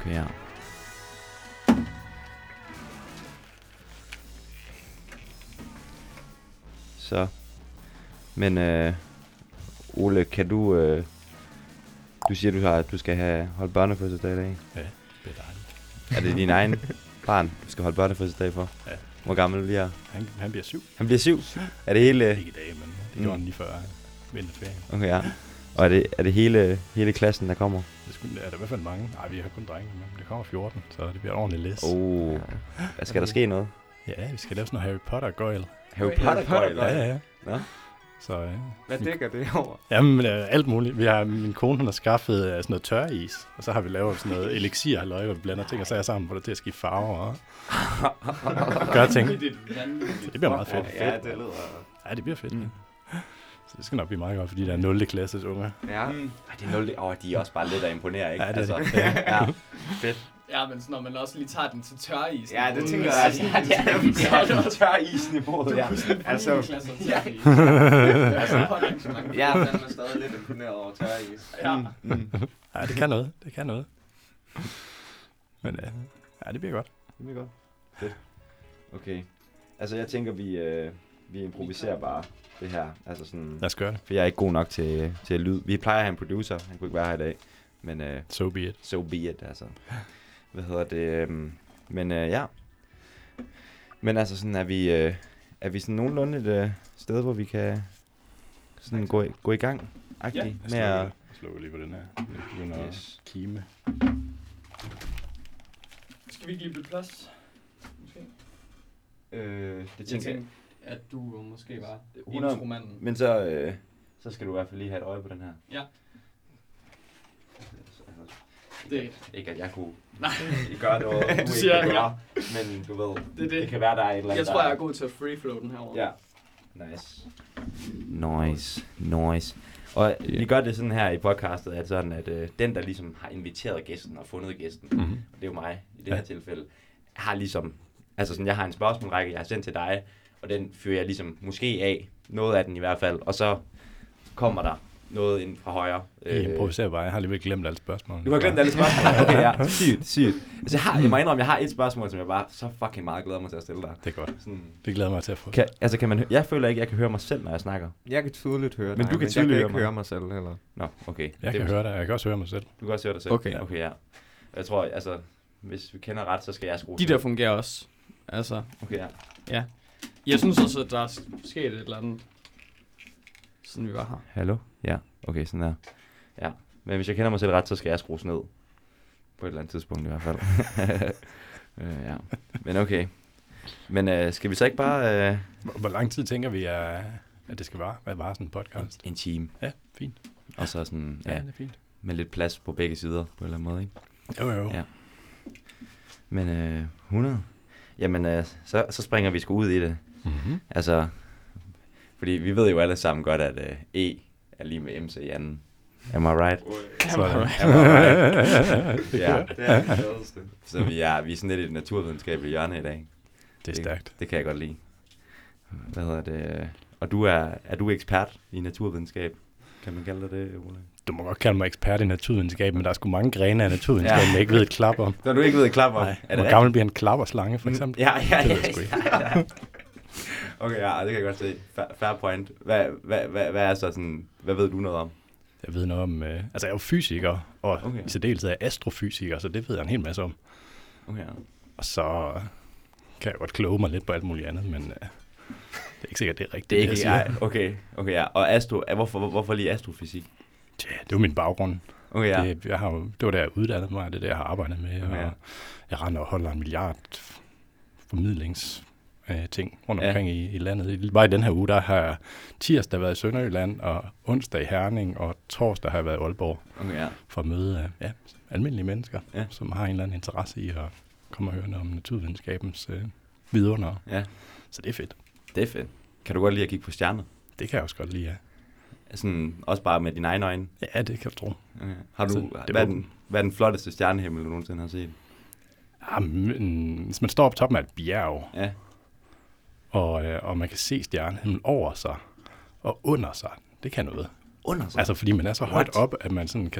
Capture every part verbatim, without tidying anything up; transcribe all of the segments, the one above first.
Okay, ja. Så. Men øh, Ole, kan du... Øh, du siger, du har, at du skal have holdt børnefødselsdag i dag. Ja, det er dejligt. Er det din egen barn, du skal holde børnefødselsdag for? Ja. Hvor gammel bliver han? Han, han bliver syv. Han bliver syv? syv. Er det hele... Ikke i dag, men det gjorde mm. han lige før vinterferien. Okay, ja. Og er det, er det hele, hele klassen, der kommer? Det skulle, er der i hvert fald mange. Nej, vi har kun drenge, men det kommer fjorten, så det bliver et ordentligt læs. Oh. Hvad skal der ske noget? Ja, vi skal lave sådan noget Harry Potter-gøjl. Harry Potter-gøjl? Ja, ja, ja. Nå? Så, ja. Hvad dækker det over? Jamen, øh, alt muligt. Vi har, min kone, hun har skaffet øh, sådan noget tørris, og så har vi lavet sådan noget elixir, halløj, hvor vi blander ting og sager sammen, hvor der til at skifte farver og gøre ting. Så det bliver meget fedt. Ja, det lyder... Ja, det bliver fedt. Mm. Så det skal nok blive meget godt, fordi der er nul klasses unge. Ja. Mm. Ej, det er nul. Åh, oh, de er også bare lidt at imponere, ikke? Ja, det er altså, det. Ja, fedt. Ja, men så når man også lige tager den til tørris. Ja, det tænker jeg. Ja, ja, ja, ja, tør isen i bordet, ja. Altså, ja. altså, jeg er fandme stadig lidt imponeret over tørris. Ja. Mm. Ja, det kan noget. Det kan noget. Men øh, ja, det bliver godt. Det bliver godt. Fedt. Okay. Altså, jeg tænker, vi, øh, vi improviserer bare det her. Altså sådan... Lad os gøre det. For jeg er ikke god nok til, til lyd. Vi plejer at have en producer. Han kunne ikke være her i dag. Men øh, So be it. so be it, altså. Hvad hedder det? Øh, men øh, ja. Men altså sådan, er vi, øh, er vi sådan nogenlunde et øh, sted, hvor vi kan sådan gå, i- gå i gang? Agtigt, Jeg med slukker, at... jeg slukker lige på den her. Jeg begynder yes. Yes. at kime. Skal vi ikke lige bytte plads? Måske. Øh, det Jeg tænker jeg. tænkte, at du måske var hundrede intromanden. Men så, øh, så skal du i hvert fald lige have et øje på den her. Ja. Altså, Det, ikke at jeg kunne nej. gøre noget, du ikke siger, kan ja. gøre, men du ved, Det er det. det kan være, der er et eller andet, Jeg tror, der- jeg er god til at free-flow den her over. Ja. Nice. Nice. Nice. Og vi gør det sådan her i podcastet, at sådan, at øh, den, der ligesom har inviteret gæsten og fundet gæsten, Mm-hmm. og det er jo mig i det Ja. her tilfælde, har ligesom, altså sådan, jeg har en spørgsmålrække, jeg har sendt til dig, og den fyrer jeg ligesom måske af, noget af den i hvert fald, og så kommer der noget ind fra højre. Jeg improviserer bare. Jeg har alligevel glemt alle spørgsmål. Du har glemt alle spørgsmål? Okay, ja. Sygt, sygt. Altså, jeg, har, jeg må indrømme, jeg har et spørgsmål, som jeg bare så fucking meget glæder mig til at stille dig. Det er godt. Sådan, Det glæder mig til at få. kan, altså, kan man, hø- jeg føler ikke, jeg kan høre mig selv, når jeg snakker. Jeg kan tydeligt høre Men dig, du kan jeg tydeligt kan høre ikke mig. høre mig selv heller. Nå, okay. Jeg Det- kan høre dig. Jeg kan også høre mig selv. Du kan også høre dig selv? Okay. Okay, ja. Jeg tror, altså, hvis vi kender ret, så skal jeg skrue. De der fungerer også. Altså, Okay, ja. ja. Jeg synes også, at der er sket et eller andet, siden vi var her. Hallo? Ja, okay, sådan der. Ja, men hvis jeg kender mig selv ret, så skal jeg skrues ned. På et eller andet tidspunkt i hvert fald. øh, ja, men okay. Men øh, skal vi så ikke bare... Øh, Hvor, hvor lang tid tænker vi, at, at det skal vare? Hvad var sådan en podcast? en time, Ja, fint. og så sådan, Ja, ja, det er fint. med lidt plads på begge sider, på en eller anden måde, ikke? Jo, jo. Ja. Men øh, hundrede? Jamen, øh, så, så springer vi sgu ud i det. Mm-hmm. Altså, fordi vi ved jo alle sammen godt, at øh, E er lige med M C i anden. Am I right? Så, Am I right? det, Ja. ja. Det er det fedeste. Så vi er, vi er sådan lidt i det naturvidenskabelige hjørne i dag. det er stærkt. Det kan jeg godt lide. Hvad hedder det? Og du er, er du ekspert i naturvidenskab? Kan man kalde dig det, Ole? Du må godt kalde mig ekspert i naturvidenskab, men der er sgu mange grene af naturvidenskab, Ja. jeg ikke ved et klap om. Så du ikke ved et klap om? Nej, Er det hvor gammel bliver en klapperslange, for eksempel? Ja, ja, Det ja. ved jeg sgu ikke. ja, ja. Okay, ja, det kan jeg godt se. Fair, fair point. Hvad, hvad, hvad, hvad er så sådan, hvad ved du noget om? Jeg ved noget om... Øh, altså, jeg er jo fysiker, og Okay. okay. i særdeleshed er jeg astrofysiker, så det ved jeg en hel masse om. Okay, ja. Og så kan jeg godt kloge mig lidt på alt muligt andet, men øh, det er ikke sikkert, det er rigtigt, Det er ikke, jeg siger. ja, okay, okay, ja. Og astro, hvorfor, hvorfor lige astrofysik? Tja, det er jo min baggrund. Okay, ja. Det, jeg har, jo- det var der, jeg uddannede mig, det er det, jeg har arbejdet med. Okay, ja. Og jeg render og holder en milliard formidlings øh, ting rundt Ja. omkring i, i landet. Bare i den her uge, der har jeg tirsdag været i Sønderjylland, og onsdag i Herning, og torsdag har jeg været i Aalborg Okay, ja. for at møde øh, ja, almindelige mennesker, Ja. som har en eller anden interesse i at komme og høre noget om naturvidenskabens øh, vidunder. Ja, Så det er fedt. det er fedt. Kan du godt lide at kigge på stjerner? Det kan jeg også godt lide, ja. Sådan, også bare med dine egne øjne? Ja, det kan du tro. Okay. Har du, Altså, det hvad, er var- den, hvad er den flotteste stjernehimmel, du nogensinde har set? Ja, men, hvis man står på toppen af et bjerg, Ja. og, øh, og man kan se stjernen over sig og under sig, det kan noget. Under sig? Altså fordi man er så What? højt op, at man sådan kan se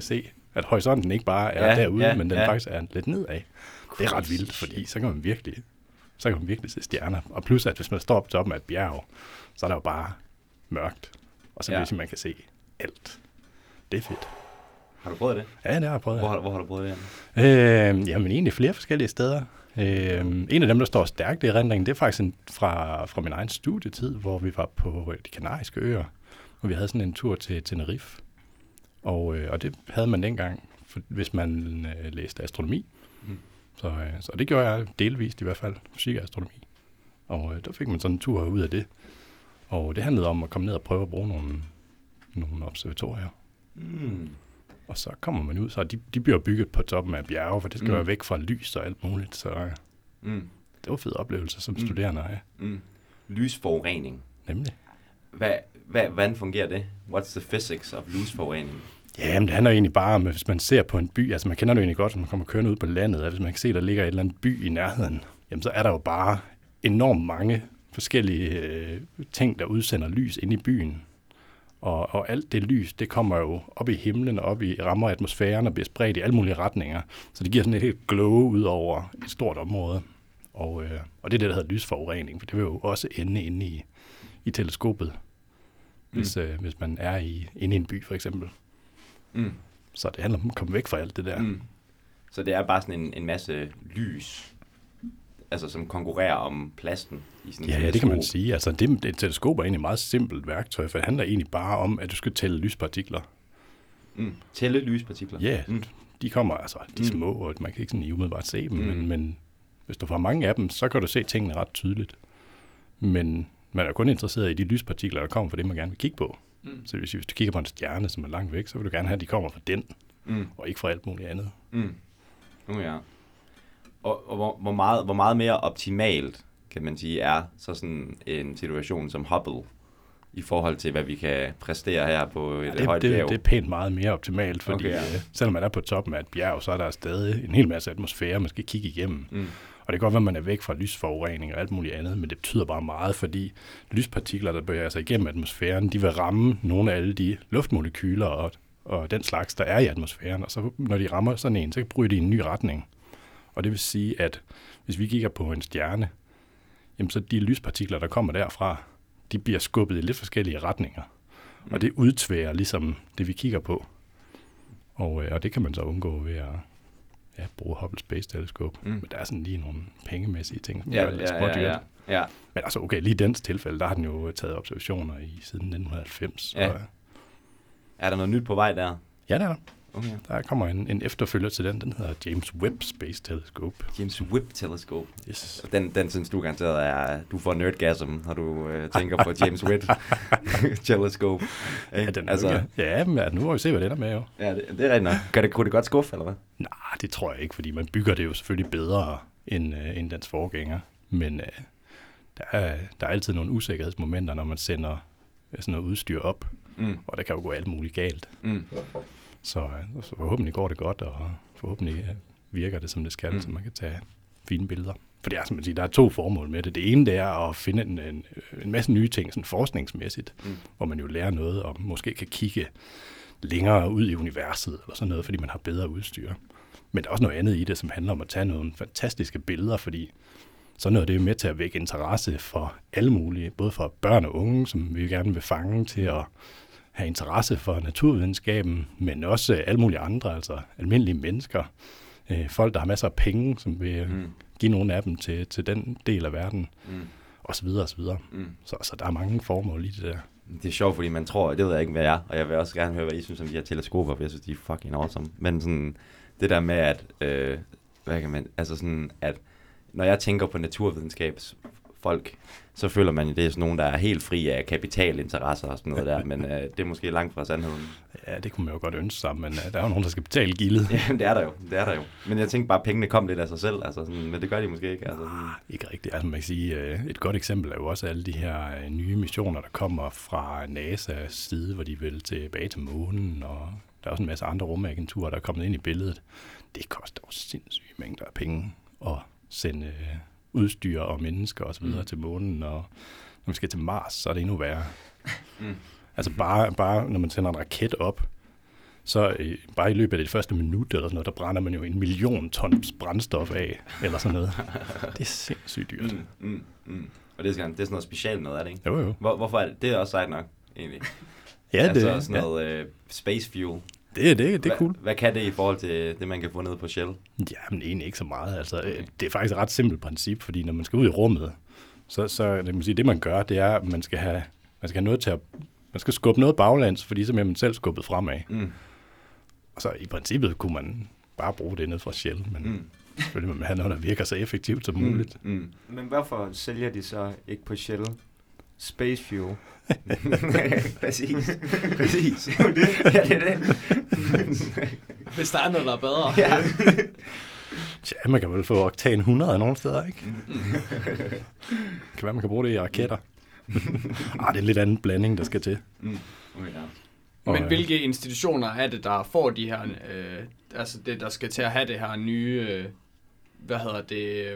At horisonten ikke bare er Ja, derude, ja, men den ja. faktisk er lidt nedad. Det er ret vildt, fordi så kan man virkelig, så kan man virkelig se stjerner. Og plus, at hvis man står på toppen af et bjerg, så er der jo bare mørkt. Og så Ja. vil man kan se alt. Det er fedt. Har du prøvet det? Ja, det har jeg prøvet. Hvor, har- hvor har du prøvet det? Jan? Øh, jamen egentlig flere forskellige steder. Øh, en af dem, der står stærkt i erindringen, det er faktisk en, fra, fra min egen studietid, hvor vi var på de Kanariske Øer, og vi havde sådan en tur til Tenerife. Og, øh, og det havde man dengang, for, hvis man øh, læste astronomi. Mm. Så, øh, så det gjorde jeg delvist i hvert fald, fysik og astronomi. Og øh, der fik man sådan en tur ud af det. Og det handlede om at komme ned og prøve at bruge nogle, nogle observatorier. Mm. Og så kommer man ud, så de, de bliver bygget på toppen af bjerge, for det skal Mm. være væk fra lys og alt muligt. Så øh, Mm. det var en fed oplevelse som Mm. studerende. Ja. Mm. Lysforurening. Nemlig. Hvad, hvad, hvordan fungerer det? What's the physics of lysforurening? Jamen, det handler egentlig bare om, at hvis man ser på en by, altså man kender det egentlig godt, når man kommer kørende ud på landet, at hvis man kan se, at der ligger et eller andet by i nærheden, jamen så er der jo bare enormt mange forskellige øh, ting, der udsender lys ind i byen. Og, og alt det lys, det kommer jo op i himlen og op i rammer atmosfæren og bliver spredt i alle mulige retninger. Så det giver sådan et helt glow ud over et stort område. Og, øh, og det er det, der hedder lysforurening, for det vil jo også ende inde i, i teleskopet, hvis, Mm. øh, hvis man er i, inde i en by for eksempel. Mm. Så det handler om at komme væk fra alt det der. Mm. Så det er bare sådan en, en masse lys, altså som konkurrerer om pladsen i sådan en Ja, ja, det kan man teleskop. sige. Altså, det, et teleskop er egentlig et meget simpelt værktøj, for det handler egentlig bare om, at du skal tælle lyspartikler. Mm. Tælle lyspartikler. Ja, Mm. de kommer, altså, de er Mm. små, og man kan ikke sådan i umiddelbart se dem, Mm. men, men hvis du får mange af dem, så kan du se tingene ret tydeligt. Men man er kun interesseret i de lyspartikler, der kommer fra det, man gerne vil kigge på. Mm. Så hvis, hvis du kigger på en stjerne, som er langt væk, så vil du gerne have, at de kommer fra den, Mm. og ikke fra alt muligt andet. Mm. Uh, ja. Og, og hvor, hvor, meget, hvor meget mere optimalt, kan man sige, er så sådan en situation som Hubble, i forhold til, hvad vi kan præstere her på et Ja, det, højt det, bjerg? det er pænt meget mere optimalt, fordi Okay, ja. okay, ja. selvom man er på toppen af et bjerg, så er der stadig en hel masse atmosfære, man skal kigge igennem. Mm. Og det kan godt være, at man er væk fra lysforurening og alt muligt andet, men det betyder bare meget, fordi lyspartikler, der bevæger sig igennem atmosfæren, de vil ramme nogle af alle de luftmolekyler og, og den slags, der er i atmosfæren. Og så når de rammer sådan en, så bryder de i en ny retning. Og det vil sige, at hvis vi kigger på en stjerne, jamen så de lyspartikler, der kommer derfra, de bliver skubbet i lidt forskellige retninger. Mm. Og det udtværer ligesom det, vi kigger på. Og, øh, og det kan man så undgå ved at ja, bruge Hubble Space Telescope. Mm. Men der er sådan lige nogle pengemæssige ting, som Ja, gør det lidt ja, ja, ja, smådyrt. ja. Men altså okay, lige i dens tilfælde, der har den jo taget observationer i siden nitten halvfems. Ja. Og, Er der noget nyt på vej der? ja, der er der. Okay. Der kommer en, en efterfølger til den, den hedder James Webb Space Telescope. James Webb Telescope. Yes. Den, den synes du garanteret er, du får nerdgasm, når du øh, tænker på James Webb Telescope. Ja, den altså, altså, ja, men ja, nu må vi se, hvad det ender med jo. ja, det, det er rigtigt nok. Kan det, kunne det godt skuffe, eller hvad? Nej, det tror jeg ikke, fordi man bygger det jo selvfølgelig bedre end, øh, end dens forgænger. Men øh, der, er, der er altid nogle usikkerhedsmomenter, når man sender øh, sådan noget udstyr op, Mm. og der kan jo gå alt muligt galt. Mm. Så, øh, så forhåbentlig går det godt, og forhåbentlig øh, virker det, som det skal, Mm. mm. så man kan tage fine billeder. For det er, som man siger, der er to formål med det. Det ene, det er at finde en, en, en masse nye ting, sådan forskningsmæssigt, Mm. hvor man jo lærer noget, og måske kan kigge længere ud i universet, eller sådan noget, fordi man har bedre udstyr. Men der er også noget andet i det, som handler om at tage nogle fantastiske billeder, fordi så noget det er med til at vække interesse for alle mulige, både for børn og unge, som vi gerne vil fange til at have interesse for naturvidenskaben, men også alle mulige andre, altså almindelige mennesker, øh, folk, der har masser af penge, som vil Mm. give nogle af dem til, til den del af verden, Mm. og så videre, og så videre. Mm. Så, så der er mange formål i det der. Det er sjovt, fordi man tror, det ved jeg ikke, hvad jeg er, og jeg vil også gerne høre, hvad I synes om de her teleskoper, for jeg synes, de er fucking awesome. Men sådan, det der med, at, øh, hvad kan man, altså sådan, at når jeg tænker på naturvidenskabsfolk, så føler man jo, det er sådan nogen, der er helt fri af kapitalinteresser og sådan noget der, men øh, det er måske langt fra sandheden. Ja, det kunne man jo godt ønske sig, men uh, der er jo nogen, der skal betale gildet. Ja, det er der jo, det er der jo. Men jeg tænkte bare, at pengene kom lidt af sig selv, altså sådan, men det gør de måske ikke. Altså sådan. Ah, ikke rigtigt. Altså man kan sige, uh, et godt eksempel er jo også alle de her uh, nye missioner, der kommer fra NASA's side, hvor de vil tilbage til månen, og der er også en masse andre rumagenturer, der er kommet ind i billedet. Det koster jo sindssyge mængder af penge at sende uh, udstyr og mennesker og så videre mm. til månen, og når man skal til Mars, så er det endnu værre. Mm. Altså bare, bare når man sender en raket op, så øh, bare i løbet af det første minut eller sådan noget, der brænder man jo en million tons brændstof af, eller sådan noget. Det er sindssygt dyrt. Mm, mm, mm. Og det er, sådan, det er sådan noget specielt noget, er det ikke? Jo, jo. Hvor, hvorfor er det? Det er også sejt nok, egentlig. Ja, det altså sådan noget ja. øh, space fuel. Det, det, det er cool. Hvad, hvad kan det i forhold til det, man kan få nede på Shell? Ja, men egentlig ikke så meget. Altså, okay. Det er faktisk et ret simpelt princip, fordi når man skal ud i rummet, så, så det, man sige, det man gør, det er, at man skal have, man skal have noget til at, man skal skubbe noget baglands, fordi så bliver man selv skubbet fremad. Mm. Og så i princippet kunne man bare bruge det ned fra Shell, men mm. selvfølgelig man have noget, der virker så effektivt som muligt. Mm. Mm. Men hvorfor sælger de så ikke på Shell space fuel? Præcis. Præcis. det. Ja, det er det. Hvis der er noget, der er bedre. Ja. Tja, man kan vel få oktan hundrede nogle steder, ikke? Kan være, man kan bruge det i raketter. ah, det er en lidt anden blanding, der skal til. Mm. Okay, ja. Men Og, hvilke institutioner er det, der får de her, øh, altså det, der skal til at have det her nye, øh, hvad hedder det, øh,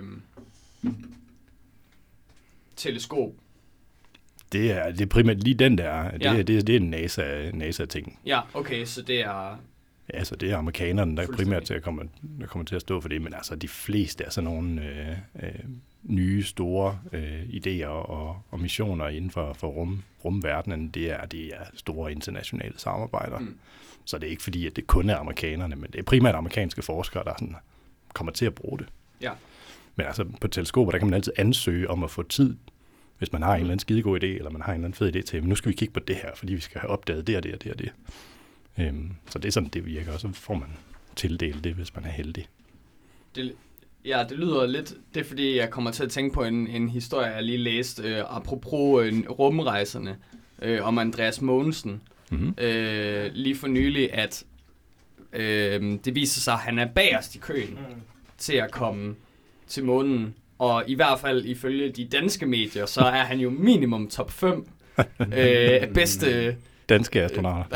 teleskop? Det er, det er primært lige den der. Det, Ja. det, det, det er en NASA, NASA-ting. Ja, okay, så det er... Ja, så det er amerikanerne, der er Fuldstændig. primært til at komme, der kommer til at stå for det. Men altså, de fleste er sådan nogle øh, øh, nye, store øh, idéer og, og missioner inden for, for rum, rumverdenen. Det er, det er store internationale samarbejder. Mm. Så det er ikke fordi, at det kun er amerikanerne, men det er primært amerikanske forskere, der sådan kommer til at bruge det. Ja. Men altså, på teleskoper, der kan man altid ansøge om at få tid, hvis man har en eller anden skidegod idé, eller man har en eller anden fed idé til, men nu skal vi kigge på det her, fordi vi skal have opdaget det og det og det og det. Øhm, så det er sådan, det virker, og så får man tildelt det, hvis man er heldig. Det, ja, det lyder lidt... Det er fordi, jeg kommer til at tænke på en, en historie, jeg lige læste, øh, apropos øh, rumrejserne, øh, om Andreas Mogensen. Mm-hmm. Øh, lige for nylig, at øh, det viser sig, at han er bagerst i køen mm. til at komme til månen. Og i hvert fald ifølge de danske medier, så er han jo minimum top fem øh, bedste... Danske astronauter.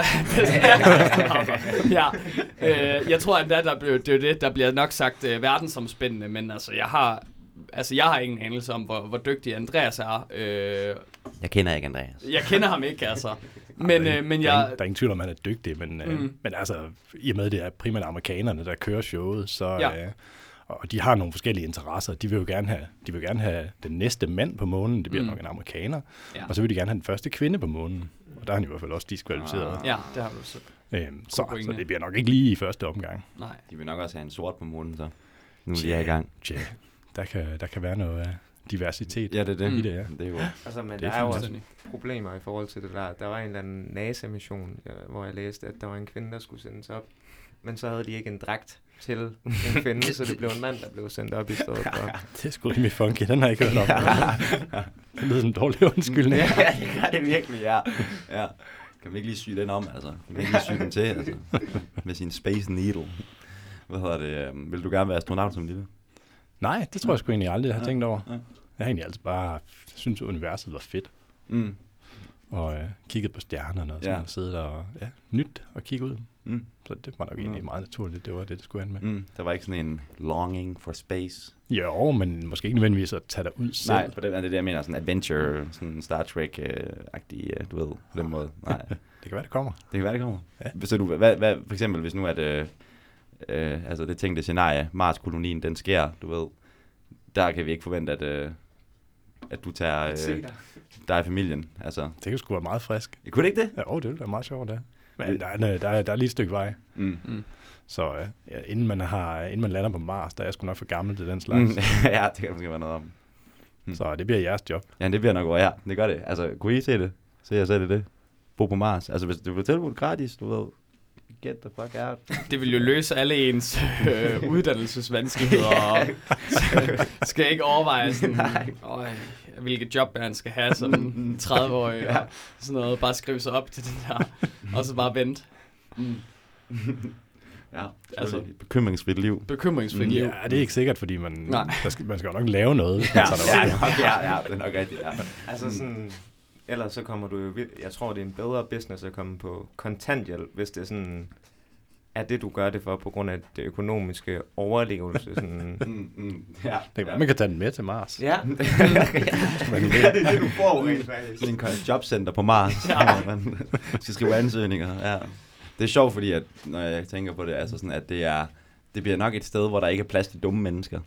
ja, øh, jeg tror endda, der blev, det er det, der bliver nok sagt øh, verdensomspændende, men altså, jeg har, altså, jeg har ingen anelse om, hvor, hvor dygtig Andreas er. Øh, Jeg kender ikke Andreas. jeg kender ham ikke, altså. Men, øh, men der, er jeg... ingen, der er ingen tvivl om, at han er dygtig, men, øh, Mm. men altså, i og med, det er primært amerikanerne, der kører showet, så... Ja. Øh, og de har nogle forskellige interesser. De vil jo gerne have, de vil gerne have den næste mand på månen, det bliver Mm. nok en amerikaner, Ja. og så vil de gerne have den første kvinde på månen. Og der er han i hvert fald også diskvalificeret. Ja, det har du så. Øhm, så, pointe. så det bliver nok ikke lige i første omgang. Nej. De vil nok også have en sort på månen, så nu er de er i gang. Tja, der kan, der kan være noget af diversitet Ja, det er det. i det, ja. Det er jo... Altså, men Det der er er jo også fuldstændig. problemer i forhold til det der. Der var en eller anden NASA-mission, øh, hvor jeg læste, at der var en kvinde, der skulle sendes op. Men så havde de ikke en dragt til en kvinde, så det blev en mand, der blev sendt op i stedet for. Det er sgu rimelig funky, den har jeg ikke hørt om. Det lyder som en dårlig undskyldning. Ja, det gør det virkelig, ja. ja. Kan vi ikke lige sy den om, altså? Kan vi ikke lige sy den til, altså? Med sin Space Needle. Hvad hedder det? um, Vil du gerne være astronaut som lille? Nej, det tror jeg sgu egentlig aldrig, jeg har Ja, tænkt over. ja. Jeg har egentlig altså bare synes, at universet var fedt. Mm. Og øh, kigget på stjernerne og sådan, Ja. og siddet og ja, nyt og kigge ud. Mm. Så det var nok egentlig Mm. meget naturligt, det var det, det skulle ande med. Mm. Der var ikke sådan en longing for space. Jo, men måske ikke nødvendigvis at tage dig ud selv. Nej, på den er det, jeg mener, sådan adventure, sådan Star Trek-agtig, øh, du ved, på den måde. Nej, Det kan være, det kommer. det kan være, det kommer. Ja. Så du, hvad, hvad, for eksempel, hvis nu at, øh, øh, altså det tænkte scenarie, Mars-kolonien, den sker, du ved, der kan vi ikke forvente, at, øh, at du tager øh, dig i familien. Altså, Det kan sgu være meget frisk. kunne det ikke det? Ja, åh, det ville være meget sjovt, det. Men der er, der, er, der er lige et stykke vej. Mm. Mm. Så øh, ja, inden, man har, inden man lander på Mars, der er jeg sgu nok for gammel til den slags. Mm. ja, det kan der måske være noget om. Mm. Så det bliver jeres job. Ja, det bliver nok over, ja. Det gør det. Altså, kunne I se det? Se jer selv i det? Bo på Mars. Altså, hvis det bliver tilbudt gratis, du ved, get the fuck out. Det vil jo løse alle ens øh, uddannelsesvanskeligheder, og skal jeg ikke overveje sådan, øj, hvilket job han skal have som tredive-årig, Ja. og sådan noget, bare skrive sig op til den der, og så bare vente. Mm. Ja, Altså- altså bekymringsfrit liv. Bekymringsfrit liv. Ja, det er ikke sikkert, fordi man, Nej. der skal, man skal jo nok lave noget. hvis Ja, man tager ja, derud. ja, ja, det er nok rigtigt, ja. Altså sådan, ellers så kommer du jo, vild- jeg tror det er en bedre business at komme på kontanthjælp, hvis det er sådan, er det du gør det for på grund af det økonomiske overlevelse. Sådan. Mm, mm, ja. Det kan være, man kan tage den med til Mars. Ja, Man det er det du får rent faktisk. Sådan en jobcenter på Mars, Ja. hvor man skal skrive ansøgninger. Ja. Det er sjovt, fordi at, når jeg tænker på det, altså sådan, at det er, det bliver nok et sted, hvor der ikke er plads til dumme mennesker.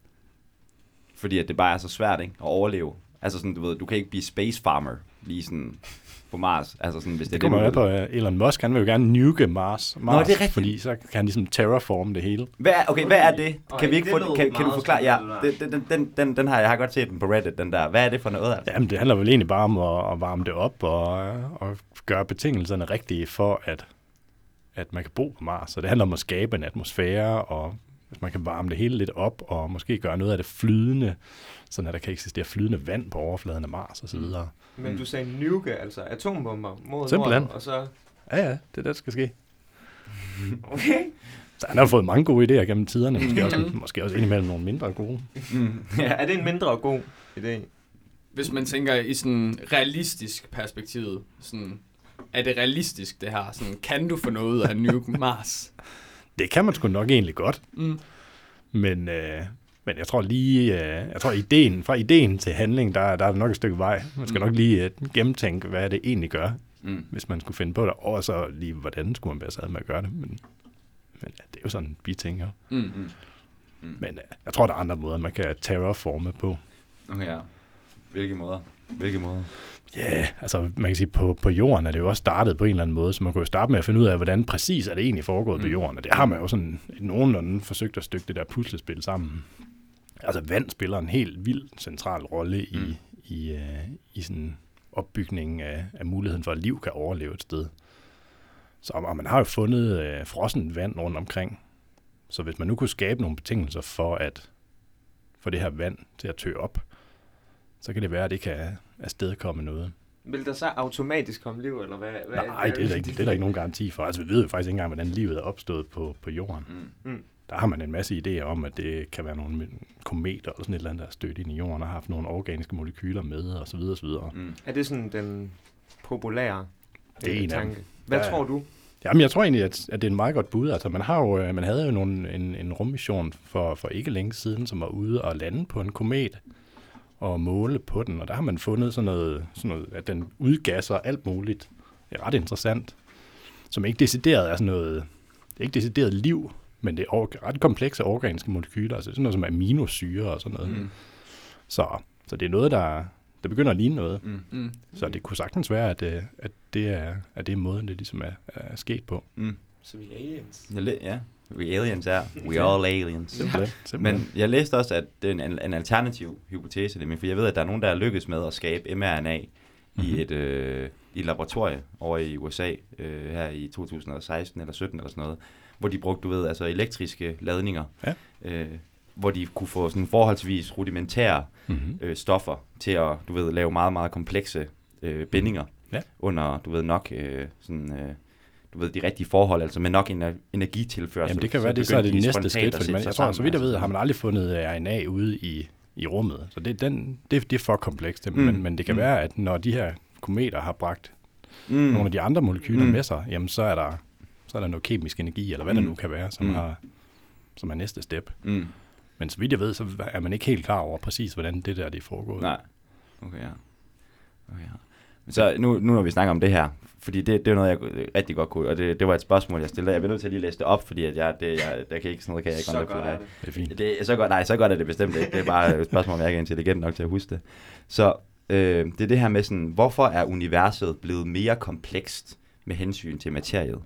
Fordi at det bare er så svært, ikke, at overleve. Altså sådan, du ved, du kan ikke blive space farmer, lige sådan på Mars. Altså sådan, hvis det, det kommer jo på, uh, Elon Musk, han vil jo gerne nuke Mars, Mars. Nå, det er rigtigt. Fordi så kan han ligesom terraforme det hele. Hvad er, okay, hvad er det? Okay, Kan vi ikke det få, lød kan, kan du meget forklare? Ja, spændende, den, den, den, den, den har jeg har godt set den på Reddit, den der. Hvad er det for noget? Altså? Jamen, det handler vel egentlig bare om at, at varme det op og, og gøre betingelserne rigtige for, at, at man kan bo på Mars. Så det handler om at skabe en atmosfære, og hvis man kan varme det hele lidt op, og måske gøre noget af det flydende, sådan at der kan eksistere flydende vand på overfladen af Mars og så videre. Men du sagde nuke, altså atombomber mod Simpelthen. Norden, og så... Ja, ja, det er det, der skal ske. Okay. Så han har fået mange gode idéer gennem tiderne, måske også, måske også indimellem nogle mindre gode. Mm. Ja, er det en mindre god idé? Hvis man tænker i sådan realistisk perspektiv, sådan, er det realistisk det her? Sådan, kan du få noget af Nuke Mars? Det kan man sgu nok egentlig godt, Mm. men, øh, men jeg tror lige, øh, jeg tror ideen, fra ideen til handling, der, der er nok et stykke vej. Man skal Mm. nok lige øh, gennemtænke, hvad det egentlig gør, Mm. hvis man skulle finde på det, og så lige, hvordan skulle man være sad med at gøre det. Men, men ja, det er jo sådan en biting, jo. Mm. Mm. Mm. Men øh, jeg tror, der er andre måder, man kan terraforme på. Okay, ja. Hvilke måder? Hvilke måder? Ja, yeah, altså man kan sige, på, på jorden er det jo også startet på en eller anden måde, så man kunne jo starte med at finde ud af, hvordan præcis er det egentlig foregået mm. på jorden, og det har man jo sådan nogenlunde forsøgt at stykke det der puslespil sammen. Altså vand spiller en helt vild central rolle i, mm. i, uh, i sådan opbygningen af, af muligheden for, at liv kan overleve et sted. Så og man har jo fundet uh, frossent vand rundt omkring, så hvis man nu kunne skabe nogle betingelser for, at for det her vand til at tø op, så kan det være, at det kan afstedkomme noget. Vil der så automatisk komme liv, eller hvad? hvad Nej, det er, der ikke, det er der ikke nogen garanti for. Altså, vi ved jo faktisk ikke engang, hvordan livet er opstået på, på jorden. Mm. Mm. Der har man en masse idéer om, at det kan være nogle kometer eller sådan et eller andet, der er stødt ind i jorden og har haft nogle organiske molekyler med, og så videre, og så videre. Mm. Er det sådan den populære Det er øh, en af tanke? Hvad Ja. tror du? Jamen, jeg tror egentlig, at, at det er en meget godt bud. Altså, man, har jo, man havde jo nogle, en, en rummission for, for ikke længe siden, som var ude og lande på en komet og måle på den, og der har man fundet sådan noget, sådan noget at den udgasser alt muligt. Det er ret interessant. Som ikke decideret er sådan noget, det er ikke decideret liv, men det er or- ret komplekse organiske molekyler, altså sådan noget som aminosyre og sådan noget. Mm. Så, så det er noget, der, der begynder at ligne noget. Mm. Mm. Så det kunne sagtens være, at, øh, at, det, er, at det er måden, det ligesom er, er sket på. Mm. Så vi er aliens. Jeg læ- ja, we aliens er. We all aliens. Simpelthen. Simpelthen. Men jeg læste også, at det er en, en alternativ hypotese, det, for jeg ved, at der er nogen, der er lykkes med at skabe mRNA mm-hmm. i et øh, i et laboratorie over i U S A øh, her i to tusind og seksten eller sytten eller sådan noget, hvor de brugte, du ved, altså elektriske ladninger, Ja. øh, hvor de kunne få sådan forholdsvis rudimentære Mm-hmm. øh, stoffer til at, du ved, lave meget, meget komplekse øh, bindinger Ja. under, du ved, nok øh, sådan, øh, du ved, de rigtige forhold, altså med nok ener- energitilførsel. Jamen det kan være, det så er det begyndte de næste spontant skridt, at fordi sætte man, sig jeg tror, så sammen, vidt jeg ved, altså. har man aldrig fundet R N A ude i, i rummet. Så det, den, det, det er for komplekst. Mm. Men, men det kan Mm. være, at når de her kometer har bragt Mm. nogle af de andre molekyler Mm. med sig, jamen så er der, så er der noget kemisk energi, eller hvad Mm. det nu kan være, som, Mm. har, som er næste step. Mm. Men så vidt jeg ved, så er man ikke helt klar over præcis, hvordan det der det er foregået. Nej. Okay, ja. Okay, ja. Så nu, nu når vi snakker om det her, fordi det, det er noget, jeg rigtig godt kunne, og det, det var et spørgsmål, jeg stillede. Jeg bliver nødt til at lige læse det op, fordi at jeg, det, jeg, der kan ikke sådan noget, kan jeg ikke Så godt godt det. er det. Det er fint. Det er så godt, nej, så godt er det bestemt ikke. Det er bare et spørgsmål, om jeg ikke er intelligent nok til at huske det. Så øh, det er det her med sådan, hvorfor er universet blevet mere komplekst med hensyn til materiet?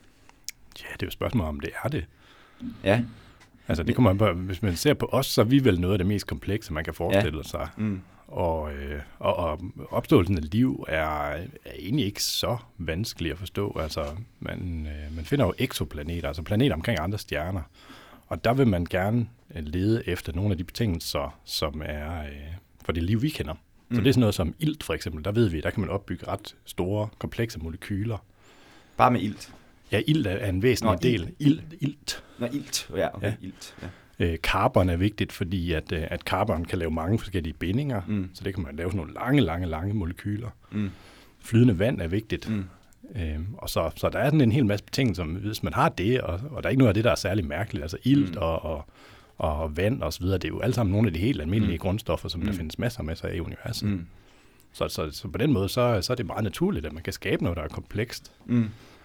Ja, det er jo et spørgsmål om, det er det. Ja. Altså det kommer an på, hvis man ser på os, så er vi vel noget af det mest komplekse, man kan forestille ja. sig. Mm. Og, øh, og, og opståelsen af liv er, er egentlig ikke så vanskelig at forstå. Altså, man, øh, man finder jo eksoplaneter, altså planeter omkring andre stjerner. Og der vil man gerne øh, lede efter nogle af de betingelser, som er øh, for det liv, vi kender. Mm. Så det er sådan noget som ilt for eksempel. Der ved vi, der kan man opbygge ret store, komplekse molekyler. Bare med ilt. Ja, ilt er en væsentlig Nå, del. ilt. Ilt, ilt. Nå, ilt. Ja, okay, Ja. ilt. Ja. Øh, carbon er vigtigt, fordi at, øh, at carbon kan lave mange forskellige bindinger. Mm. Så det kan man lave sådan nogle lange, lange, lange molekyler. Mm. Flydende vand er vigtigt. Mm. Øhm, og så, så der er sådan en hel masse betingelser, hvis man har det, og, og der er ikke noget af det, der er særlig mærkeligt. Altså ilt Mm. og, og, og vand og så videre, det er jo alle sammen nogle af de helt almindelige Mm. grundstoffer, som Mm. der findes masser og masser af i universet. Mm. Så, så, så på den måde, så, så er det meget naturligt, at man kan skabe noget, der er komplekst. Mm.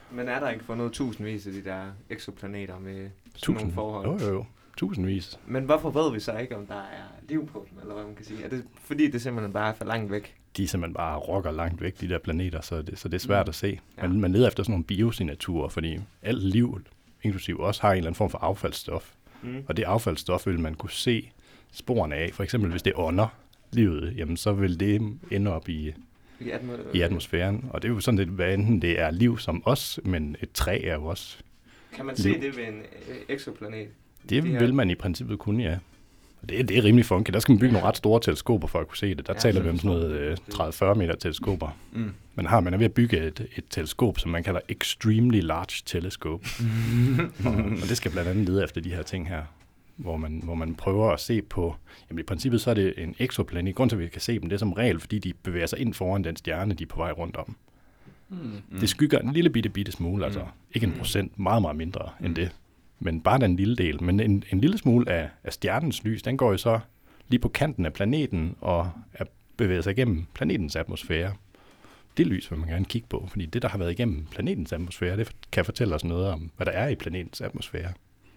Men er der ikke fundet tusindvis af de der eksoplaneter med sådan Tusind. nogle forhold? Jo, jo, jo. Tusindvis. Men hvorfor ved vi så ikke, om der er liv på dem, eller hvad man kan sige? Er det fordi, det simpelthen bare er for langt væk? De er simpelthen bare rocker langt væk, de der planeter, så det, så det er svært Mm. at se. Ja. Man, man leder efter sådan nogle biosignaturer, fordi alt liv, inklusive også, har en eller anden form for affaldsstof. Mm. Og det affaldsstof vil man kunne se sporene af. For eksempel, hvis det ånder livet, jamen så vil det ende op i, I, atmo- i atmosfæren. Og det er jo sådan lidt, hvad enten det er liv som os, men et træ er jo også. Kan man se liv. det ved en øh, eksoplanet? Det De her- vil man i princippet kunne, ja. Og det, er- det er rimelig funky. Der skal man bygge nogle ret store teleskoper for at kunne se det. Der Ja, taler så vi om sådan noget øh, tredive til fyrre meter teleskoper. Mm. Man, har, man er ved at bygge et, et teleskop, som man kalder Extremely Large Telescope. og, og det skal blandt andet lede efter de her ting her, hvor man, hvor man prøver at se på, jamen i princippet så er det en exoplanet. Grunden til, at vi kan se dem, det er som regel, fordi de bevæger sig ind foran den stjerne, de er på vej rundt om. Mm. Mm. Det skygger en lille bitte, bitte smule, altså Mm. ikke en procent, meget, meget mindre end det. Men bare den lille del. Men en, en lille smule af, af stjernens lys, den går jo så lige på kanten af planeten og er bevæger sig igennem planetens atmosfære. Det lys vil man gerne kigge på, fordi det, der har været igennem planetens atmosfære, det kan fortælle os noget om, hvad der er i planetens atmosfære.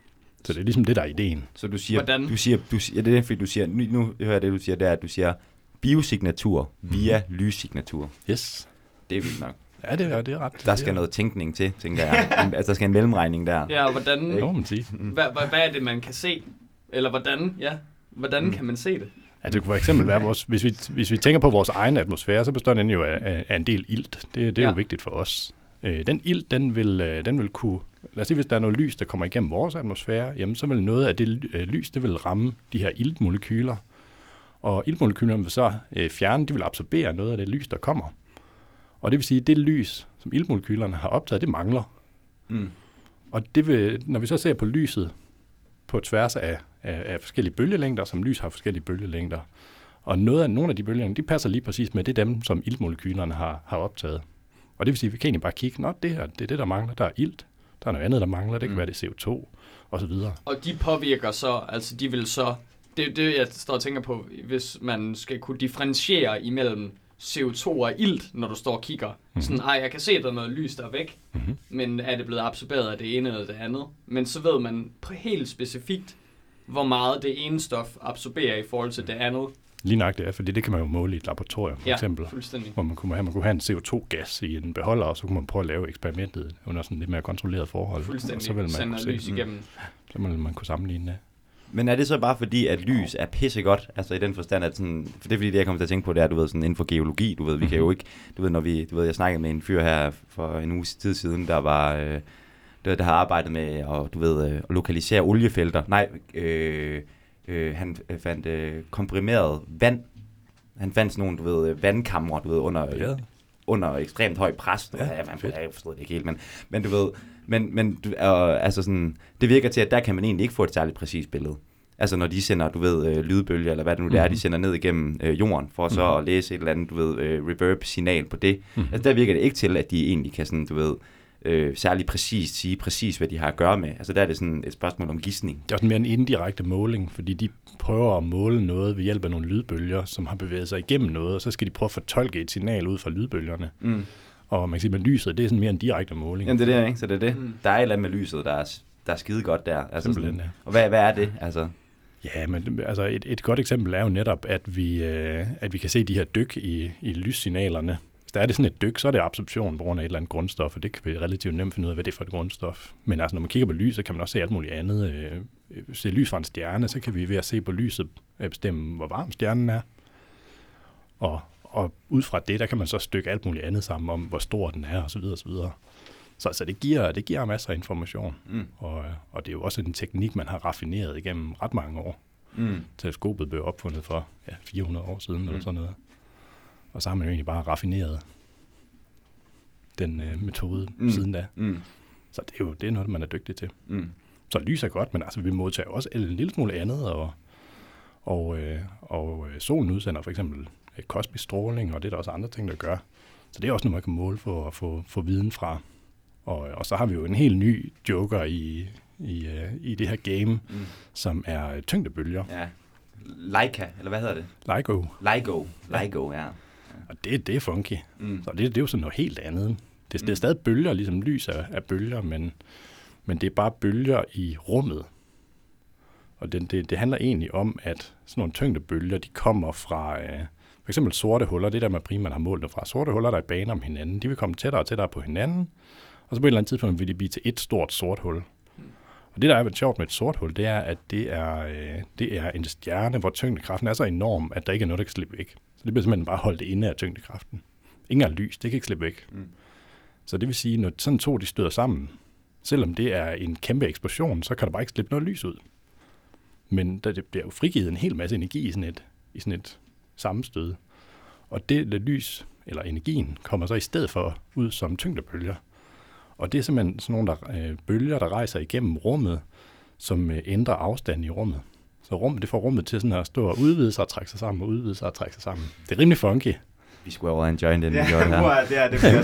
Så det er ligesom det, der er ideen. Så du siger, Hvordan? du siger, du siger, ja, det er fordi du siger, nu, nu hører jeg det, du siger, det er, at du siger biosignatur via lyssignatur. Yes. Det er vildt nok. Ja, det er, det er ret. Der skal noget tænkning til, tænker jeg. En- altså, der skal en mellemregning der. Ja, og hvordan, Det må man sige. hvad, hvad, hvad er det, man kan se? Eller hvordan, ja, hvordan Mm. kan man se det? Ja, det kunne for eksempel være, vores, hvis, vi, hvis vi tænker på vores egen atmosfære, så består den jo af, af, af en del ilt. Det, det er Ja. jo vigtigt for os. Øh, den ilt, den vil, øh, den vil kunne... Lad os sige, hvis der er noget lys, der kommer igennem vores atmosfære, jamen så vil noget af det øh, lys, det vil ramme de her iltmolekyler. Og iltmolekylerne vil så øh, fjerne, de vil absorbere noget af det lys, der kommer. Og det vil sige, at det lys, som iltmolekylerne har optaget, det mangler. Mm. Og det vil, når vi så ser på lyset på tværs af, af, af forskellige bølgelængder, som lys har forskellige bølgelængder, og noget af, nogle af de bølgelængder, de passer lige præcis med, det er dem, som iltmolekylerne har, har optaget. Og det vil sige, at vi kan egentlig bare kigge, nå, det her, det er det, der mangler, der er ilt, der er noget andet, der mangler, det kan Mm. være det C O to, og så videre. Og de påvirker så, altså de vil så, det er det, jeg står og tænker på, hvis man skal kunne differentiere imellem C O to og ilt, når du står og kigger. Mm-hmm. Sådan, ej, jeg kan se, at der er noget lys, der er væk, Mm-hmm. men er det blevet absorberet af det ene eller det andet? Men så ved man på helt specifikt, hvor meget det ene stof absorberer i forhold til det andet. Lige nok det er, fordi det kan man jo måle i et laboratorium, for Ja, eksempel. fuldstændig. Hvor man kunne, have, man kunne have en C O to gas i en beholder, og så kunne man prøve at lave eksperimentet under sådan lidt mere kontrolleret forhold. Og så vil Fuldstændig. man Sender kunne lys se, igennem. så vil man kunne sammenligne det. Men er det så bare fordi, at lys er pissegodt? Altså i den forstand, at sådan... For det er fordi, det jeg kommer til at tænke på, det er, du ved, sådan inden for geologi, du ved, vi kan jo ikke... Du ved, når vi... Du ved, jeg snakkede med en fyr her for en uges tid siden, der var... Øh, der, der har arbejdet med at, du ved, øh, at lokalisere oliefelter. Nej, øh, øh, han fandt øh, komprimeret vand. Han fandt sådan nogle, du ved, vandkamre, du ved, under... Ja. under ekstremt høj pres. Ja, Ja, jeg, fedt. jeg forstod det ikke helt, men, men du ved, men, men du, øh, altså sådan, det virker til, at der kan man egentlig ikke få et særligt præcist billede. Altså når de sender, du ved, øh, lydbølger, eller hvad det nu det er, Mhm. de sender ned igennem øh, jorden, for så Mhm. at læse et eller andet, du ved, øh, reverb-signal på det. Mhm. Altså der virker det ikke til, at de egentlig kan sådan, du ved, øh, særlig præcist sige præcis, hvad de har at gøre med. Altså der er det sådan et spørgsmål om gidsning. Det er også mere en indirekte måling, fordi de prøver at måle noget ved hjælp af nogle lydbølger, som har bevæget sig igennem noget, og så skal de prøve at fortolke et signal ud fra lydbølgerne. Mm. Og man kan sige, at lyset, det er sådan mere en direkte måling. Jamen det er det, ikke? Så det er det. Mm. Der er et eller andet med lyset, der er, der er skide godt der. Altså Simpelthen, sådan, ja. og hvad, hvad er det? Altså, Ja, men det- altså et, et godt eksempel er jo netop, at vi, øh, at vi kan se de her dyk i, i lyssignalerne. Hvis der er det sådan et dyk, så er det absorption på grund af et eller andet grundstof, og det kan vi relativt nemt finde ud af, hvad det er for et grundstof. Men altså, når man kigger på lys, så kan man også se alt muligt andet. Øh, se lys fra en stjerne, så kan vi ved at se på lyset øh, bestemme, hvor varm stjernen er. Og, og ud fra det, der kan man så stykke alt muligt andet sammen om, hvor stor den er, osv. osv. Så altså, det, giver, det giver masser af information. mm. Og, og det er jo også en teknik, man har raffineret igennem ret mange år. Mm. Teleskopet blev opfundet for ja, fire hundrede år siden, mm. eller Mm. sådan noget. Og så har man jo egentlig bare raffineret den øh, metode Mm. mm. siden da. Mm. Så det er jo det er noget, man er dygtig til. Mm. Så lys er godt, men altså, vi modtager også en lille smule andet, og, og, øh, og øh, solen udsender for eksempel øh, kosmisk stråling, og det er der også andre ting, der gør. Så det er også noget, man kan måle for at få, få viden fra. Og, og så har vi jo en helt ny joker i, i, øh, i det her game, Mm. som er øh, tyngdebølger. Ja. Leica, eller hvad hedder det? LIGO. LIGO. LIGO, ja. Og det, det er funky. Mm. Så det, det er jo sådan noget helt andet. Det, det er stadig bølger, ligesom lys er, er bølger, men, men det er bare bølger i rummet. Og det, det, det handler egentlig om, at sådan nogle tyngdebølger, de kommer fra øh, for eksempel sorte huller, det der man primært har målt det fra. Sorte huller, der er i baner om hinanden, de vil komme tættere og tættere på hinanden, og så på et eller andet tidspunkt vil de blive til et stort sort hul. Og det, der er sjovt med et sort hul, det er, at det er, øh, det er en stjerne, hvor tyngdekraften er så enorm, at der ikke er noget, der kan slippe væk. Så det bliver simpelthen bare holdt inde af tyngdekraften. Ingen er lys, det kan ikke slippe væk. Mm. Så det vil sige, når sådan to de støder sammen, selvom det er en kæmpe eksplosion, så kan der bare ikke slippe noget lys ud. Men der det bliver jo frigivet en hel masse energi i sådan et, i sådan et sammenstød. Og det, det lys, eller energien, kommer så i stedet for ud som tyngdebølger. Og det er simpelthen sådan nogle der, øh, bølger, der rejser igennem rummet, som øh, ændrer afstanden i rummet. Så rummet, det får rummet til sådan at stå og udvide sig og trække sig sammen, og udvide sig og trække sig sammen. Det er rimelig funky. Vi skulle have enjoyed den, vi Ja, gjorde her. hvor er det her, det bliver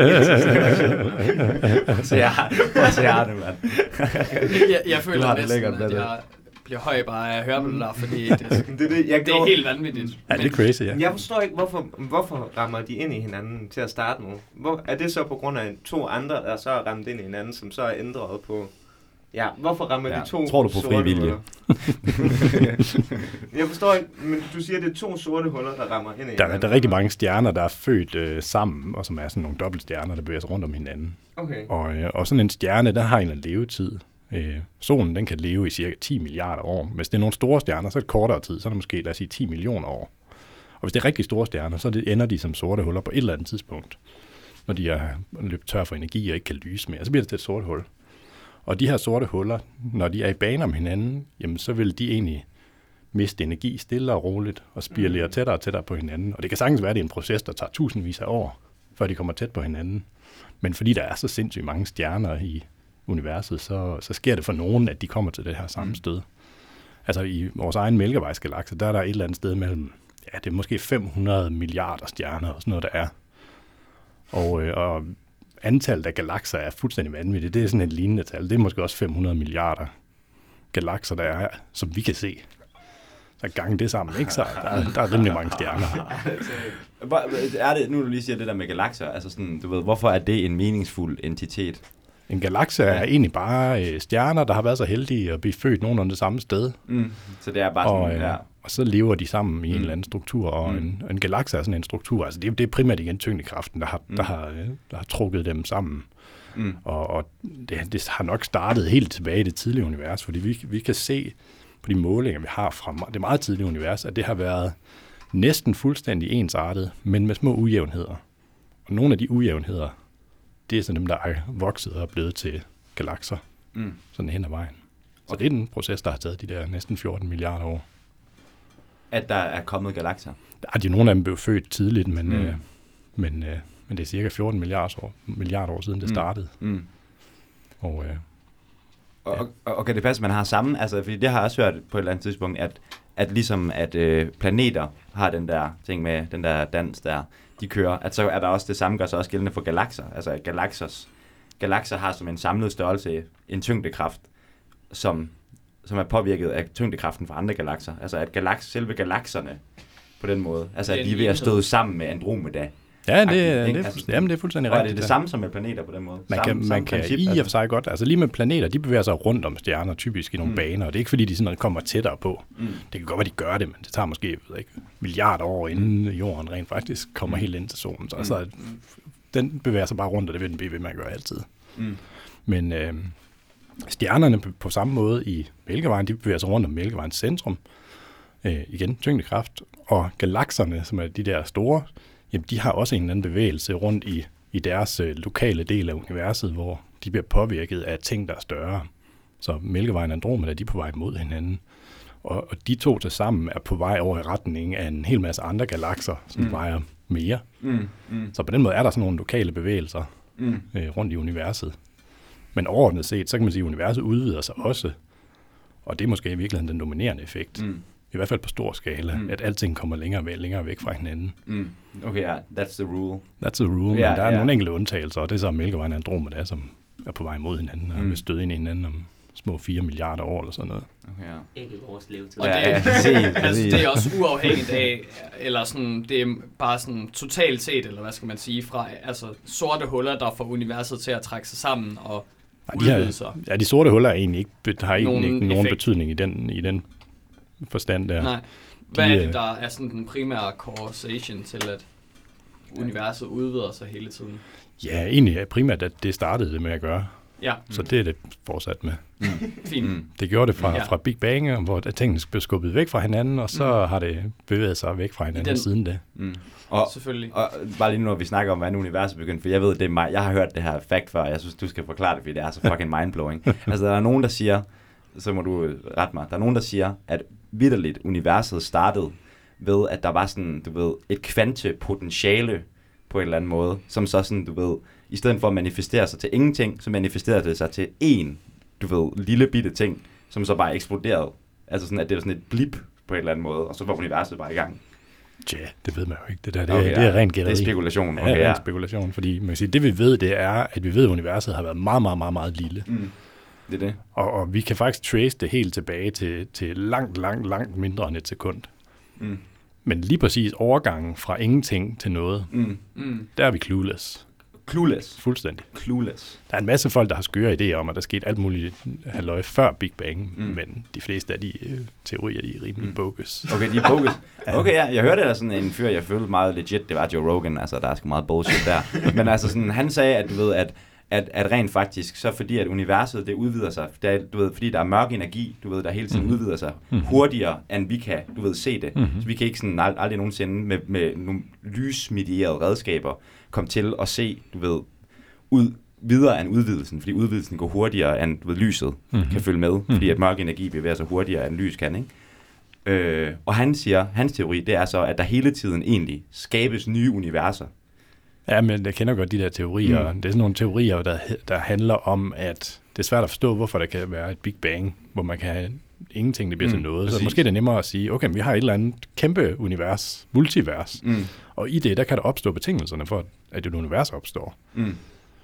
så Så jeg har så jeg har det, mand. jeg, jeg føler har det næsten, lækkert, at det jeg bliver høj bare af at høre på det der, fordi det, det, er det, jeg det er går, helt vanvittigt. Ja, det er crazy, ja. Jeg forstår ikke, hvorfor, hvorfor rammer de ind i hinanden til at starte med? Hvor, er det så på grund af to andre, der så er ramt ind i hinanden, som så er ændret på... Ja, hvorfor rammer Ja, de to tror du på sorte fri vilje? huller? Jeg forstår ikke, men du siger, det er to sorte huller, der rammer ind i Der, hinanden. der er rigtig mange stjerner, der er født øh, sammen, og som er sådan nogle dobbeltstjerner, der bevæger sig rundt om hinanden. Okay. Og, øh, og sådan en stjerne, der har en levetid. Øh, solen, den kan leve i cirka ti milliarder år. Hvis det er nogle store stjerner, så er det kortere tid, så er det måske, lad os sige, ti millioner år. Og hvis det er rigtig store stjerner, så det ender de som sorte huller på et eller andet tidspunkt. Når de er løbet tør for energi og ikke kan lyse mere, så bliver det til et sort hul. Og de her sorte huller, når de er i baner om hinanden, jamen så vil de egentlig miste energi stille og roligt og spiralere tættere og tættere på hinanden. Og det kan sagtens være, at det er en proces, der tager tusindvis af år, før de kommer tæt på hinanden. Men fordi der er så sindssygt mange stjerner i universet, så, så sker det for nogen, at de kommer til det her sammenstød. Mm. Altså i vores egen Mælkevejsgalakse, der er der et eller andet sted mellem, ja, det er måske fem hundrede milliarder stjerner og sådan noget, der er. Og, øh, og antallet af galakser er fuldstændig vanvittigt. Det er sådan et lignende tal. Det er måske også fem hundrede milliarder galakser, der er her, som vi kan se. Så gange det sammen, ikke? Så der er, der er rimelig mange stjerner. Hvor- Er det, nu du lige siger det der med galakser, altså sådan, du ved, hvorfor er det en meningsfuld entitet? En galakse er egentlig bare øh, stjerner, der har været så heldige at blive født nogenlunde det samme sted. Mm. Så det er bare Og, sådan, øh, ja. og så lever de sammen i mm. en eller anden struktur, og Mm. en, en galakse er sådan en struktur. Altså det, er- det er primært igen tyngdekraften, der har, Mm. der har, øh, der har trukket dem sammen. Mm. Og, og det, det har nok startet helt tilbage i det tidlige univers, fordi vi, vi kan se på de målinger, vi har fra det meget tidlige univers, at det har været næsten fuldstændig ensartet, men med små ujævnheder. Og nogle af de ujævnheder, det er sådan dem, der er vokset og er blevet til galakser, Mm. sådan hen ad vejen. Så det er den proces, der har taget de der næsten fjorten milliarder år. At der er kommet galakser. Der er de nogle af dem blev født tidligt, men, Mm. øh, men, øh, men det er cirka fjorten milliarder år, milliarder år siden det Mm. startede. Mm. Og øh, Og, og, og kan det passe, at man har samme, altså fordi det har jeg også hørt på et eller andet tidspunkt, at, at ligesom at øh, planeter har den der ting med, den der dans der, de kører, at så er der også det samme, gør sig også gældende for galakser. Altså at galaksers, galakser har som en samlet størrelse en tyngdekraft, som, som er påvirket af tyngdekraften fra andre galakser. Altså at galaks, selve galakserne på den måde, altså Det er at de en er ved at enhed. støde sammen med Andromeda. ja, det, Agtigt, det, ikke? det, Altså, jamen, det er fuldstændig Og er rigtigt. det det ja. samme som med planeter på den måde? Man Samme- kan, man samme kan princip, i og altså. for sig godt, altså lige med planeter, de bevæger sig rundt om stjerner, typisk i nogle Mm. mm. baner, og det er ikke fordi, de sådan kommer tættere på. Mm. Det kan godt være, de gør det, men det tager måske jeg ved ikke, milliarder år, inden jorden rent faktisk kommer Mm. helt ind til solen. Så Mm. altså, den bevæger sig bare rundt, og det vil den blive ved med at gøre altid. Mm. Men øh, stjernerne på, på samme måde i Mælkevejen, de bevæger sig rundt om Mælkevejens centrum. Øh, igen, tyngdekraft. Og galakserne, som er de der store, jamen, de har også en eller anden bevægelse rundt i, i deres øh, lokale del af universet, hvor de bliver påvirket af ting, der er større. Så Mælkevejen og Andromeda, de er på vej mod hinanden. Og, og de to til sammen er på vej over i retning af en hel masse andre galakser, som Mm. mm. vejer mere. Mm. Mm. Så på den måde er der sådan nogle lokale bevægelser Mm. øh, rundt i universet. Men overordnet set, så kan man sige, at universet udvider sig også. Og det er måske i virkeligheden den dominerende effekt. Mm. I hvert fald på stor skala, Mm. mm. at alting kommer længere væk, længere væk fra hinanden. Mm. Okay, ja, that's the rule. That's the rule, Ja, men der er ja. nogle enkelte undtagelser, og det er så Mælkevejen og Andromeda, som er på vej mod hinanden og Mm. vil støde ind i hinanden om små fire milliarder år eller sådan noget. Okay, ja. Ikke vores levetid. Og det, Ja, ja, præcis, altså, præcis. det er også uafhængigt af, eller sådan, det er bare sådan totalt set, eller hvad skal man sige, fra altså, sorte huller, der får universet til at trække sig sammen og Ja, de, udvide her, sig. ja, de sorte huller er egentlig ikke, har egentlig Nogen ikke nogen effekt. betydning i den, i den forstand der. Nej. Hvad De, er det, øh, der er sådan den primære causation til, at universet udvider sig hele tiden? Ja, egentlig er primært, at det startede det med at gøre. Ja, Så det er det fortsat med. fint. Mm. Det gjorde det fra, Ja. fra Big Bang, hvor tingene blev skubbet væk fra hinanden, og så Mm. har det bevæget sig væk fra hinanden den- siden det. Mm. Og, Selvfølgelig. og bare lige nu, når vi snakker om, hvordan universet begyndte, for jeg ved, det er mig. Jeg har hørt det her fact før, og jeg synes, du skal forklare det, fordi det er så fucking mindblowing. Altså, der er nogen, der siger, så må du rette mig, der er nogen, der siger, at vitterligt universet startede ved, at der var sådan, du ved, et kvantepotentiale på en eller anden måde, som så sådan, du ved, i stedet for at manifestere sig til ingenting, så manifesterede det sig til én, du ved, lille bitte ting, som så bare eksploderede. Altså sådan, at det var sådan et blip på en eller anden måde, og så var universet bare i gang. Tja, det ved man jo ikke. Det der, det, Okay, okay, det er ja. rent Det er gætteri. spekulation. Ja, Okay, det er ja. ren spekulation, fordi man kan sige, det vi ved, det er, at vi ved, at universet har været meget, meget, meget, meget lille. Mm. Det er det. Og, og vi kan faktisk trace det helt tilbage til, til langt, langt, langt mindre end et sekund. Mm. Men lige præcis overgangen fra ingenting til noget, Mm. Mm. der er vi clueless. Clueless. Fuldstændig. Clueless. Der er en masse folk, der har skøre idéer om, at der skete alt muligt halløj før Big Bang, Mm. mm. men de fleste af de øh, teorier, de er rimelig Mm. mm. bogus. Okay, de er bogus. Okay, ja, jeg hørte der sådan en fyr, jeg følte meget legit, det var Joe Rogan, altså der er sgu meget bullshit der. Men altså sådan, han sagde, at du ved, at, at, at rent faktisk, så fordi at universet, det udvider sig, der, du ved, fordi der er mørk energi, du ved, der hele tiden Mhm. udvider sig Mhm. hurtigere, end vi kan, du ved, se det. Mhm. Så vi kan ikke sådan ald- aldrig nogensinde med, med nogle lysmedierede redskaber komme til at se, du ved, ud videre end udvidelsen, fordi udvidelsen går hurtigere end du ved, lyset Mhm. kan følge med, fordi Mhm. at mørk energi bevæger sig hurtigere end lys kan, ikke? Øh, og han siger, hans teori, det er så, at der hele tiden egentlig skabes nye universer. Ja, men jeg kender godt de der teorier. Mm. Mm. Det er sådan nogle teorier, der, der handler om, at det er svært at forstå, hvorfor der kan være et Big Bang, hvor man kan have ingenting, der bliver Mm, til noget. præcis. Så måske er det nemmere at sige, okay, vi har et eller andet kæmpe univers, multivers, Mm. og i det, der kan der opstå betingelserne for, at et univers opstår. Mm.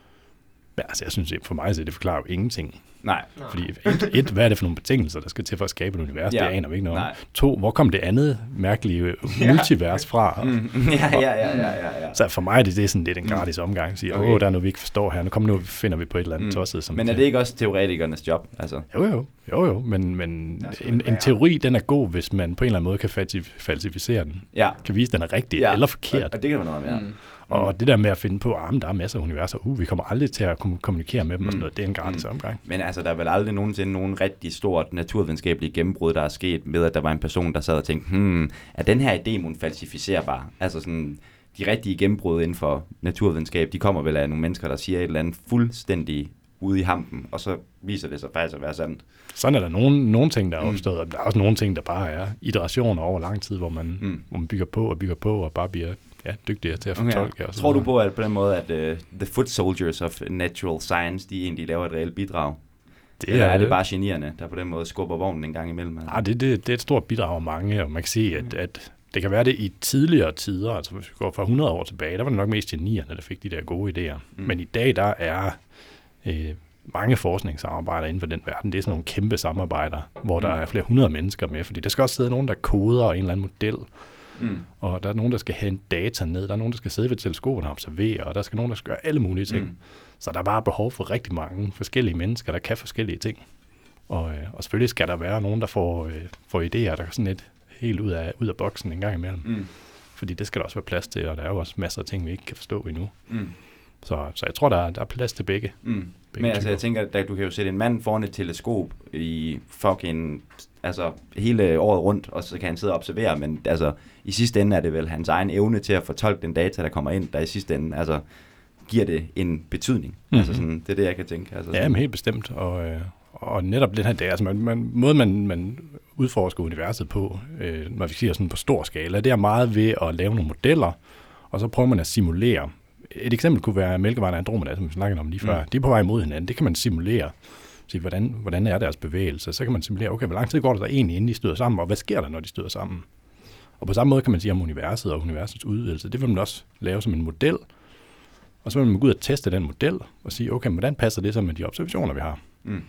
Men altså, jeg synes, for mig så det forklarer jo ingenting. Nej. Fordi et, et, hvad er det for nogle betingelser, der skal til for at skabe et univers? Ja. Det aner vi ikke noget om. Nej. To, hvor kom det andet mærkelige multivers fra? Mm. Ja, ja, ja, ja, ja, ja. Så for mig er det, det er sådan lidt en Mm. gratis omgang. At sige, åh, Okay. okay. Der er noget, vi ikke forstår her. Nu kom nu finder vi på et eller andet Mm. mm. tosset. Som Men er det ikke også teoretikernes job? Altså, Jo, jo. Jo, jo. Men, men Der skal en, være- en teori, den er god, hvis man på en eller anden måde kan falsif- falsificere den. ja. Kan vise, den er rigtig ja. eller forkert. Og, og det kan man noget om, ja. Mm. Og det der med at finde på, at der er masser af universer, uh, vi kommer aldrig til at kom- kommunikere med dem Mm. og sådan noget, det er en gratis Mm. omgang. Men altså, der er vel aldrig nogensinde nogen rigtig stort naturvidenskabelige gennembrud, der er sket med, at der var en person, der sad og tænkte, hmm, er den her idé mon falsificerbar? Altså sådan, de rigtige gennembrud inden for naturvidenskab, de kommer vel af nogle mennesker, der siger et eller andet fuldstændig ude i hampen, og så viser det sig faktisk at være sandt. Sådan er der nogle, nogle ting, der er Mm. opstået, og der er også nogle ting, der bare er iterationer over lang tid, hvor man, Mm. hvor man bygger på og bygger på, og bare bliver ja, dygtigere til at Okay. fortolke. Og så Tror du videre. på, at på den måde, at uh, the foot soldiers of natural science, de egentlig laver et reelt bidrag? Det Eller er det bare genierne, der på den måde skubber vognen en gang imellem? Nej, det, det, det er et stort bidrag af mange, og man kan sige, at, at det kan være det i tidligere tider, altså hvis vi går fra hundrede år tilbage, der var det nok mest genierne, der fik de der gode idéer. Mm. Mm. Men i dag, der er øh, mange forskningssamarbejder inden for den verden. Det er sådan nogle kæmpe samarbejder, hvor der Mm. er flere hundrede mennesker med, fordi der skal også sidde nogen, der koder en eller anden model, Mm. og der er nogen, der skal hente data ned, der er nogen, der skal sidde ved teleskoperne og observere, og der skal nogen, der skal gøre alle mulige ting. Mm. Så der er bare behov for rigtig mange forskellige mennesker, der kan forskellige ting. Og, øh, og selvfølgelig skal der være nogen, der får, øh, får idéer, der er sådan lidt helt ud af, ud af boksen en gang imellem. Mm. Fordi det skal der også være plads til, og der er jo også masser af ting, vi ikke kan forstå endnu. Mm. Så, så jeg tror, der er, der er plads til begge. Mm. begge Men altså, jeg typer. tænker, at du kan jo sætte en mand foran et teleskop i fucking, altså hele året rundt, og så kan han sidde og observere, men altså, i sidste ende er det vel hans egen evne til at fortolke den data, der kommer ind, der i sidste ende, altså, giver det en betydning. Mm-hmm. Altså sådan, det er det, jeg kan tænke. Altså, Ja, sådan, men helt bestemt. Og, øh, og netop den her dag, altså man, man, måden man, man udforsker universet på, øh, når vi siger sådan på stor skala, det er meget ved at lave nogle modeller, og så prøver man at simulere. Et eksempel kunne være Mælkevejen og Andromeda, som vi snakkede om lige før. Mm. De er på vej imod hinanden. Det kan man simulere. Så hvordan, hvordan er deres bevægelse? Så kan man simulere, okay, hvor lang tid går det der egentlig, inden de støder sammen, og hvad sker der, når de støder sammen? Og på samme måde kan man sige om universet og universets udvidelse. Det vil man også lave som en model. Og så vil man gå ud og teste den model og sige, okay, hvordan passer det så med de observationer, vi har? Mm.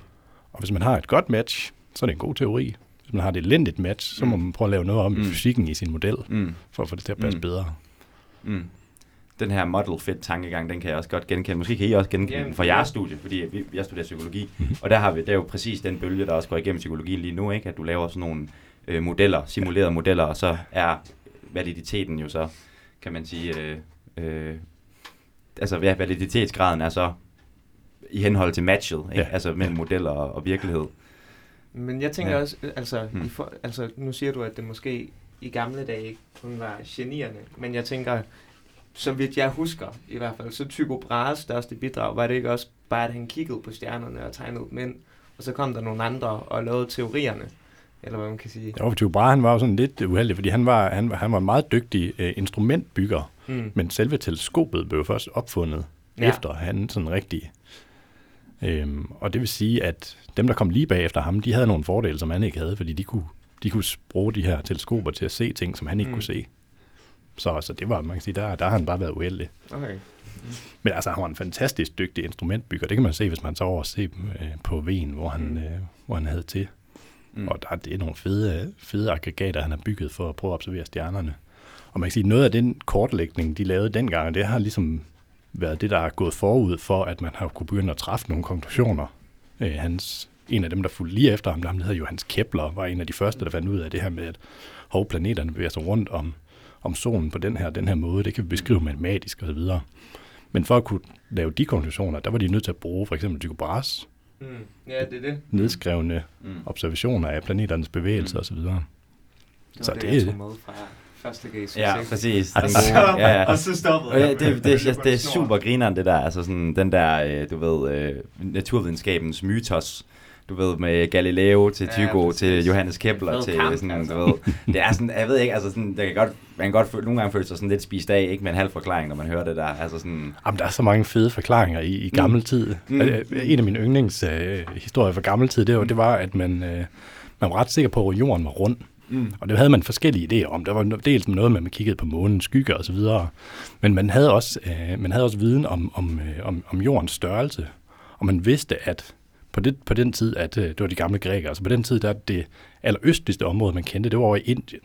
Og hvis man har et godt match, så er det en god teori. Hvis man har et elendigt match, så må man prøve at lave noget om mm. i fysikken i sin model, mm. for at få det til at passe mm. bedre. Mm. Den her model fit tankegang, den kan jeg også godt genkende. Måske kan I også genkende den fra jeres studie, fordi vi, jeg studerer psykologi. Mm-hmm. Og der har vi, det er jo præcis den bølge, der også går igennem psykologien lige nu, ikke? At du laver sådan nogle øh, modeller, simulerede modeller, og så er validiteten jo så, kan man sige, øh, øh, altså ja, validitetsgraden er så i henhold til matchet, ikke? Ja. Altså mellem modeller og, og virkelighed. Men jeg tænker ja. også, altså, hmm. i for, altså, nu siger du, at det måske i gamle dage ikke kun var genierende, men jeg tænker, så vidt jeg husker i hvert fald, så Tycho Brahes største bidrag, var det ikke også bare, at han kiggede på stjernerne og tegnede dem ind, og så kom der nogle andre og lavede teorierne, eller hvad man kan sige. Jo, Tycho Brahe, han var jo sådan lidt uheldig, fordi han var, han, han var en meget dygtig uh, instrumentbygger, mm. men selve teleskopet blev først opfundet, ja. efter han sådan rigtig. Øhm, og det vil sige, at dem, der kom lige bagefter ham, de havde nogle fordele, som han ikke havde, fordi de kunne, de kunne bruge de her teleskoper til at se ting, som han ikke mm. kunne se. Så, så det var, man kan sige, der, der har han bare været uheldig. Okay. Men altså, han var en fantastisk dygtig instrumentbygger. Det kan man se, hvis man tager over og se dem øh, på Wien, hvor han, mm. øh, hvor han havde til. Mm. Og der det er nogle fede, fede aggregater, han har bygget for at prøve at observere stjernerne. Og man kan sige, noget af den kortlægning, de lavede dengang, det har ligesom været det, der er gået forud for, at man har kunne begynde at træffe nogle konklusioner. Øh, hans, en af dem, der fulgte lige efter ham, der hedder Johannes Kepler, var en af de første, der fandt ud af det her med, at planeterne bevæger sig rundt om om solen på den her, den her måde. Det kan vi beskrive matematisk og så videre. Men for at kunne lave de konklusioner, der var de nødt til at bruge for eksempel Tycho Brahes mm. ja, det er det. nedskrevne mm. observationer af planeternes bevægelser mm. og så videre. Det så det, det jeg tog med fra første G. Ja, præcis. Og så, ja, ja. og så stoppede ja, det, det, det, det, det er super grineren, det der. Altså sådan, den der, du ved, naturvidenskabens mytos, du ved, med Galileo til Tycho, ja, til Johannes Kepler, til kamp, sådan, altså. Du ved, det er sådan, jeg ved ikke, altså sådan, det kan godt, man kan godt nogle gange føle sig sådan lidt spist af, ikke med en halv forklaring, når man hører det der, altså sådan. Jamen, der er så mange fede forklaringer i, i gammel tid. Mm. En af mine yndlingshistorier øh, fra gammel tid, det var, det var at man, øh, man var ret sikker på, at jorden var rund. Mm. Og det havde man forskellige idéer om. Der var dels noget med, at man kiggede på månens skygger og så videre. Men man havde også, øh, man havde også viden om, om, øh, om, om jordens størrelse. Og man vidste, at På, det, på den tid, at det var de gamle grækere, altså på den tid, der det allerøstligste område, man kendte, det var over i Indien.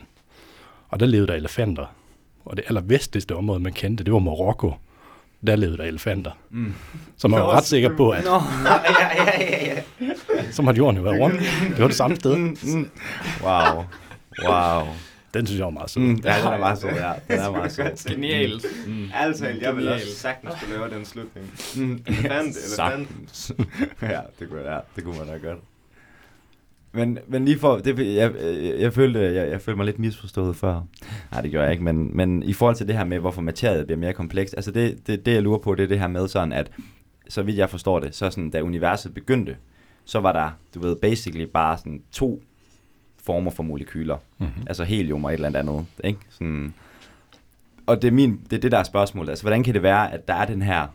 Og der levede der elefanter. Og det allervestligste område, man kendte, det var Marokko. Der levede der elefanter. Mm. Så man var ret sikker på, at... Nå, ja, ja, ja, ja. Så har jorden jo været rundt. Det var det samme sted. Mm, mm. Wow. Wow. Den synes jeg var meget sød. Mm, ja, den er meget sød, ja. Den er meget sød. Genialt. Mm. Altså, jeg vil også sagtens skulle lave den slutning. Mm. Elefant, elefant. Ja, det kunne, ja, det kunne man da godt. Men, men lige for, det, jeg, jeg, jeg, følte, jeg, jeg følte mig lidt misforstået før. Nej, det gør jeg ikke, men, men i forhold til det her med, hvorfor materiet bliver mere komplekst, altså det, det, det jeg lurer på, det er det her med sådan, at så vidt jeg forstår det, så sådan, da universet begyndte, så var der, du ved, basically bare sådan to former for molekyler. Mm-hmm. Altså helium og et eller andet, ikke? Sådan, og det er, min, det er det, der er spørgsmålet. Altså, hvordan kan det være, at der er den her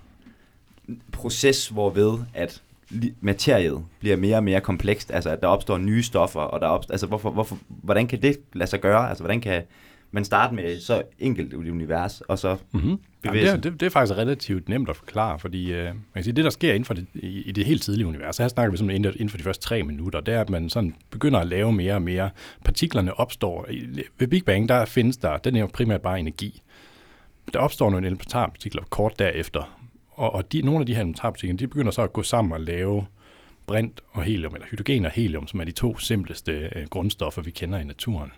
proces, hvorved at materiet bliver mere og mere komplekst, altså at der opstår nye stoffer, og der opstår, altså hvorfor, hvorfor, hvordan kan det lade sig gøre? Altså, hvordan kan man starte med så enkelt et univers, og så mm-hmm. bevæge sig? Det, det er faktisk relativt nemt at forklare, fordi øh, man kan sige, det, der sker inden for det, i, i det helt tidlige univers, her snakker vi simpelthen inden for de første tre minutter, det er, at man sådan begynder at lave mere og mere. Partiklerne opstår. Ved Big Bang, der findes der, den er jo primært bare energi. Der opstår nogle elementarpartikler kort derefter, og, og de, nogle af de her elementarpartikler, de begynder så at gå sammen og lave brint og helium, eller hydrogen og helium, som er de to simpleste øh, grundstoffer, vi kender i naturen.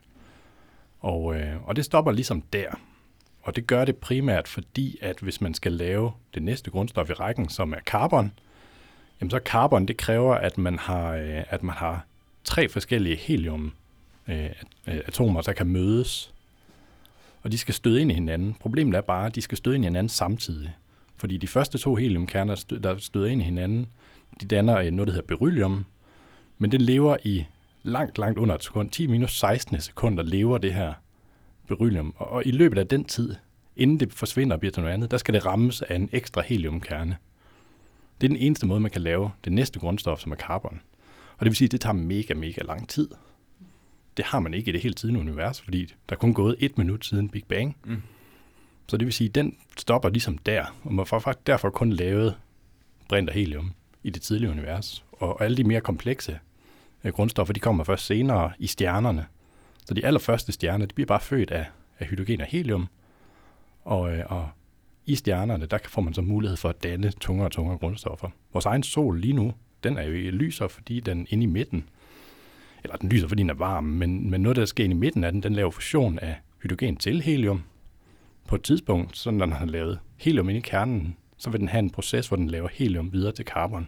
Og, øh, og det stopper ligesom der. Og det gør det primært fordi, at hvis man skal lave det næste grundstof i rækken, som er carbon, jamen så carbon, det kræver, at man har, øh, at man har tre forskellige helium øh, atomer, der kan mødes. Og de skal støde ind i hinanden. Problemet er bare, at de skal støde ind i hinanden samtidig. Fordi de første to heliumkerner, der støder ind i hinanden, de danner noget, der hedder beryllium, men det lever i langt, langt under et sekund. ti minus seksten sekunder lever det her beryllium. Og, og i løbet af den tid, inden det forsvinder og bliver til noget andet, der skal det rammes af en ekstra heliumkerne. Det er den eneste måde, man kan lave det næste grundstof, som er carbon. Og det vil sige, at det tager mega, mega lang tid. Det har man ikke i det hele tidlige univers, fordi der er kun gået et minut siden Big Bang. Mm. Så det vil sige, at den stopper ligesom der, og man får faktisk derfor kun lavet brint og helium i det tidlige univers. Og alle de mere komplekse øh, grundstoffer, de kommer først senere i stjernerne. Så de allerførste stjerner, de bliver bare født af, af hydrogen og helium. Og, øh, og i stjernerne, der får man så mulighed for at danne tungere og tungere grundstoffer. Vores egen sol lige nu, den er jo lyser, fordi den inde i midten, eller den lyser, fordi den er varm, men, men noget, der sker inde i midten af den, den laver fusion af hydrogen til helium. På et tidspunkt, så når den har lavet helium inde i kernen, så vil den have en proces, hvor den laver helium videre til carbon.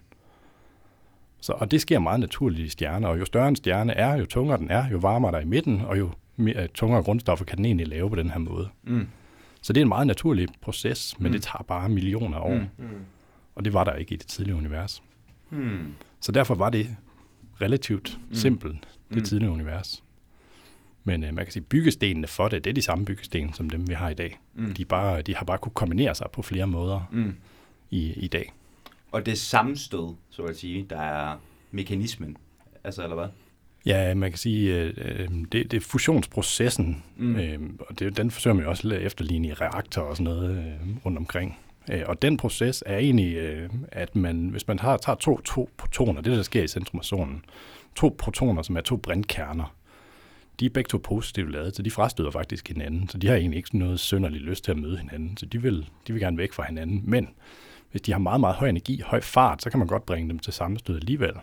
Så, og det sker meget naturligt i stjerner, og jo større en stjerne er, jo tungere den er, jo varmere der er i midten, og jo mere, tungere grundstoffer kan den egentlig lave på den her måde. Mm. Så det er en meget naturlig proces, men mm. det tager bare millioner af år. Mm. Og det var der ikke i det tidlige univers. Mm. Så derfor var det relativt mm. simpelt, det mm. tidlige univers. Men øh, man kan sige, byggestenene for det, det er de samme byggesten, som dem vi har i dag. Mm. De, bare, de har bare kunne kombinere sig på flere måder mm. i, i dag. Og det sammenstød, så at sige, der er mekanismen, altså eller hvad? Ja, man kan sige, øh, det, det er fusionsprocessen, mm. øh, og det, den forsøger man jo også at efterligne i reaktorer og sådan noget øh, rundt omkring. Øh, og den proces er egentlig, øh, at man, hvis man har, tager to, to protoner, det der sker i centrum af solen, to protoner, som er to brintkerner, de er begge to positivt ladet, så de frastøder faktisk hinanden, så de har egentlig ikke noget synderligt lyst til at møde hinanden, så de vil, de vil gerne væk fra hinanden. Men hvis de har meget, meget høj energi, høj fart, så kan man godt bringe dem til sammenstød alligevel.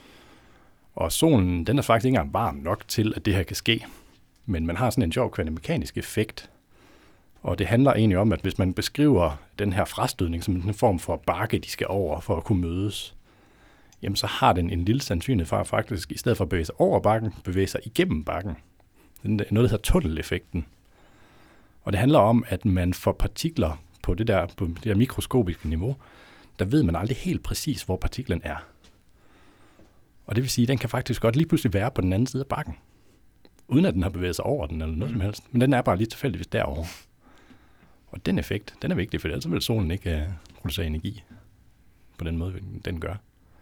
Og solen, den er faktisk ikke engang varm nok til, at det her kan ske. Men man har sådan en sjov kvantemekanisk effekt. Og det handler egentlig om, at hvis man beskriver den her frastødning som en form for bakke, de skal over for at kunne mødes, jamen så har den en lille sandsynlighed for at faktisk, i stedet for at bevæge sig over bakken, bevæge sig igennem bakken. Det er noget, der hedder tunneleffekten. Og det handler om, at man får partikler på det der, på det der mikroskopiske niveau, der ved man aldrig helt præcis, hvor partiklen er. Og det vil sige, at den kan faktisk godt lige pludselig være på den anden side af bakken, uden at den har bevæget sig over den eller noget mm. som helst. Men den er bare lige tilfældigvis derovre. Og den effekt, den er vigtig, for ellers vil solen ikke uh, producere energi på den måde, den gør.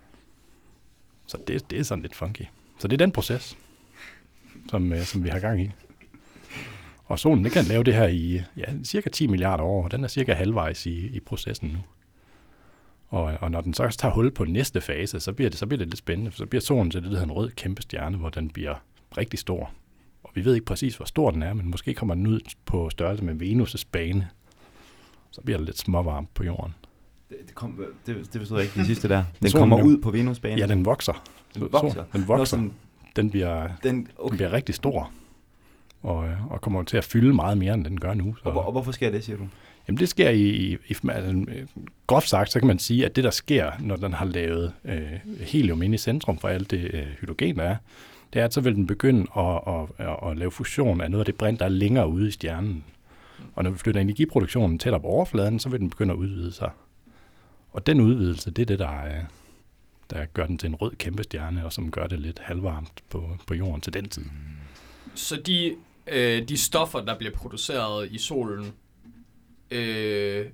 Så det, det er sådan lidt funky. Så det er den proces, som, uh, som vi har gang i. Og solen, den kan lave det her i ja, cirka ti milliarder år, og den er cirka halvvejs i, i processen nu. Og, og når den så tager hul på næste fase, så bliver det, så bliver det lidt spændende, for så bliver solen til det, der hedder en rød kæmpe stjerne, hvor den bliver rigtig stor. Og vi ved ikke præcis, hvor stor den er, men måske kommer den ud på størrelse med Venus' bane. Så bliver det lidt småvarmt på jorden. Det, det, kom, det, det forstod jeg ikke, det sidste der. Den solen, kommer ud på Venus' bane? Ja, den vokser. Den vokser? Så, den vokser. Sådan, den, bliver, den, okay. den bliver rigtig stor. Og, og kommer til at fylde meget mere, end den gør nu. Så. Og, og hvorfor sker det, siger du? Jamen det sker i, i, i altså, groft sagt, så kan man sige, at det der sker, når den har lavet øh, helium inde i centrum for alt det øh, hydrogen, der er, det er, at så vil den begynde at, at, at, at lave fusion af noget af det brint, der er længere ude i stjernen. Og når vi flytter energiproduktionen tættere på overfladen, så vil den begynde at udvide sig. Og den udvidelse, det er det, der, er, der gør den til en rød kæmpe stjerne, og som gør det lidt halvvarmt på, på jorden til den tid. Så de, øh, de stoffer, der bliver produceret i solen, øh,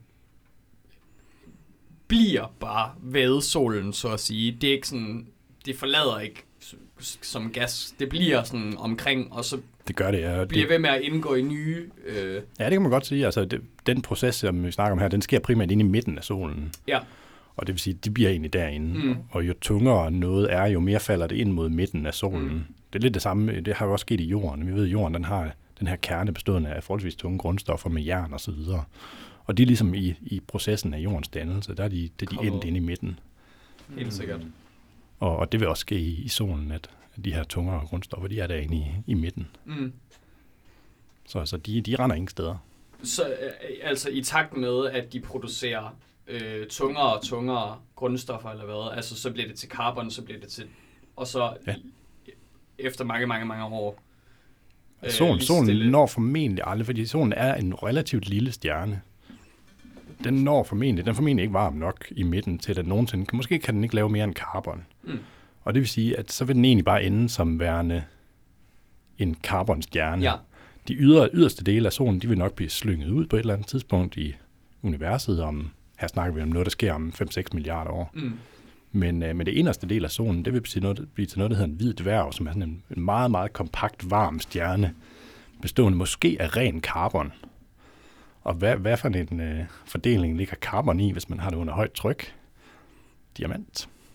bliver bare ved solen, så at sige. Det er ikke sådan, det forlader ikke som gas. Det bliver sådan omkring, og så det gør det, ja. bliver ved med at indgå i nye... Øh... Ja, det kan man godt sige. Altså, det, den proces, som vi snakker om her, den sker primært inde i midten af solen. Ja. Og det vil sige, de bliver egentlig derinde. Mm. Og jo tungere noget er, jo mere falder det ind mod midten af solen. Mm. Det er lidt det samme, det har jo også sket i jorden. Vi ved, at jorden den har den her kerne bestående af forholdsvis tunge grundstoffer med jern og så videre. Og de er ligesom i, i processen af jordens dannelse, der er de, det er de endt inde i midten. Helt sikkert. Og, og det vil også ske i, i solen, at de her tungere grundstoffer, de er derinde i, i midten. Mm. Så, så de, de render ingen steder. Så øh, altså i takt med, at de producerer øh, tungere og tungere grundstoffer eller hvad, altså så bliver det til carbon, så bliver det til, og så ja. efter mange, mange, mange år. Øh, solen solen når formentlig aldrig, fordi solen er en relativt lille stjerne. Den når formentlig, den er formentlig ikke varm nok i midten til, at nogensinde, måske kan den ikke lave mere end carbon. Mm. Og det vil sige, at så vil den egentlig bare ende som værende en carbonstjerne. Ja. De ydre, yderste dele af solen, de vil nok blive slynget ud på et eller andet tidspunkt i universet. Om, her snakker vi om noget, der sker om fem til seks milliarder år. Mm. Men, øh, men det inderste del af solen, det vil blive til noget, blive til noget, der hedder en hvid dværg, som er sådan en, en meget, meget kompakt, varm stjerne, bestående måske af ren carbon. Og hvad, hvad for en øh, fordeling ligger carbon i, hvis man har det under højt tryk? Diamant.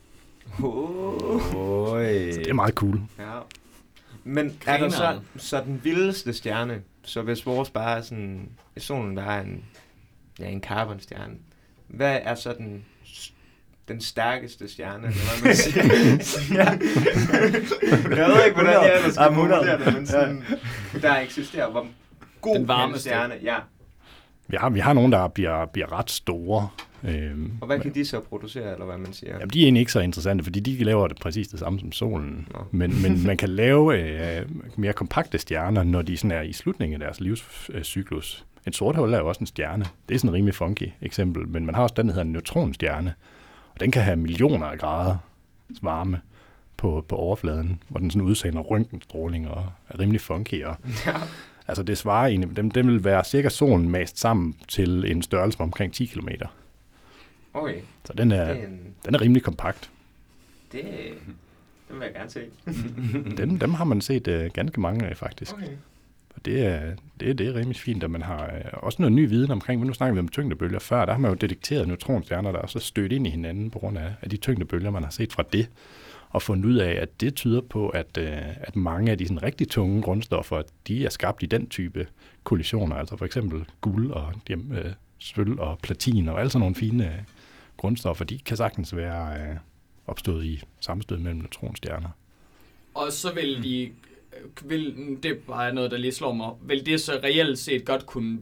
Oh. Oj. Så det er meget cool. Ja. Men er der så, så den vildeste stjerne, så hvis vores bare er sådan, i solen der er en, ja, en carbonstjerne, hvad er så den, den stærkeste stjerne, eller hvad man siger? Ja. Jeg ved ikke, hvordan jeg ellers skal formulere det, men sådan, der eksisterer, hvor god Den varmeste. en stjerne, ja. Vi har, vi har nogen, der bliver, bliver ret store. Øhm, Og hvad kan de så producere, eller hvad man siger? Jamen, de er egentlig ikke så interessante, fordi de laver det præcis det samme som solen. Nå. Men, men man kan lave øh, mere kompakte stjerner, når de sådan er i slutningen af deres livscyklus. En sort hul er jo også en stjerne. Det er sådan en rimelig funky eksempel. Men man har også den, der hedder en neutronstjerne. Og den kan have millioner af grader varme på, på overfladen, hvor den sådan udsender røntgenstråling og er rimelig funky. Og, Ja. altså det svarer egentlig, dem, dem vil være cirka solen mast sammen til en størrelse på omkring ti kilometer. Okay, Så den er, det er en, den er rimelig kompakt. det, den vil jeg gerne se. Dem, dem har man set uh, ganske mange af, faktisk. Okay. Og det er, det, er, det er rimelig fint, at man har uh, også noget ny viden omkring, men nu snakker vi om tyngdebølger før, der har man jo detekteret neutronstjerner, der er så stødt ind i hinanden på grund af, af de tyngdebølger, man har set fra det, og fundet ud af, at det tyder på, at, uh, at mange af de sådan, rigtig tunge grundstoffer, de er skabt i den type kollisioner, altså for eksempel guld og uh, sølv og platin og alle sådan nogle fine uh, grundstoffer, de kan sagtens være uh, opstået i sammenstød mellem neutronstjerner. Og så vil de, vil, det er bare noget, der lige slår mig, vil det så reelt set godt kunne,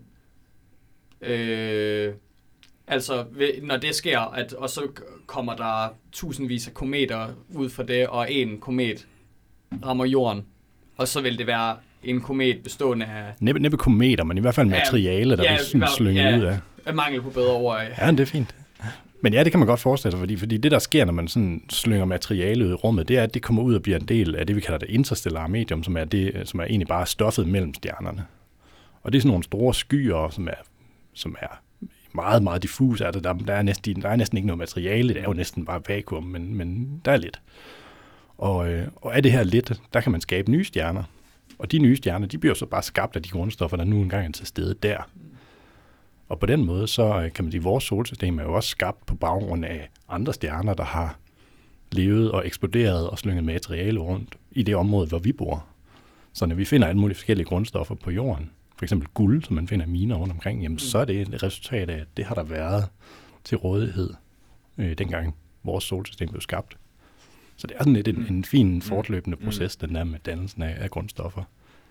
øh, altså når det sker, at, og så kommer der tusindvis af kometer ud fra det, og en komet rammer jorden, og så vil det være en komet bestående af... Næppe, næppe kometer, men i hvert fald materiale, der ja, ja, bliver sådan slynget ja, ud af. af mangel på bedre ord. Ja, det er fint. Men ja, det kan man godt forestille sig, fordi, fordi det, der sker, når man sådan slynger materiale ud i rummet, det er, at det kommer ud og bliver en del af det, vi kalder det interstellare medium, som er, det, som er egentlig bare stoffet mellem stjernerne. Og det er sådan nogle store skyer, som er, som er meget, meget diffuse. Altså, der, der, er næsten, der er næsten ikke noget materiale, det er jo næsten bare vakuum, men, men der er lidt. Og, øh, og af det her lidt, der kan man skabe nye stjerner. Og de nye stjerner, de bliver så bare skabt af de grundstoffer, der nu engang er til stede der. Og på den måde, så kan man sige, at vores solsystem er jo også skabt på baggrund af andre stjerner, der har levet og eksploderet og slynget materiale rundt i det område, hvor vi bor. Så når vi finder alle mulige forskellige grundstoffer på jorden, for eksempel guld, som man finder i miner rundt omkring, jamen, mm. så er det et resultat af, at det har der været til rådighed, øh, dengang vores solsystem blev skabt. Så det er sådan lidt en, en fin fortløbende proces, den der med dannelsen af, af grundstoffer.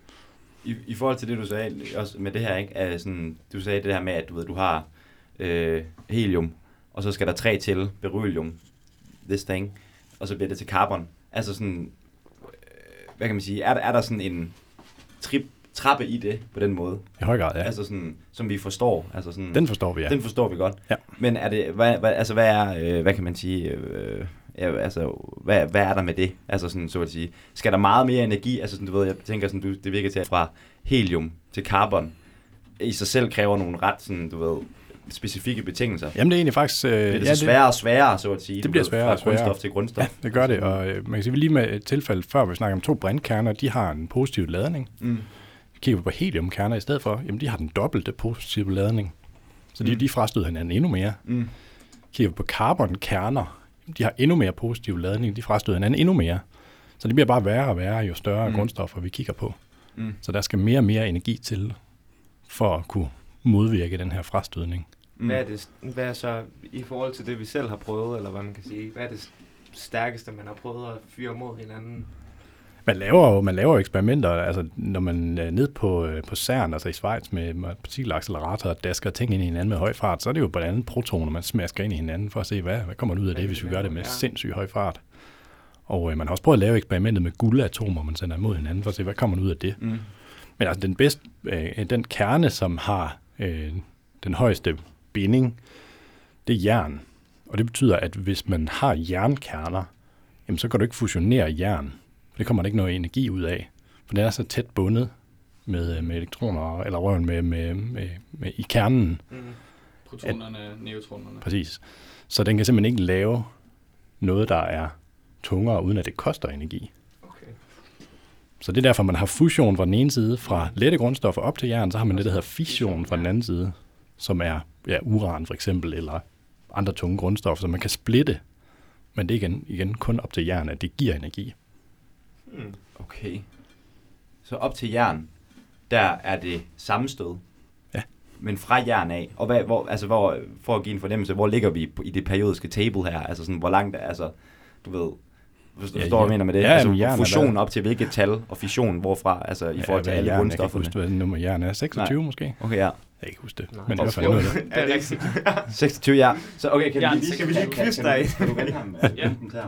I, I forhold til det, du sagde også med det her, ikke? Er sådan, du sagde det her med, at du ved, du har øh, helium, og så skal der tre til, beryllium, this thing, og så bliver det til carbon. Altså sådan, øh, hvad kan man sige, er, er der sådan en trip, trappe i det på den måde? I høj grad, ja. Altså sådan, som vi forstår. Altså sådan, Den forstår vi, ja. Den forstår vi godt. Ja. Men er det, hvad, hvad, altså hvad er, øh, hvad kan man sige, øh, ja, altså, hvad, hvad er der med det? Altså sådan, så at sige, skal der meget mere energi? Altså sådan, du ved, jeg tænker sådan, du, det virker til, at fra helium til carbon i sig selv kræver nogle ret, sådan, du ved, specifikke betingelser. Jamen det er egentlig faktisk... Øh, det er det ja, så sværere og sværere, så at sige. Det bliver sværere og sværere. Fra grundstof til grundstof. Ja, det gør det, og øh, man kan sige, lige med et tilfælde før, vi snakker om to brintkerner, de har en positiv ladning. Mm. Vi kigger på heliumkerner i stedet for, jamen de har den dobbelte positive ladning. Så de, mm. de frastøder hinanden endnu mere. Mm. Kigger vi på carbonkerner, de har endnu mere positiv ladning, de frastøder hinanden endnu mere. Så det bliver bare værre og værre, jo større mm. grundstoffer vi kigger på. Mm. Så der skal mere og mere energi til, for at kunne modvirke den her frastødning. Mm. Hvad er det, hvad er så, i forhold til det, vi selv har prøvet, eller hvad man kan sige, hvad er det stærkeste, man har prøvet at fyre mod hinanden? Man laver jo man laver eksperimenter, altså når man er ned på, på CERN, altså i Schweiz med, med partikelacceleratorer, der skal ting ind i hinanden med høj fart, så er det jo blandt andet protoner, man smasker ind i hinanden for at se, hvad, hvad kommer der ud af det, hvis vi gør det med sindssygt høj fart. Og øh, man har også prøvet at lave eksperimentet med guldatomer, man sender imod hinanden for at se, hvad kommer der ud af det. Mm. Men altså den bedste, øh, den kerne, som har øh, den højeste binding, det er jern. Og det betyder, at hvis man har jernkerner, jamen så kan du ikke fusionere jern. Det kommer der ikke noget energi ud af, for den er så tæt bundet med, med elektroner, eller røven med, med, med, med i kernen. Mm. Protonerne, at, neutronerne. Præcis. Så den kan simpelthen ikke lave noget, der er tungere, uden at det koster energi. Okay. Så det er derfor, man har fusion fra den ene side, fra lette grundstoffer op til jern, så har man det, der hedder fission fra den anden side, som er ja, uran for eksempel, eller andre tunge grundstoffer, så man kan splitte Men det er igen, igen kun op til jern, at det giver energi. Mm. Okay. Så op til jern, der er det sammenstød. Ja. Men fra jern af, og hvad, hvor, altså hvor, for at give en fornemmelse, hvor ligger vi i det periodiske table her? Altså sådan, hvor langt, altså, du ved, forstår du, Ja, hvad ja. jeg mener med det? Ja, altså jamen, jern er fusion hvad? op til hvilket tal, og fission hvorfra, altså i forhold til hvad er alle jern? grundstofferne. Jeg kan ikke huske, hvad nummer jern er. seksogtyve Nej. måske? Okay, ja. Jeg kan ikke huske det. Nej. Men i hvert fald Jo, noget af det. det er rigtigt. seksogtyve, ja. Så okay, kan Jern, vi lige, skal vi lige quizze dig? Kan du vende ham? Ja.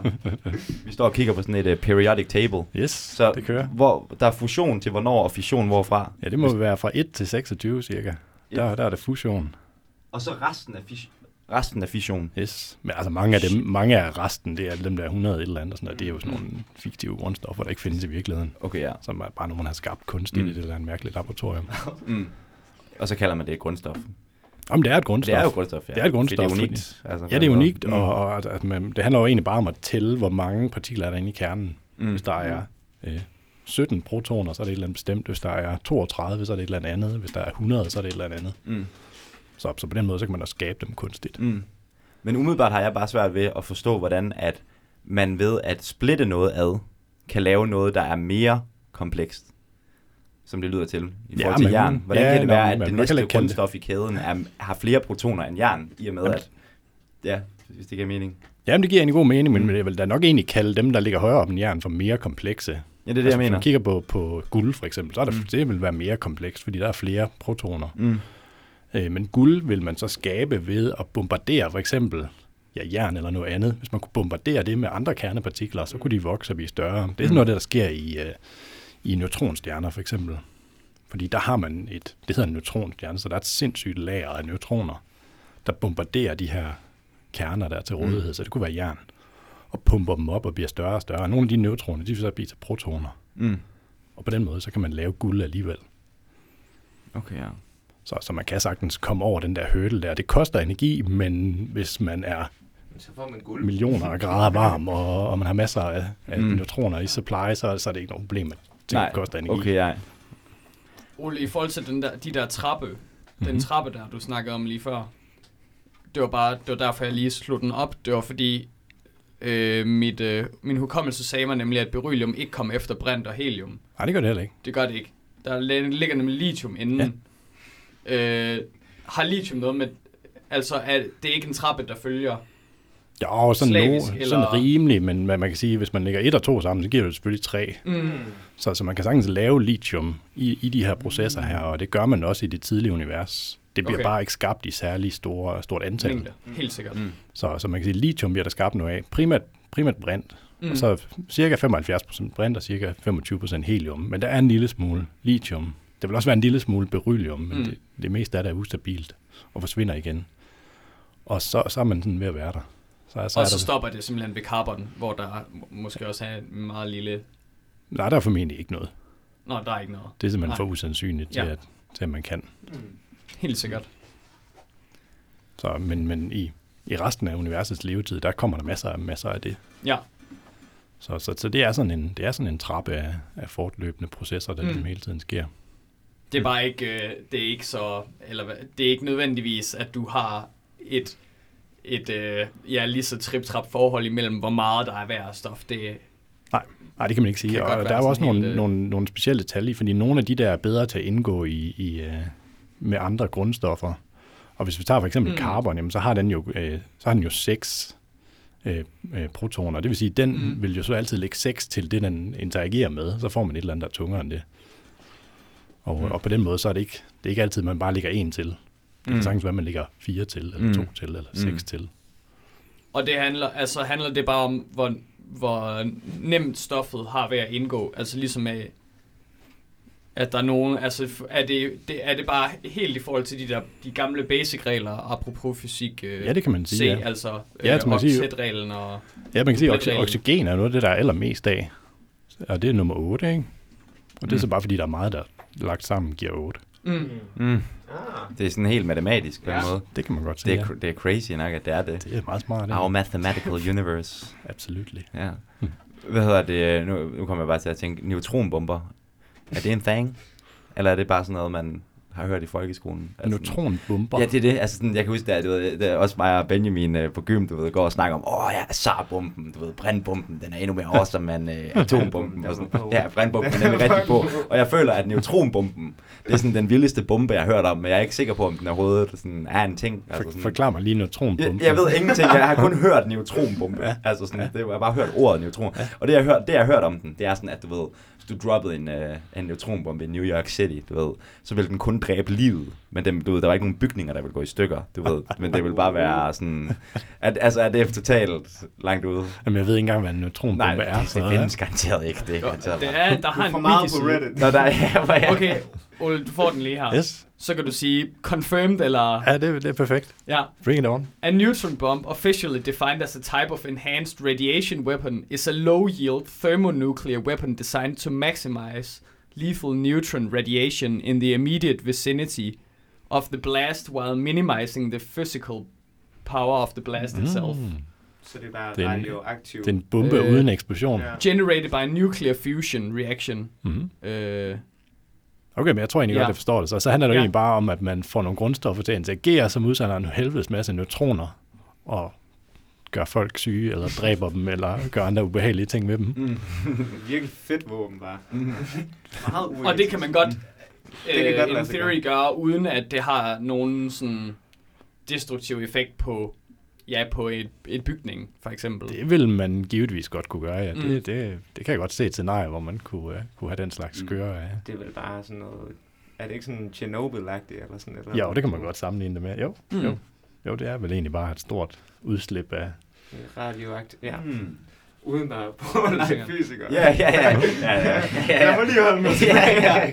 Vi står og kigger på sådan et uh, periodic table. Yes, Så det kører. hvor, der er fusion til hvornår, og fission hvorfra. Ja, det må være fra et til seksogtyve cirka. Der, der er det fusion. Og så resten af, fis- resten af fission. Yes. Men altså mange af dem, mange af resten, det er dem der hundrede et eller andet, og sådan noget, det er jo sådan nogle fiktive grundstoffer, der ikke findes i virkeligheden. Okay, ja. Som er bare nogen har skabt kunstigt Mm. i det eller andet mærkeligt laboratorium. Mm. Og så kalder man det et grundstof. Om det er et grundstof. Det er jo et grundstof, ja. Det er et grundstof, Det er unikt. Altså, Ja, det er unikt, mm. og, og at, at man, det handler jo egentlig bare om at tælle, hvor mange partikler er der inde i kernen. Mm. Hvis der er øh, sytten protoner, så er det et eller andet bestemt. Hvis der er toogtredive, så er det et eller andet. Hvis der er hundrede, så er det et eller andet. Mm. Så, så på den måde, så kan man også skabe dem kunstigt. Mm. Men umiddelbart har jeg bare svært ved at forstå, hvordan at man ved at splitte noget ad, kan lave noget, der er mere komplekst, som det lyder til, i forhold til men- jern. Hvordan ja, kan det nå, være, men at man det kan næste ikke kalde det- grundstof i kæden er, har flere protoner end jern, i og med Jamen, at... Ja, hvis det giver mening. Jamen, det giver egentlig god mening, men Mm. jeg vil da nok egentlig kalde dem, der ligger højere op end jern, for mere komplekse. Ja, det er det, altså, jeg Hvis mener. man kigger på, på guld, for eksempel, så er der, Mm. mm. det vil være mere komplekst, fordi der er flere protoner. Mm. Øh, men guld vil man så skabe ved at bombardere for eksempel ja, jern eller noget andet. Hvis man kunne bombardere det med andre kernepartikler, så kunne de vokse og blive større. Det er sådan Mm. noget, af det, der sker i, uh, i neutronstjerner for eksempel. Fordi der har man et, det hedder en neutronstjerne, så der er et sindssygt lager af neutroner, der bombarderer de her kerner, der er til rådighed, mm. så det kunne være jern, og pumper dem op og bliver større og større. Og nogle af de neutroner, de vil så blive til protoner. Mm. Og på den måde, så kan man lave guld alligevel. Okay, ja. Så, så man kan sagtens komme over den der hurdle der. Det koster energi, men hvis man er Så får man guld. millioner af grader varm, og, og man har masser af, af Mm. mm. neutroner i supply, så, så er det ikke noget problem, at ting Nej, koster energi. okay, ja. Ole, i forhold til den der, de der trappe, mm-hmm. den Mhm. trappe der, du snakkede om lige før, det var bare, det var derfor, jeg lige slog den op. Det var fordi, øh, mit, øh, min hukommelse sagde mig nemlig, at beryllium ikke kom efter brint og helium. Nej, det gør det heller ikke. Det gør det ikke. Der ligger nemlig lithium inden. Ja. Øh, har lithium noget med, altså er det er ikke en trappe, der følger? Jo, sådan, Slavisk, no, eller- sådan rimelig, men man man kan sige, hvis man lægger et og to sammen, så giver det selvfølgelig tre. Mm. Så, så man kan sagtens lave lithium i, i de her processer her, og det gør man også i det tidlige univers. Det bliver Okay. okay. bare ikke skabt i særlig store, stort antal. Mængde. Helt sikkert. Mm. Så, så man kan sige, lithium bliver der skabt noget af. Primært, primært brint, Mm. og så cirka femoghalvfjerds procent brint og cirka femogtyve procent helium. Men der er en lille smule lithium. Der vil også være en lille smule beryllium, men Mm. det, det meste af det er ustabilt og forsvinder igen. Og så, så er man sådan ved at være der. Så, er- så Og er så der, stopper det simpelthen ved carbon, hvor der er, må- måske også er en meget lille... nej, der er formentlig ikke noget. Nå, der er ikke noget. Det er simpelthen Nej. for usandsynligt til, Ja. at, til, at man kan. Mm. Helt sikkert. Så, men men i, i resten af universets levetid, der kommer der masser, af- masser af det. Ja. Så, så, så det, er sådan en, det er sådan en trappe af, af fortløbende processer, der Mm. ligesom hele tiden sker. Det er bare ikke, øh, det er ikke så, eller hvad- det er ikke nødvendigvis, at du har et, et øh, ja, lige så trip-trap forhold imellem, hvor meget der er hver stof. Det, Nej, det kan man ikke sige. Kan godt Og være der er jo også sådan nogle, helt, øh, nogle, nogle specielle tal i, fordi nogle af de der er bedre til at indgå i, i uh, med andre grundstoffer. Og hvis vi tager for eksempel Mm. mm. carbon, jamen, så har den jo, øh, så har den jo seks øh, øh, protoner. Det vil sige, at den Mm. mm. vil jo så altid lægge seks til det, den interagerer med. Så får man et eller andet, der er tungere end det. Og, Mm. mm. og på den måde, så er det ikke, det er ikke altid, man bare lægger en til. Det kan Mm. sagtens være, at man lægger fire til, eller Mm. to til, eller Mm. seks til. og det handler, altså handler det bare om, hvor, hvor nemt stoffet har ved at indgå. Altså ligesom med, at der er nogen, altså er det, det, er det bare helt i forhold til de der de gamle basic-regler, apropos fysik, øh, Ja, det kan man sige, C, ja. altså Ja, øh, det kan man sige. oxidreglen og... Ja, man kan sige, at Blækreglen. oxygen er noget af det, der er allermest af. Og det er nummer otte, ikke? Og det er Mm. så bare, fordi der er meget, der er lagt sammen, giver otte. Mm. Mm. Ah. Det er sådan helt matematisk på en Ja. måde. Det kan man godt sige, Det er, ja. cr- det er crazy nok, at det er det. Det er meget smart. Our Det. mathematical universe. Absolut. Ja. Mm. Hvad hedder det? Nu, nu kommer jeg bare til at tænke, neutronbomber. Er det en thing? Eller er det bare sådan noget, man har hørt i folkeskolen. Altså, neutronbomber. Ja, det er det. Altså, sådan, jeg kan huske, at det, det er også mig og Benjamin øh, på gym, du ved, går og snakker om, åh ja, S A R-bomben, du ved, brandbomben, den er endnu mere awesome end øh, atombomben. Og sådan. Ja, brandbomben er nemlig rigtig på. Og jeg føler, at neutronbomben, det er sådan den vildeste bombe, jeg har hørt om, men jeg er ikke sikker på, om den overhovedet sådan, er en ting. Altså, sådan, Forklar mig lige neutronbombe. jeg, jeg ved ingenting, jeg har kun hørt neutronbombe. Ja. Altså sådan, det, jeg har bare hørt ordet neutron. Ja. Og det jeg, hørt, det, jeg har hørt om den, det er sådan, at du ved, hvis du droppede en, uh, en neutronbombe i New York City, du ved, så ville den kun dræbe livet. Men dem, du ved, der var ikke nogen bygninger, der ville gå i stykker, du ved. Men det ville bare være sådan, at, altså, at det er totalt langt ude. Jamen, jeg ved ikke engang, hvad en neutronbombe Nej, er. det, det findes garanteret ikke. Det er garanteret. Det er, der har for en meget på wiki-side. Reddit. Nå, der er, ja, Okay, Ole, du får den lige her. Yes. Så kan du sige confirmed eller... Ja, det, det er perfekt. Ja. Bring it on. A neutron bomb, officially defined as a type of enhanced radiation weapon, is a low-yield thermonuclear weapon designed to maximize lethal neutron radiation in the immediate vicinity of the blast while minimizing the physical power of the blast mm. itself. Så det er bare Det er en- radioaktiv. Det er en bombe Øh, uden eksplosion. ja. Generated by nuclear fusion reaction. Mm-hmm. Øh, Okay, men jeg tror egentlig Ja. godt, jeg forstår det. Så, så handler det jo Ja. egentlig bare om, at man får nogle grundstoffer til at interagere, som udsender en helvedes masse neutroner, og gør folk syge, eller dræber dem, eller gør andre ubehagelige ting med dem. Mm. Virkelig fedt våben, bare. Meget uetisk. og det kan man godt, Det kan øh, godt in lade sig theory gøre, uden at det har nogen sådan destruktiv effekt på, ja, på et, et bygning, for eksempel. Det vil man givetvis godt kunne gøre, ja. Mm. Det, det, det kan jeg godt se et scenarie, hvor man kunne, uh, kunne have den slags Mm. skøre. Ja. Det er vel bare sådan noget... Er det ikke sådan Chernobyl-agtigt eller sådan noget? Jo, det kan man godt sammenligne det med. Jo, Mm. jo. jo, det er vel egentlig bare et stort udslip af... Radioaktivt. Ja. Mm. Uden at prøve at lege fysiker. Ja, ja, ja. ja, ja, ja. Jeg må lige holde mig til. Ja, ja.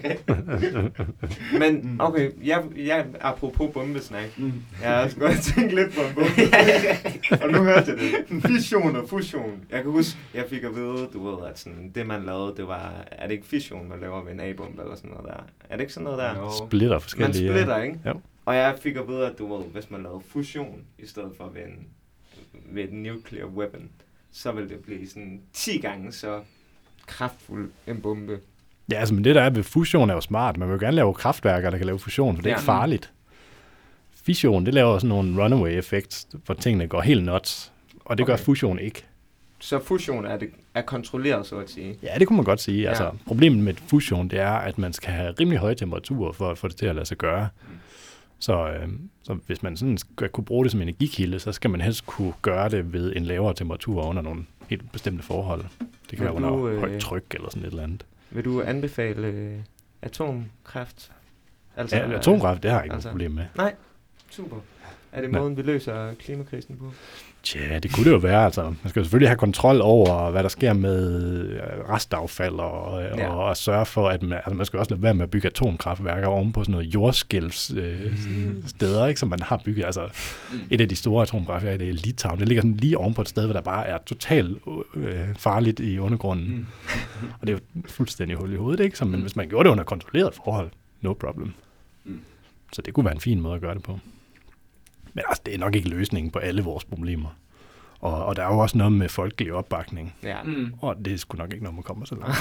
Men okay, jeg, jeg apropos bombesnak. Mm. Jeg har også godt tænkt lidt på en bombe. Og nu hørte jeg det. Fission og fusion. Jeg kan huske, jeg fik at vide, du ved, at sådan, det man lavede, det var, er det ikke fission, man laver ved en A-bombe eller sådan noget der? Er det ikke sådan noget der? Splitter Man forskellige... splitter, ikke? Jo. Og jeg fik at vide, at du ved, hvis man lavede fusion i stedet for ved, en, ved et nuclear weapon, så vil det blive sådan ti gange så kraftfuld en bombe. Ja, altså, men det der er ved fusion er jo smart. Man vil jo gerne lave kraftværker, der kan lave fusion, for det er Ja. ikke farligt. Fission, det laver sådan nogle runaway effects, hvor tingene går helt nuts. Og det okay. gør Okay. fusion ikke. Så fusion er, det, er kontrolleret, så at sige. Ja, det kunne man godt sige. Ja. Altså, problemet med fusion, det er, at man skal have rimelig høje temperaturer for at få det til at lade sig gøre. Så, øh, så hvis man sådan skal kunne bruge det som energikilde, så skal man helst kunne gøre det ved en lavere temperatur under nogle helt bestemte forhold. Det kan Vil være under du, øh, højt tryk eller sådan et eller andet. Vil du anbefale øh, atomkraft? Altså, Ja, atomkraft, det har jeg ikke altså- noget problem med. Nej, super. Er det Nej. måden, vi løser klimakrisen på? Tja, det kunne det jo være. Altså, man skal jo selvfølgelig have kontrol over, hvad der sker med øh, restaffald, og, Ja. ja. og, og sørge for, at man, altså, man skal også lade være med at bygge atomkraftværker oven på sådan noget jordskælvs øh, Mm. steder, ikke, som man har bygget. Altså, et af de store atomkraftværker, det er Litauen. Det ligger sådan lige oven på et sted, hvor der bare er totalt øh, farligt i undergrunden. Mm. Og det er jo fuldstændig hul i hovedet, ikke? Så, men hvis man gjorde det under kontrolleret forhold, no problem. Mm. Så det kunne være en fin måde at gøre det på. Men altså, det er nok ikke løsningen på alle vores problemer. Og, og der er jo også noget med folkelig opbakning. Ja. Mm. Og det er sgu nok ikke, når man kommer så langt.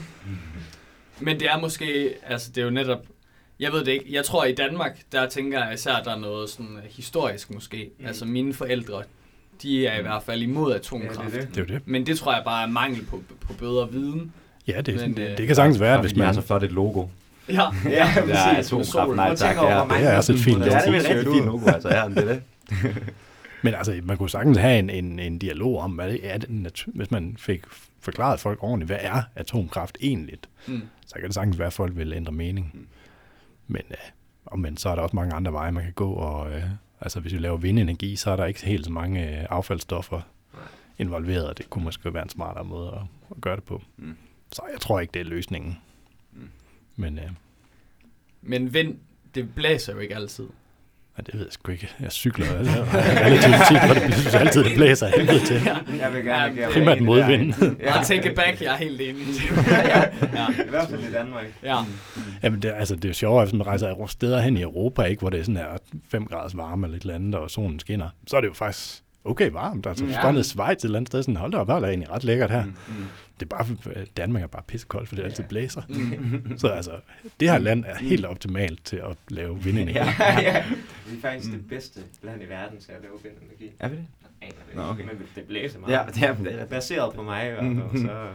Men det er måske, altså det er jo netop, jeg ved det ikke, jeg tror i Danmark, der tænker jeg især, der er noget sådan historisk måske. Mm. Altså mine forældre, de er i hvert fald imod atomkraft. Ja, det er det. Det er jo det. Men det tror jeg bare er mangel på, på bedre viden. Ja, det, Men, det, øh, det kan sagtens være, Bare hvis fordi jeg man... har så flot et logo. Ja, Ja, Ja, præcis. atomkraft, nej Prøv at tak. tænke over, Ja. hvor mange Det er også et fint Det er logo. det et rigtig fint logo, altså. Ja, det er det. Men altså, man kunne sagtens have en, en, en dialog om, hvad det er, det natu- hvis man fik forklaret folk ordentligt, hvad er atomkraft egentlig? mm. Så kan det sagtens være, at folk vil ændre mening. Mm. Men, øh, og men så er der også mange andre veje, man kan gå. Og, øh, altså, hvis vi laver vindenergi, så er der ikke helt så mange øh, affaldsstoffer involveret, og det kunne måske være en smartere måde at, at gøre det på. Mm. Så jeg tror ikke, det er løsningen. Mm. Men øh, Men vind, det blæser jo ikke altid. ja, det ved jeg sgu ikke. Jeg cykler jeg er relativt tit, og det synes altid, det blæser helvede til. Jeg vil gerne give Primært modvind. Ja. Og take it back, jeg er helt enig. ja. Ja. I hvert fald i Danmark. Ja. Jamen, det, altså, det er jo sjovt, hvis man rejser steder hen i Europa, ikke, hvor det er sådan her fem graders varme eller et eller andet, og solen skinner. Så er det jo faktisk okay varmt. Altså, Mm. ja. Står nede i Schweiz et eller andet sted, sådan, hold da op, der er egentlig ret lækkert her. Mm. Mm. Det er bare, Danmark er bare pissekoldt, for det altid blæser. Mm. Så altså, det her land er helt optimalt til at lave vindenergi. ja, ja. Vi er faktisk Mm. det bedste land i verden til at lave vindenergi. Er vi det? Jeg aner det Nå, ikke, okay. men det blæser meget. Ja, det er det. Er. Baseret på mig, i hvert fald, Mm. så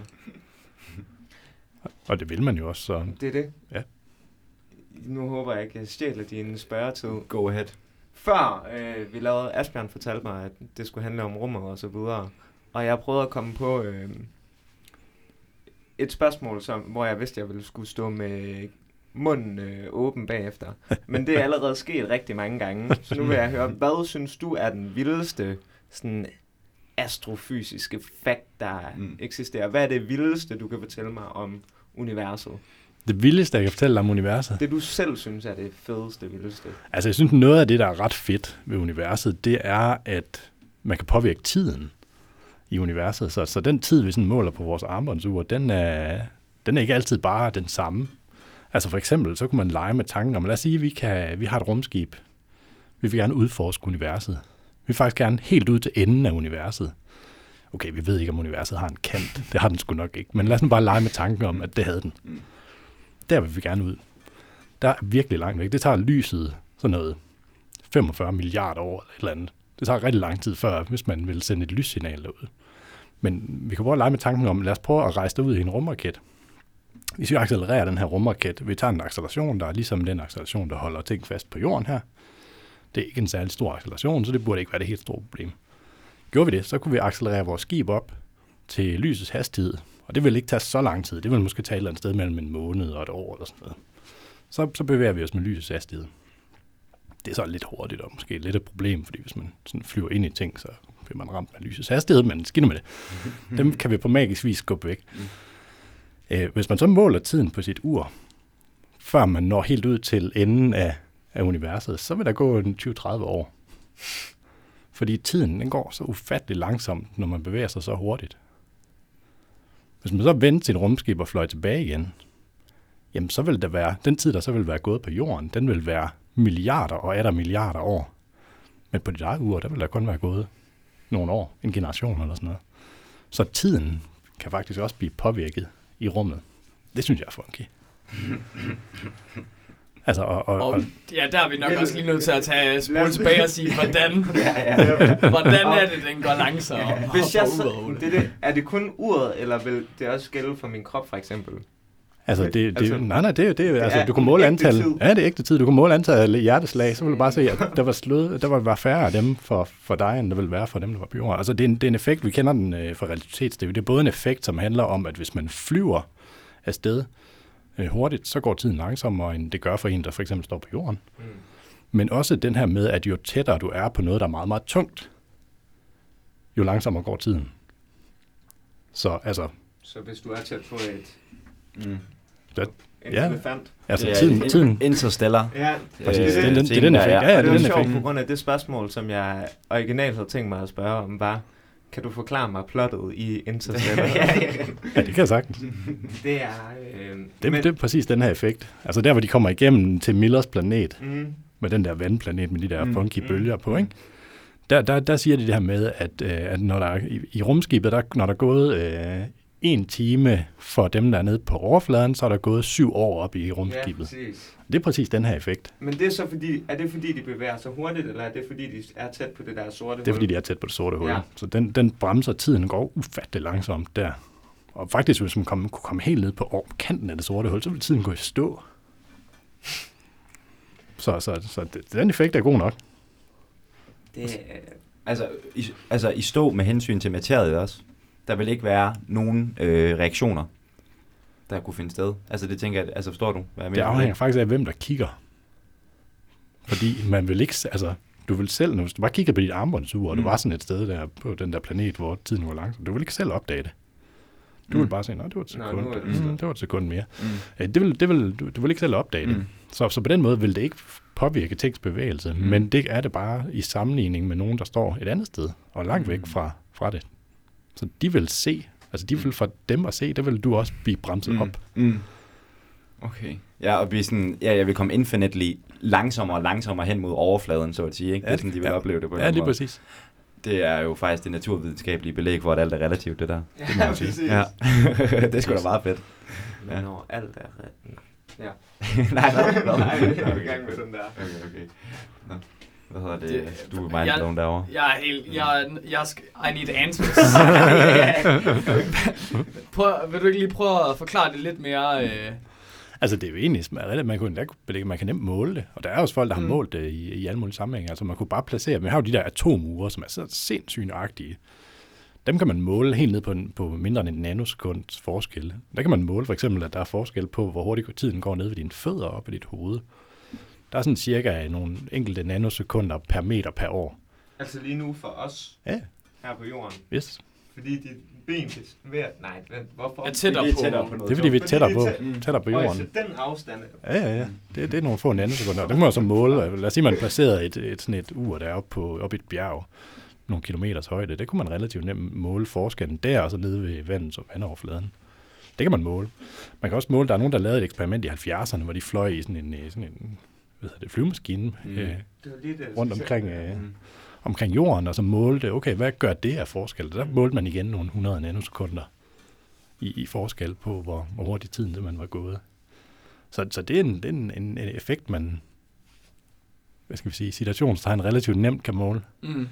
Og det vil man jo også, så det er det. Ja. Nu håber jeg ikke, at jeg stjæler din spørgetid. Go ahead. Før øh, vi lavede, Asbjørn fortalte mig, at det skulle handle om rummet og så videre. Og jeg prøvede at komme på øh, et spørgsmål, som, hvor jeg vidste, at jeg ville skulle stå med munden øh, åben bagefter. Men det er allerede sket rigtig mange gange. Så nu vil jeg høre, hvad synes du er den vildeste sådan, astrofysiske fakt, der Mm. mm. eksisterer? Hvad er det vildeste, du kan fortælle mig om universet? det vildeste, jeg kan fortælle om universet. Det, du selv synes er det fedeste, vildeste. Altså, jeg synes, noget af det, der er ret fedt ved universet, det er, at man kan påvirke tiden i universet. Så, så den tid, vi sådan måler på vores armbåndsur, den er, den er ikke altid bare den samme. Altså for eksempel, så kunne man lege med tanken om, lad os sige, at vi, kan, vi har et rumskib. Vi vil gerne udforske universet. Vi vil faktisk gerne helt ud til enden af universet. Okay, vi ved ikke, om universet har en kant. Det har den sgu nok ikke. Men lad os nu bare lege med tanken om, at det havde den. Der vil vi gerne ud. Der er virkelig langt væk. Det tager lyset sådan noget femogfyrre milliarder år eller et eller andet. Det tager rigtig lang tid før, hvis man vil sende et lyssignal derud. Men vi kan prøve at lege med tanken om, lad os prøve at rejse derud i en rumraket. Hvis vi accelererer den her rumraket, vi tager en acceleration, der er ligesom den acceleration, der holder ting fast på jorden her. Det er ikke en særlig stor acceleration, så det burde ikke være det helt store problem. Gjorde vi det, så kunne vi accelerere vores skib op til lysets hastighed. Og det vil ikke tage så lang tid. Det vil måske tage et eller andet sted mellem en måned og et år eller sådan noget. Så, så bevæger vi os med lysets hastighed. Det er så lidt hurtigt og måske lidt et problem, fordi hvis man sådan flyver ind i ting, så bliver man ramt af lysets hastighed, men skidt med det. Dem kan vi på magisk vis skubbe væk. Øh, hvis man så måler tiden på sit ur, før man når helt ud til enden af, af universet, så vil der gå tyve til tredive år. Fordi tiden den går så ufattelig langsomt, når man bevæger sig så hurtigt. Hvis man så vendte sit rumskib og fløj tilbage igen, jamen så vil der være, den tid, der så vil være gået på jorden, den vil være milliarder og atter milliarder år. Men på dit eget ur, der vil der kun være gået nogle år, en generation eller sådan noget. Så tiden kan faktisk også blive påvirket i rummet. Det synes jeg er funky. Altså, og, og, Og og, ja, der er vi nok også lige nødt til at tage spole tilbage og sige, hvordan, ja, ja. hvordan er det, den går langsomt. Hvis jeg så, det, det, er det kun uret, eller vil det også gælde for min krop, for eksempel? altså, det, det, altså, nej, nej, det, det, det altså, er du kan måle ægte antallet. tid. Ja, det er ægte tid. Du kan måle antallet af hjerteslag, så vil du bare se, at der var, slået, der var, var færre af dem for, for dig, end der ville være for dem, der var på jorden. Altså, det er en, det er en effekt, vi kender den øh, fra relativitetsteori. Det er både en effekt, som handler om, at hvis man flyver afsted øh, hurtigt, så går tiden langsommere, end det gør for en, der for eksempel står på jorden. Mm. Men også den her med, at jo tættere du er på noget, der er meget, meget tungt, jo langsommere går tiden. Så altså, Så hvis du er tæt på et, Mm. Det- en ja. elefant. altså Det er tiden, in- tiden, Interstellar. Ja, præcis, Øh, det er den, det er ting, den der effekt. er- Ja, ja, og det det er var den sjovt effekt. på grund af det spørgsmål, som jeg originalt havde tænkt mig at spørge om, var, kan du forklare mig plottet i Interstellar? ja, ja. Ja, det kan jeg sagtens. Det er... Øh, Det, det er præcis den her effekt. Altså der, hvor de kommer igennem til Millers planet, Mm, med den der vandplanet med de der Mm. funky Mm. bølger på, ikke? Der, der, der siger de det her med, at, øh, at når der er, i, i rumskibet, der, når der er gået øh, en time for dem, der er nede på overfladen, så er der gået syv år op i ja, rumskibet. præcis. Det er præcis den her effekt. Men det er så fordi, er det fordi, de bevæger sig hurtigt, eller er det fordi, de er tæt på det der sorte Det er hul? fordi, de er tæt på det sorte hul. Ja. Så den, den bremser tiden går ufattelig langsomt der. Og faktisk, hvis man kom, kunne komme helt ned på over- kanten af det sorte hul, så ville tiden gå i stå. Så, så, så det, den effekt er god nok. Det, øh, Altså i, altså, i stå med hensyn til materiet også. Der vil ikke være nogen øh, reaktioner, der kunne finde sted. Altså det tænker jeg, altså forstår du, hvad jeg Det mener? afhænger faktisk af, hvem der kigger. Fordi man vil ikke, altså, du vil selv, hvis du bare kigger på dit armbåndsur, og du Mm. var sådan et sted der på den der planet, hvor tiden var langsom, du vil ikke selv opdage det. Du Mm. vil bare sige, nej, det var et Nå, sekund. nu er det Mm, sådan. det var et sekund mere. Mm. Ja, det vil, det vil, du, du vil ikke selv opdage det. Mm. Så, så på den måde vil det ikke påvirke tings bevægelse, Mm. men det er det bare i sammenligning med nogen, der står et andet sted, og langt væk Mm. fra, fra det. Så de vil se, altså de vil fra dem at se, der vil du også blive bremset Mm. op. Mm. Okay. Ja, og blive sådan, ja, jeg vil komme infinitely langsommere og langsommere hen mod overfladen, så at sige, ikke? Det er sådan, de vil ja. opleve det på en Ja, eller lige anden måde. præcis. Det er jo faktisk det naturvidenskabelige belæg for, at alt er relativt, det der. Ja, det må man sige. præcis. Ja. Det er sgu da meget fedt. Men Ja. når alt er ret. Ja. nej, nej, nej. Nej, vi er i gang med den der. Okay, okay. Nå. Hvad hedder det? Det- Du er mindblown derovre. Jeg er helt... Jeg, jeg skal, I need answers. Prøv, vil du ikke lige prøve at forklare det lidt mere? Øh? Altså, det er jo egentlig smager, man, kunne, man kan nemt måle det. Og der er også folk, der har Mm. målt det i, i alle mulige sammenhænge. Altså, man kunne bare placere... Man har jo de der atomure, som er så sindssygt nøjagtige. Dem kan man måle helt ned på, en, på mindre end en nanosekunds forskel. Der kan man måle for eksempel, at der er forskel på, hvor hurtigt tiden går ned ved dine fødder og op ved dit hoved. Der er sådan cirka nogle enkelte nanosekunder per meter per år. Altså lige nu for os Ja, her på jorden. yes. Fordi dit ben er ved at... Nej, vent, hvorfor? Er tættere Det er på. tættere på noget. Det er fordi, vi er Fordi tættere det på, er tæt- tættere på Og jorden. så den afstand. Ja, ja, ja. Det, det er nogle få nanosekunder. Det kan man jo så måle. Lad os sige, man placerede et, et, sådan et ur deroppe på op i et bjerg, nogle kilometers højde. Det kunne man relativt nemt måle forskellen der, og så nede ved vandet og vandoverfladen. Det kan man måle. Man kan også måle, der er nogen, der lavede et eksperiment i halvfjerdserne, hvor de fløj i sådan en, sådan en hvad hedder det, flyvemaskine Mm. øh, Det var lige det, rundt jeg omkring, sagde. øh, Mm. omkring jorden, og så målte, okay, hvad gør det af forskel? Der målte man igen nogle hundrede nanosekunder i, i forskel på, hvor, hvor hurtigt tiden det man var gået. Så, så det er, en, det er en, en, en effekt, man, hvad skal vi sige, situationstegn relativt nemt kan måle. Mm.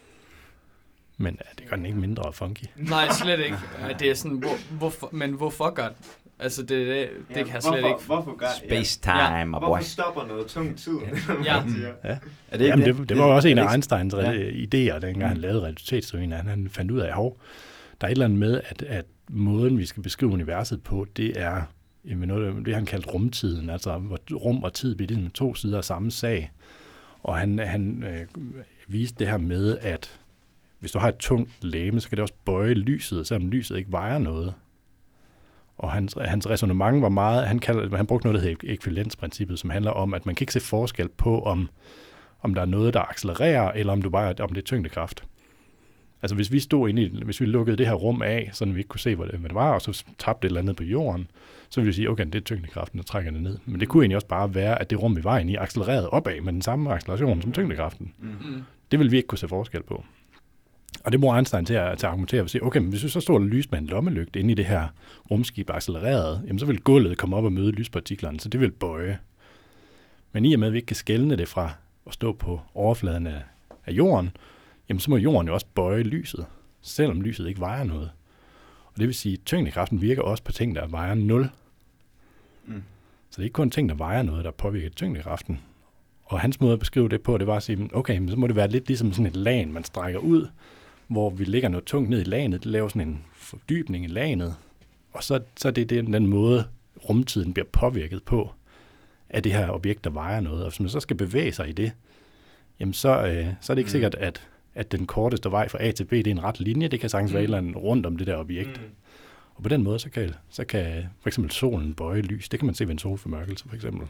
Men ja, det gør den ikke mindre funky. Nej, slet ikke. Det er sådan, hvor, hvorfor, men hvorfor gør det? Altså, det, det, det Ja, kan jeg slet hvorfor, ikke... Hvorfor gør Space time, ja. my Og boy. hvorfor stopper noget tungt tid? Ja. Ja. Er det Jamen, ikke det, det var jo også en af er det Einsteins Ja. ja. idéer, dengang han Mm. lavede relativitetsteorien. Han, han fandt ud af, at der er et eller andet med, at, at måden, vi skal beskrive universet på, det er jamen, noget, det, han kaldte rumtiden. Altså, hvor rum og tid bliver ligesom to sider af samme sag. Og han, han øh, viste det her med, at hvis du har et tungt legeme, så kan det også bøje lyset, selvom lyset ikke vejer noget. Og hans, hans resonemang var meget, han, kaldte, han brugte noget, der hedder ekvivalensprincippet, som handler om, at man kan ikke se forskel på, om, om der er noget, der accelererer, eller om, du bare, om det er tyngdekraft. Altså hvis vi stod inde i, hvis vi lukkede det her rum af, så vi ikke kunne se, hvad det, hvad det var, og så tabte et eller andet på jorden, så ville vi sige, okay, det er tyngdekraften, der trækker det ned. Men det kunne egentlig også bare være, at det rum, vi var inde i, accelererede opad med den samme acceleration som tyngdekraften. Mm. Mm. Det ville vi ikke kunne se forskel på. Og det bruger Einstein til at, til at argumentere og sige, okay, men hvis vi så stod og lyste med en lommelygte inde i det her rumskib accelereret, jamen så vil gulvet komme op og møde lyspartiklerne, så det vil bøje. Men i og med, at vi ikke kan skelne det fra at stå på overfladen af, af jorden, jamen så må jorden jo også bøje lyset, selvom lyset ikke vejer noget. Og det vil sige, at tyngdekraften virker også på ting, der vejer nul. Mm. Så det er ikke kun ting, der vejer noget, der påvirker tyngdekraften. Og hans måde at beskrive det på, det var at sige, okay, men så må det være lidt ligesom sådan et lagen, man strækker ud, hvor vi lægger noget tungt ned i lagenet, det laver sådan en fordybning i lagenet, og så, så er det den måde, rumtiden bliver påvirket på af det her objekt, der vejer noget. Og hvis man så skal bevæge sig i det, jamen så, øh, så er det ikke Mm. sikkert, at, at den korteste vej fra A til B, det er en ret linje, det kan sagtens Mm. være et eller andet rundt om det der objekt. Mm. Og på den måde, så kan, så kan for eksempel solen bøje lys. Det kan man se ved en solformørkelse, for eksempel.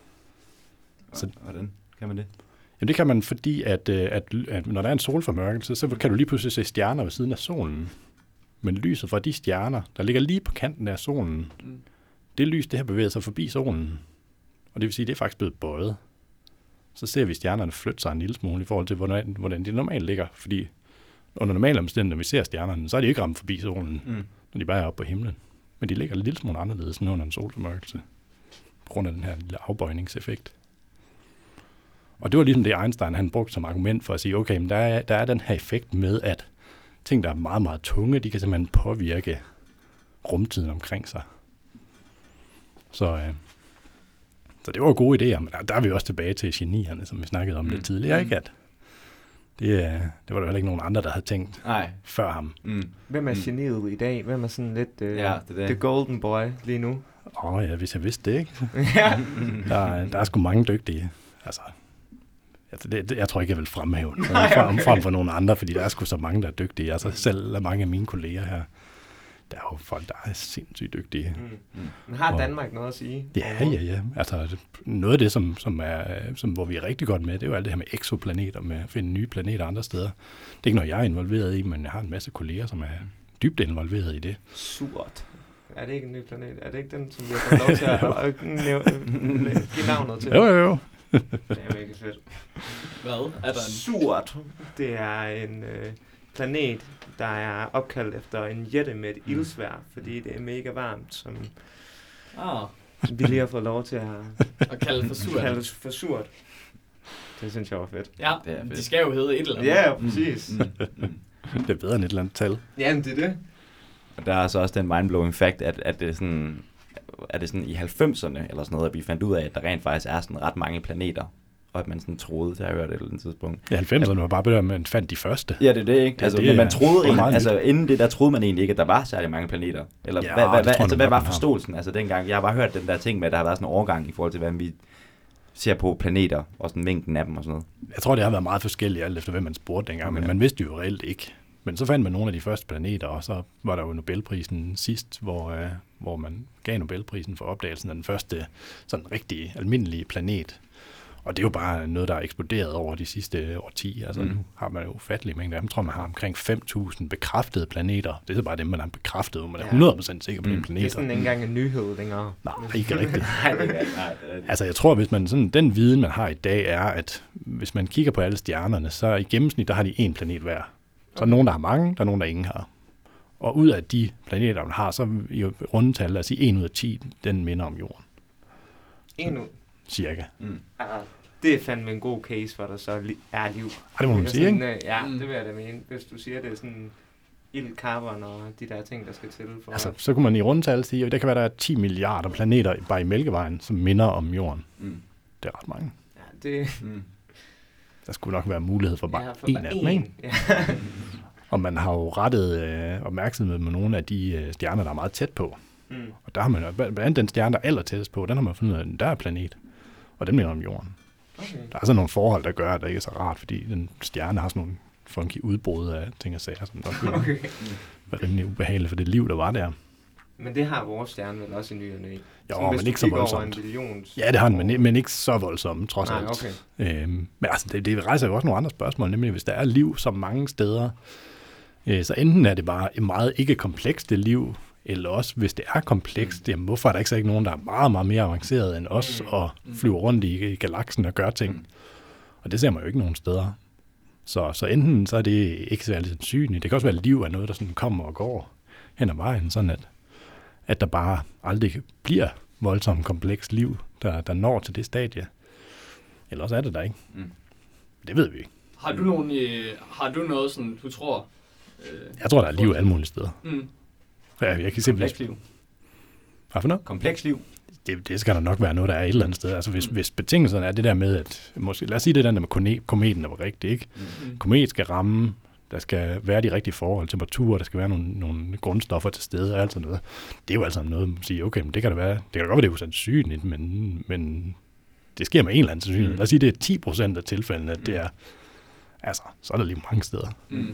Så, hvordan kan man det? Jamen det kan man, fordi at, øh, at, at når der er en solformørkelse, så kan du lige pludselig se stjerner ved siden af solen. Men lyset fra de stjerner, der ligger lige på kanten af solen, Mm. det lys, det har bevæget sig forbi solen. Og det vil sige, det er faktisk blevet bøjet. Så ser vi stjernerne flytte sig en lille smule i forhold til, hvordan, hvordan de normalt ligger. Fordi under normale omstændigheder, når vi ser stjernerne, så er de ikke ramt forbi solen, Mm. når de bare er oppe på himlen. Men de ligger en lille smule anderledes end under en solformørkelse. På grund af den her lille afbøjningseffekt. Og det var ligesom det, Einstein han brugte som argument for at sige, okay, men der er, der er den her effekt med, at ting, der er meget, meget tunge, de kan simpelthen påvirke rumtiden omkring sig. Så, øh, så det var gode idéer, men der, der er vi også tilbage til genierne, som vi snakkede om Mm. lidt tidligere, ikke? At det, øh, det var der heller ikke nogen andre, der havde tænkt Nej. før ham. Mm. Hvem er Mm. geniet i dag? Hvem er sådan lidt uh, Ja, det er det. the golden boy lige nu? Åh oh, ja, hvis jeg vidste det, ikke? Ja. Der, der er sgu mange dygtige. Altså, altså det, det, jeg tror ikke, jeg vil fremhæve nogen Nej, frem, okay. frem for nogen andre, fordi der er sgu så mange, der er dygtige. Altså selv er mange af mine kolleger her, der er jo folk, der er sindssygt dygtige. Mm. Men har Og- Danmark noget at sige? Ja, ja, ja. Altså noget af det, som, som er, som, hvor vi er rigtig godt med, det er jo alt det her med eksoplaneter, med at finde nye planeter andre steder. Det er ikke noget, jeg er involveret i, men jeg har en masse kolleger, som er dybt involveret i det. Surt. Er det ikke en ny planet? Er det ikke den, som vi har fået lov til at at nævne- give navnet til? Jo, jo, jo. Det er mega fedt. Hvad? Er der en... Surt. Det er en øh, planet, der er opkaldt efter en jætte med et ildsvær, fordi det er mega varmt, som Ah, vi lige har fået lov til at og kalde for surt. kalde for surt. Det synes jeg var fedt. Ja, Det er fedt. de skal jo hedde et eller andet. Ja, præcis. Mm. Mm. Det er bedre end et eller andet tal. Jamen, det er det. Og der er så også den mindblowing fact, at, at det er sådan, er det sådan i halvfemserne eller sådan noget, at vi fandt ud af, at der rent faktisk er sådan ret mange planeter, og at man sådan troede, det har jeg hørt et eller andet tidspunkt. I halvfemserne var bare bedre, at man fandt de første. Ja, det er det, ikke? Ja, Altså, det men man er- troede det er egentlig, meget altså inden det, der troede man egentlig ikke, at der var særlig mange planeter. Eller Ja, hvad, hvad, det hvad, tror jeg altså, nok hvad godt, var man har. forståelsen? Altså dengang, jeg har bare hørt den der ting med, at der har været sådan en overgang i forhold til, hvordan vi ser på planeter, og sådan mængden af dem og sådan noget. Jeg tror, det har været meget forskelligt, alt efter hvem man spurgte dengang, men Okay. man vidste jo reelt ikke. Men så fandt man nogle af de første planeter, og så var der jo Nobelprisen sidst, hvor, øh, hvor man gav Nobelprisen for opdagelsen af den første sådan rigtig almindelige planet. Og det er jo bare noget, der er eksploderet over de sidste årti. Altså Mm. nu har man jo ufattelige mængder af dem. Jeg tror, man har omkring fem tusind bekræftede planeter. Det er så bare dem, man har bekræftet, hvor man er Ja. hundrede procent sikker på Mm. de Det er planeter. sådan ikke engang en nyhed længere. Nej, ikke rigtigt. Nej, det er ikke. Nej, det er Altså jeg tror, hvis man sådan, den viden, man har i dag, er, at hvis man kigger på alle stjernerne, så i gennemsnit, der har de én planet hver. Så er der nogen, der har mange, der er nogen, der ingen har. Og ud af de planeter, man har, så i rundetal, lad os sige en ud af ti, den minder om jorden. En ud. Cirka. Mm. Ah, det er fandme en god case, hvor der så li- er liv. Og det må man er sige, sådan, ikke? øh, Ja, Mm. det vil jeg da mene. Hvis du siger, det er sådan ild, carbon og de der ting, der skal til for... Altså, så kunne man i rundetal sige, at det kan være, der er ti milliarder planeter bare i Mælkevejen, som minder om jorden. Mm. Det er ret mange. Ja, det... Mm. Der skulle nok være mulighed for bare ja, for én bare af dem, ikke? én. Ja. Og man har jo rettet øh, opmærksomhed med nogle af de øh, stjerner, der er meget tæt på. Mm. Og der har man jo, blandt andet den stjerne, der er aller tættest på, den har man fundet ud af, at der er planet. Og den minder om jorden. Okay. Der er sådan nogle forhold, der gør, at det ikke er så rart, fordi den stjerne har sådan nogle funky udbrud af ting og sager, som nok okay. Okay. var rimelig ubehageligt for det liv, der var der. Men det har vores stjerne vel også i ny og næ. Jo, Sådan, hvis men du ikke så kigger over voldsomt. en millions... Ja, det har den, men, men ikke så voldsomt, trods Nej, alt. okay. Øhm, men altså, det, det rejser jo også nogle andre spørgsmål, nemlig hvis der er liv så mange steder, øh, så enten er det bare et meget ikke komplekst liv, eller også, hvis det er komplekst, jamen, hvorfor er der ikke så ikke nogen, der er meget, meget mere avanceret end os, Mm. og flyver rundt i, i galaksen og gør ting. Mm. Og det ser man jo ikke nogen steder. Så, så enten så er det ikke særlig sandsynligt. Det kan også være, at liv er noget, der sådan kommer og går hen ad vejen, sådan at, at der bare aldrig bliver voldsomt komplekst liv, der, der når til det stadie. Eller også er det der ikke. Mm. Det ved vi ikke. Har du, nogen, øh, har du noget, sådan, du tror... Øh, Jeg tror, der er liv alle mulige steder. mm, Ja, jeg kan simpelthen... Kompleks liv. Hvad for noget? Kompleks liv. Det, det skal der nok være noget, der er et eller andet sted. Altså hvis, hvis betingelserne er det der med, at... Måske, lad os sige det der med kone- kometen, der var rigtigt, ikke? mm, Komet skal ramme, der skal være de rigtige forhold, temperatur, der skal være nogle, nogle grundstoffer til stede og alt sådan noget. Det er jo altså noget, man siger, okay, men det kan det være. Det kan da godt være, det er usandsynligt, men, men det sker med en eller anden sandsynlighed. Mm. Lad os sige, det er ti procent af tilfældene, at det er... Altså, så er der liv mange steder. mm.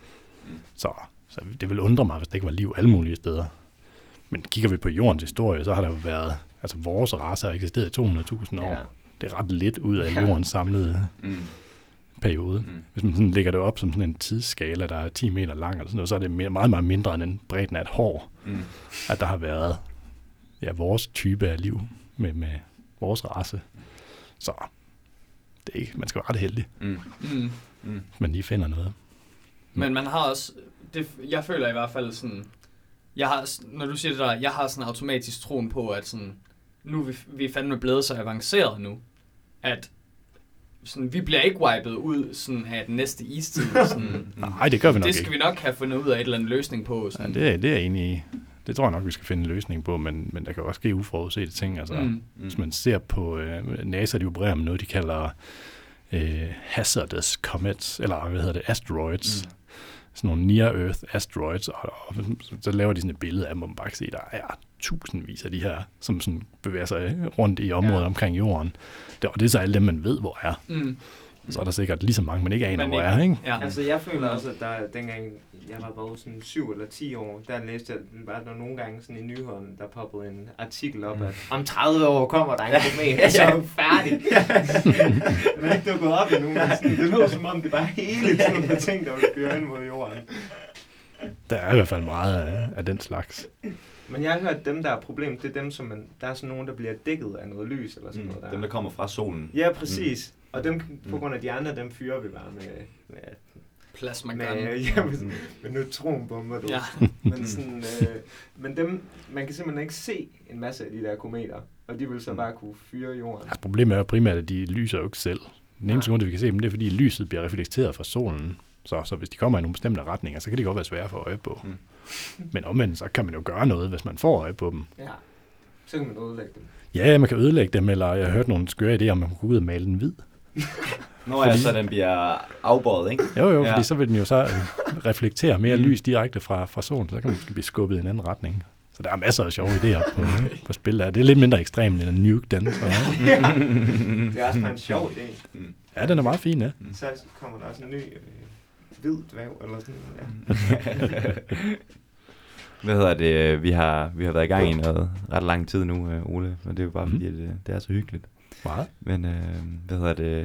Så, så det vil undre mig, hvis det ikke var liv alle mulige steder. Men kigger vi på jordens historie, så har der jo været... Altså, vores race har eksisteret i to hundrede tusind år. Ja. Det er ret lidt ud af Ja. jordens samlede Mm. periode. Mm. Hvis man sådan lægger det op som sådan en tidsskala, der er ti meter lang, eller sådan noget, så er det mere- meget, meget mindre end en bredden af et hår, Mm. at der har været ja, vores type af liv med, med vores race. Så det er ikke, man skal være ret heldig, Mm. Mm. Mm. hvis man lige finder noget. Men man har også... Det, jeg føler i hvert fald sådan... Jeg har, s- når du siger det der, jeg har sådan automatisk troen på, at sådan... Nu er vi, vi er fandme blevet så avanceret nu, at sådan, vi bliver ikke wiped ud sådan af den næste istid. Sådan, Nej, det gør vi nok det skal ikke. vi nok have fundet ud af et eller andet løsning på. Ja, Sådan. det, er, det er jeg enig i. Det tror jeg nok, vi skal finde en løsning på, men, men der kan også ske uforudsete ting. Altså, mm. Mm. Hvis man ser på øh, NASA, de opererer med noget, de kalder øh, hazardous comets, eller hvad hedder det, asteroids. Mm. Sådan nogle near-earth asteroids, og, og så laver de sådan et billede af dem, hvor man bare kan se, der er tusindvis af de her, som sådan bevæger sig rundt i området ja. omkring jorden. Det, og det er så alle dem, man ved, hvor er. Mm. Så er der sikkert lige så mange, man ikke aner, Men hvor ikke- er, ikke? Ja. Altså, jeg føler også, at der, dengang jeg var bare sådan syv eller ti år, der læste jeg, var der nogle gange sådan i nyheden, der poppede en artikel op, at om tredive år kommer der en komet, og så er vi færdig. Den er ikke dukket op endnu, men sådan, det lød som om, det bare hele tiden var ting, der ville køre ind mod jorden. Der er i hvert fald meget af, af den slags. Men jeg har hørt, at dem, der er problemet, det er dem, som man, der er sådan nogen, der bliver dækket af noget lys eller sådan Mm. noget. Der. Dem, der kommer fra solen. Ja, præcis. Mm. Og dem, på Mm. grund af de andre, dem fyrer vi bare med, med, Plasma med, gun. ja, med, med neutronbomber, du. Ja. Men, sådan, øh, men dem, man kan simpelthen ikke se en masse af de der kometer, og de vil så bare kunne fyre jorden. Altså, problemet er jo primært, at de lyser jo ikke selv. Den eneste grund, vi kan se dem, det er, fordi lyset bliver reflekteret fra solen. Så, så hvis de kommer i nogle bestemte retninger, så kan de godt være svære for øje på. Mm. Men omvendt, så kan man jo gøre noget, hvis man får øje på dem. Ja, så kan man ødelægge dem. Ja, man kan ødelægge dem, eller jeg har hørt nogle skøre idéer, om man kan gå ud og male den hvid. Nå ja, så den bliver afbøjet, ikke? Jo, jo, Ja. fordi så vil den jo så øh, reflektere mere Mm. lys direkte fra, fra solen, så kan den måske blive skubbet i en anden retning. Så der er masser af sjove idéer på, på spil der. Det er lidt mindre ekstremt end en nuke den. Så, ja. Ja, det er også bare en sjov idé. ja, den er meget fin, ja. Så kommer der også en ny øh, hvid dværg, eller sådan ja. Hvad hedder det? Vi har, vi har været i gang i noget ret lang tid nu, øh, Ole. Og det er jo bare Mhm. fordi, at det, det er så hyggeligt. Meget. Men øh, hvad hedder det?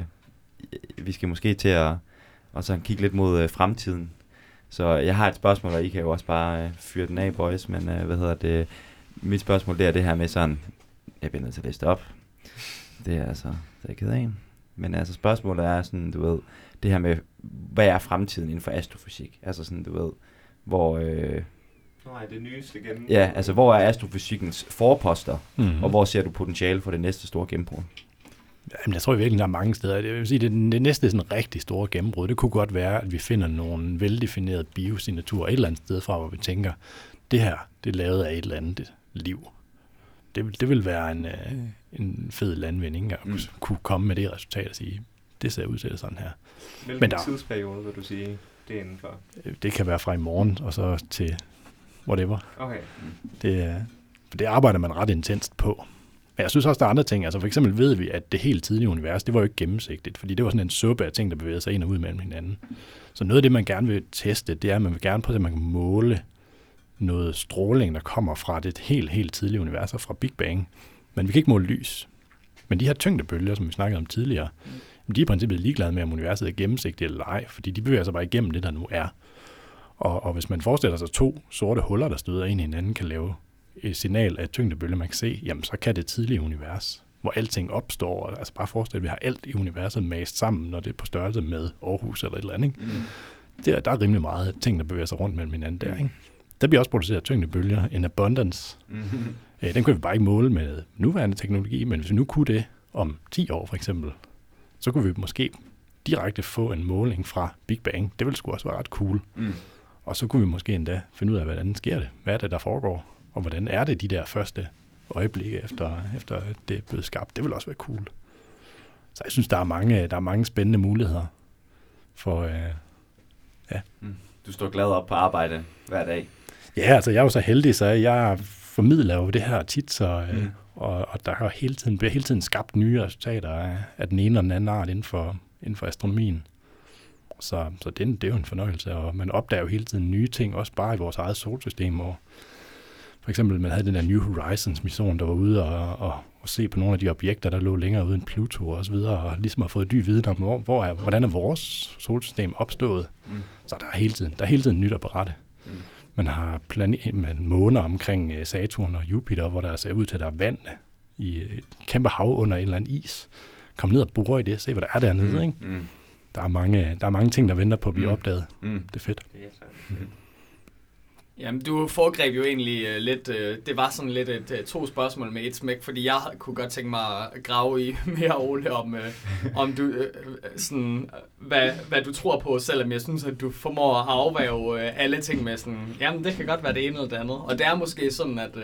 Vi skal måske til at og så kigge lidt mod øh, fremtiden. Så jeg har et spørgsmål, og I kan jo også bare øh, fyre den af, boys. Men øh, hvad hedder det? Mit spørgsmål det er det her med sådan... Jeg bliver nødt til at læse det op. Det er altså... Det er jeg ked af. Men altså spørgsmålet er sådan, du ved... Det her med, hvad er fremtiden inden for astrofysik? Altså sådan, du ved... Hvor... Øh, Nej, det nyeste igen. ja, altså hvor er astrofysikkens forposter? Mm-hmm. Og hvor ser du potentiale for det næste store gennembrud? Jamen, jeg tror virkelig, der er mange steder. Jeg vil sige, det, det næste sådan rigtig store gennembrud, det kunne godt være, at vi finder nogle veldefinerede biosignaturer et eller andet sted fra, hvor vi tænker, det her, det er lavet af et eller andet liv. Det, det vil være en, en fed landvinding at mm. kunne komme med det resultat og sige, det ser ud til sådan her. Hvilken Men der- tidsperiode vil du sige, det er indenfor? Det kan være fra i morgen og så til whatever. Okay. Det, er- det arbejder man ret intenst på. Men jeg synes også, der er andre ting. Altså for eksempel ved vi, at det helt tidlige univers, det var jo ikke gennemsigtigt, fordi det var sådan en suppe af ting, der bevægede sig ind og ud mellem hinanden. Så noget af det, man gerne vil teste, det er, at man vil gerne prøve, at man kan måle noget stråling, der kommer fra det helt, helt tidlige univers, og fra Big Bang. Men vi kan ikke måle lys. Men de her tyngdebølger, som vi snakkede om tidligere, mm. de er i princippet ligeglade med, om universet er gennemsigtigt eller ej, fordi de bevæger sig bare igennem det, der nu er. Og, og hvis man forestiller sig to sorte huller, der støder ind i hinanden, kan lave et signal af tyngdebølge, man kan se, jamen så kan det tidlige univers, hvor alting opstår, altså bare forestil, at vi har alt i universet mast sammen, når det er på størrelse med Aarhus eller et eller andet. Ikke? Mm. Der, der er rimelig meget ting, der bevæger sig rundt mellem hinanden der. Ikke? Der bliver også produceret tyngdebølger, en abundance. Mm-hmm. Øh, den kan vi bare ikke måle med nuværende teknologi, men hvis vi nu kunne det om ti år for eksempel, så kunne vi måske direkte få en måling fra Big Bang. Det ville sgu også være ret cool. Mm. Og så kunne vi måske endda finde ud af, hvordan sker det? Hvad er det, der foregår? Og hvordan er det de der første øjeblikke, efter, efter det er blevet skabt? Det vil også være cool. Så jeg synes, der er mange, der er mange spændende muligheder for... Øh, ja. Mm. Du står glad op på arbejde hver dag. Ja, altså jeg er jo så heldig, så jeg formidler jo det her tit, så, øh, Mm. og, og der har hele tiden, bliver hele tiden skabt nye resultater af, af den ene og den anden art inden for, inden for astronomien. Så, så det, det er jo en fornøjelse, og man opdager jo hele tiden nye ting, også bare i vores eget solsystem, hvor for eksempel man havde den der New Horizons mission, der var ude og, og, og se på nogle af de objekter, der lå længere ude end Pluto og så videre, og ligesom har fået dyb viden om, hvor, hvor er, hvordan er vores solsystem opstået. Mm. Så der er hele tiden, der er hele tiden nyt at berette. Mm. Man har planet, man måner omkring Saturn og Jupiter, hvor der ser ud til, at der er vand i et kæmpe hav under en eller anden is. Kom ned og bore i det, se hvad der er dernede, mm. ikke? Mm. Der er, mange, der er mange ting, der venter på at blive mm. opdaget. Mm. Det er fedt. Det er så. Mm. Jamen, du foregreb jo egentlig uh, lidt, uh, det var sådan lidt et uh, to spørgsmål med et smæk, fordi jeg kunne godt tænke mig at grave i mere, Ole, om, uh, om du, uh, sådan, hvad, hvad du tror på, selvom jeg synes, at du formår at afvæve uh, alle ting med sådan, jamen, det kan godt være det ene eller det andet. Og det er måske sådan, at, uh,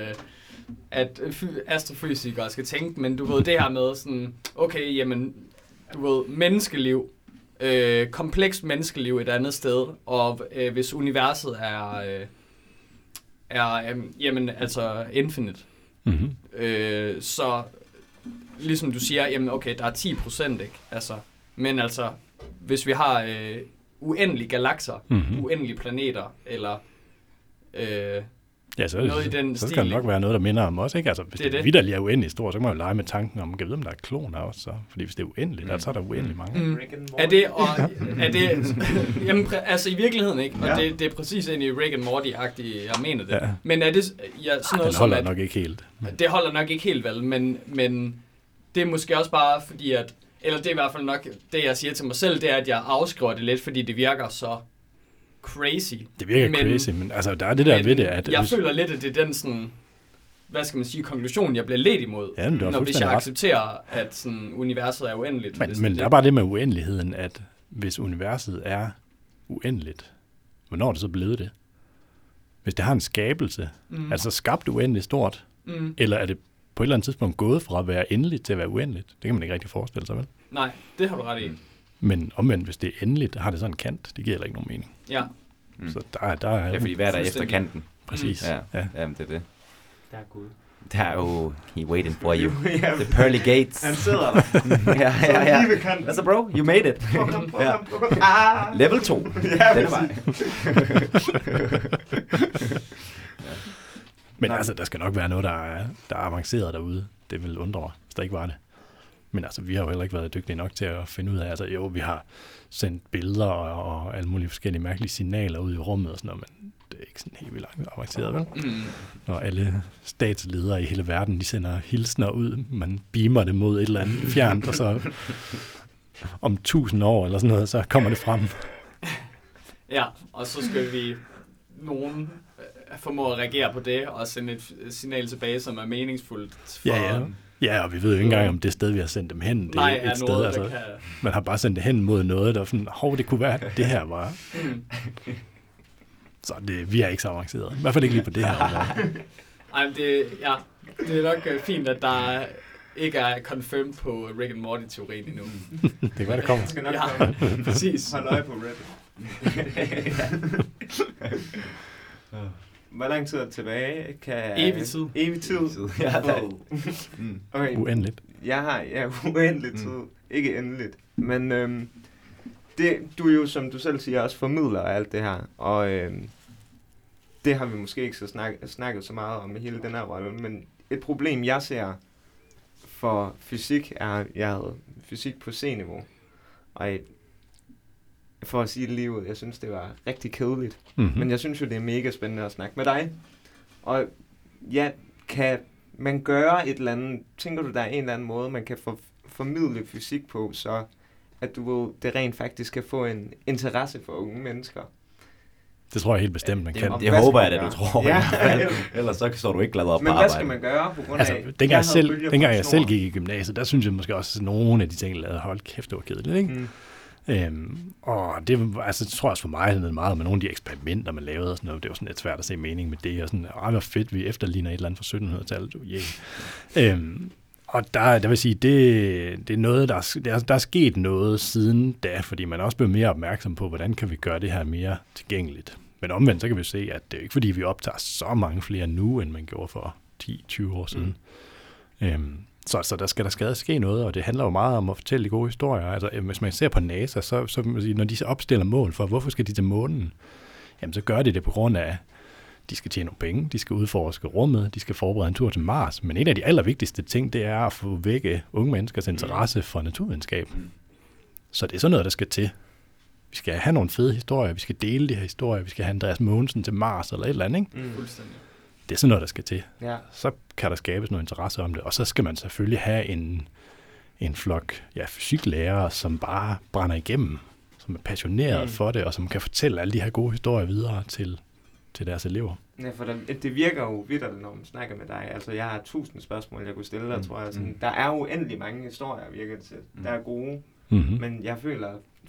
at astrofysikere skal tænke, men du ved det her med sådan, okay, jamen, du ved, menneskeliv, øh, komplekst menneskeliv et andet sted, og øh, hvis universet er... Øh, er, øhm, jamen, altså infinite. Mm-hmm. Øh, så, ligesom du siger, jamen, okay, der er ti procent, ikke? Altså, men altså, hvis vi har øh, uendelige galakser, mm-hmm. uendelige planeter, eller øh, Ja, så, noget i den så stil. kan det nok være noget, der minder om os, ikke? Altså, hvis Det er det, det. det. vitterligt er uendeligt stort, så kan man jo lege med tanken om, kan vi vide, om der er kloner også, så? Fordi hvis det er uendeligt, Mm. så er der uendeligt mange. Mm. Rick and Morty. Er det, og, er det, jamen, præ- altså i virkeligheden ikke, og Ja. det, det er præcis ind i Rick and Morty-agtigt, jeg mener det. Ja. Men er det, ja, sådan Ej, noget den som, holder at, nok ikke helt. Men, det holder nok ikke helt vel, men, men det er måske også bare fordi, at, eller det er i hvert fald nok det, jeg siger til mig selv, det er, at jeg afskriver det lidt, fordi det virker så crazy. det virker men, crazy, men altså, der er det der men ved det, at... jeg hvis, føler lidt, at det er den sådan, hvad skal man sige, konklusion, jeg bliver ledt imod, ja, men du har når hvis fuldstændig jeg ret. accepterer, at sådan, universet er uendeligt. hvis Men, men der er bare det med uendeligheden, at hvis universet er uendeligt, hvornår er det så blevet det? Hvis det har en skabelse, mm. altså skabt uendeligt stort, mm. eller er det på et eller andet tidspunkt gået fra at være endeligt til at være uendeligt? Det kan man ikke rigtig forestille sig, vel? Nej, det har du ret i. Men omvendt, hvis det er endeligt, har det sådan en kant. Det giver heller ikke nogen mening. Ja. Mm. Så der, er- der er Ja, fordi hvad er der efter Fuldstændig. kanten? præcis. Ja, Ja. jamen det er det. Der er Gud. Der er jo, he waiting for you. Ja, The pearly gates. han sidder der. ja, ja, ja. Lige ved kanten. Altså bro, you made it. ja. Ah! Level to. Ja, Den vej. Men Nej. altså, der skal nok være noget, der er, der er avanceret derude. Det vil undre mig, hvis der ikke var det. Men altså, vi har jo heller ikke været dygtige nok til at finde ud af, altså jo, vi har sendt billeder og, og alle mulige forskellige mærkelige signaler ud i rummet og sådan noget, men det er ikke sådan helt vildt avanceret, vel? Mm. Når alle statsledere i hele verden, de sender hilsner ud, man beamer det mod et eller andet fjernt, og så om tusind år eller sådan noget, så kommer det frem. Ja, og så skal vi nogen øh, formå at reagere på det og sende et f- signal tilbage, som er meningsfuldt. For, Ja, ja. Ja, og vi ved jo ikke engang, om det sted, vi har sendt dem hen, det Nej, er er et noget, sted, der altså, kan... man har bare sendt det hen mod noget, der sådan, hov, det kunne være, at det her var. Mm. Så det, vi er ikke så avanceret. I hvert fald ikke lige på det her område. Ej, men det, ja, det er nok øh, fint, at der ikke er confirmed på Rick and Morty-teorien endnu. Det kan være, der kommer. Han skal nok Ja, komme. præcis. Hold øje på Reddit. Hvor lang tid er det tilbage? Kan... Evig tid. Evig tid. Ja, der er- Wow. Mm. Okay. Uendeligt. Jeg har ja, uendeligt tid. Mm. Ikke endeligt. Men øhm, det, du er jo, som du selv siger, også formidler af alt det her. Og øhm, det har vi måske ikke så snak, snakket så meget om i hele den her rolle. Men et problem, jeg ser for fysik, er, at jeg havde fysik på C-niveau. Og jeg, for at sige det lige ud, jeg synes, det var rigtig kedeligt. Mm-hmm. Men jeg synes jo, det er mega spændende at snakke med dig. Og ja, kan man gøre et eller andet, tænker du, der er en eller anden måde, man kan for, formidle fysik på, så at du ved, det rent faktisk kan få en interesse for unge mennesker? Det tror jeg helt bestemt, man Det, kan. Og det hvad håber skal jeg man da, du gøre? tror. Ja. Ellers så står du ikke glad op på Men arbejde. hvad skal man gøre på grund Altså, af... dengang jeg, havde selv, bølger på dengang jeg en selv snor. gik i gymnasiet, der synes jeg måske også, at nogle af de ting, jeg lavede, hold kæft, det var kedeligt, ikke? Mm. Øhm, og det var, altså, det tror jeg også for mig, det meget med nogle af de eksperimenter, man lavede og sådan noget. Det var sådan lidt svært at se mening med det, og sådan, ej, hvor fedt, vi efterligner et eller andet fra syttenhundredetallet, yeah. øhm, og der, der vil sige, det, det er noget, der er, der, er, der er sket noget siden da, fordi man er også blevet mere opmærksom på, hvordan kan vi gøre det her mere tilgængeligt. Men omvendt, så kan vi se, at det er ikke fordi, vi optager så mange flere nu, end man gjorde for ti til tyve år siden. Mm. Øhm, Så, så der skal der skal ske noget, og det handler jo meget om at fortælle de gode historier. Altså, hvis man ser på NASA, så, så når de så opstiller mål for, hvorfor skal de til månen, jamen så gør de det på grund af, de skal tjene nogle penge, de skal udforske rummet, de skal forberede en tur til Mars. Men en af de allervigtigste ting, det er at få vække unge menneskers interesse for naturvidenskab. Så det er sådan noget, der skal til. Vi skal have nogle fede historier, vi skal dele de her historier, vi skal have Andreas Mogensen til Mars eller et eller andet, ikke? Mm. Fuldstændig. Det er sådan noget, der skal til. Ja. Så kan der skabes noget interesse om det, og så skal man selvfølgelig have en, en flok ja, fysiklærere, som bare brænder igennem, som er passioneret Mm. for det, og som kan fortælle alle de her gode historier videre til, til deres elever. Ja, for der, det virker jo vitterligt, når man snakker med dig. Altså, jeg har tusind spørgsmål, jeg kunne stille dig, Mm. tror jeg. Sådan, Mm. der er jo uendelig mange historier, virker det til. Mm. Der er gode, Mm-hmm. men jeg føler...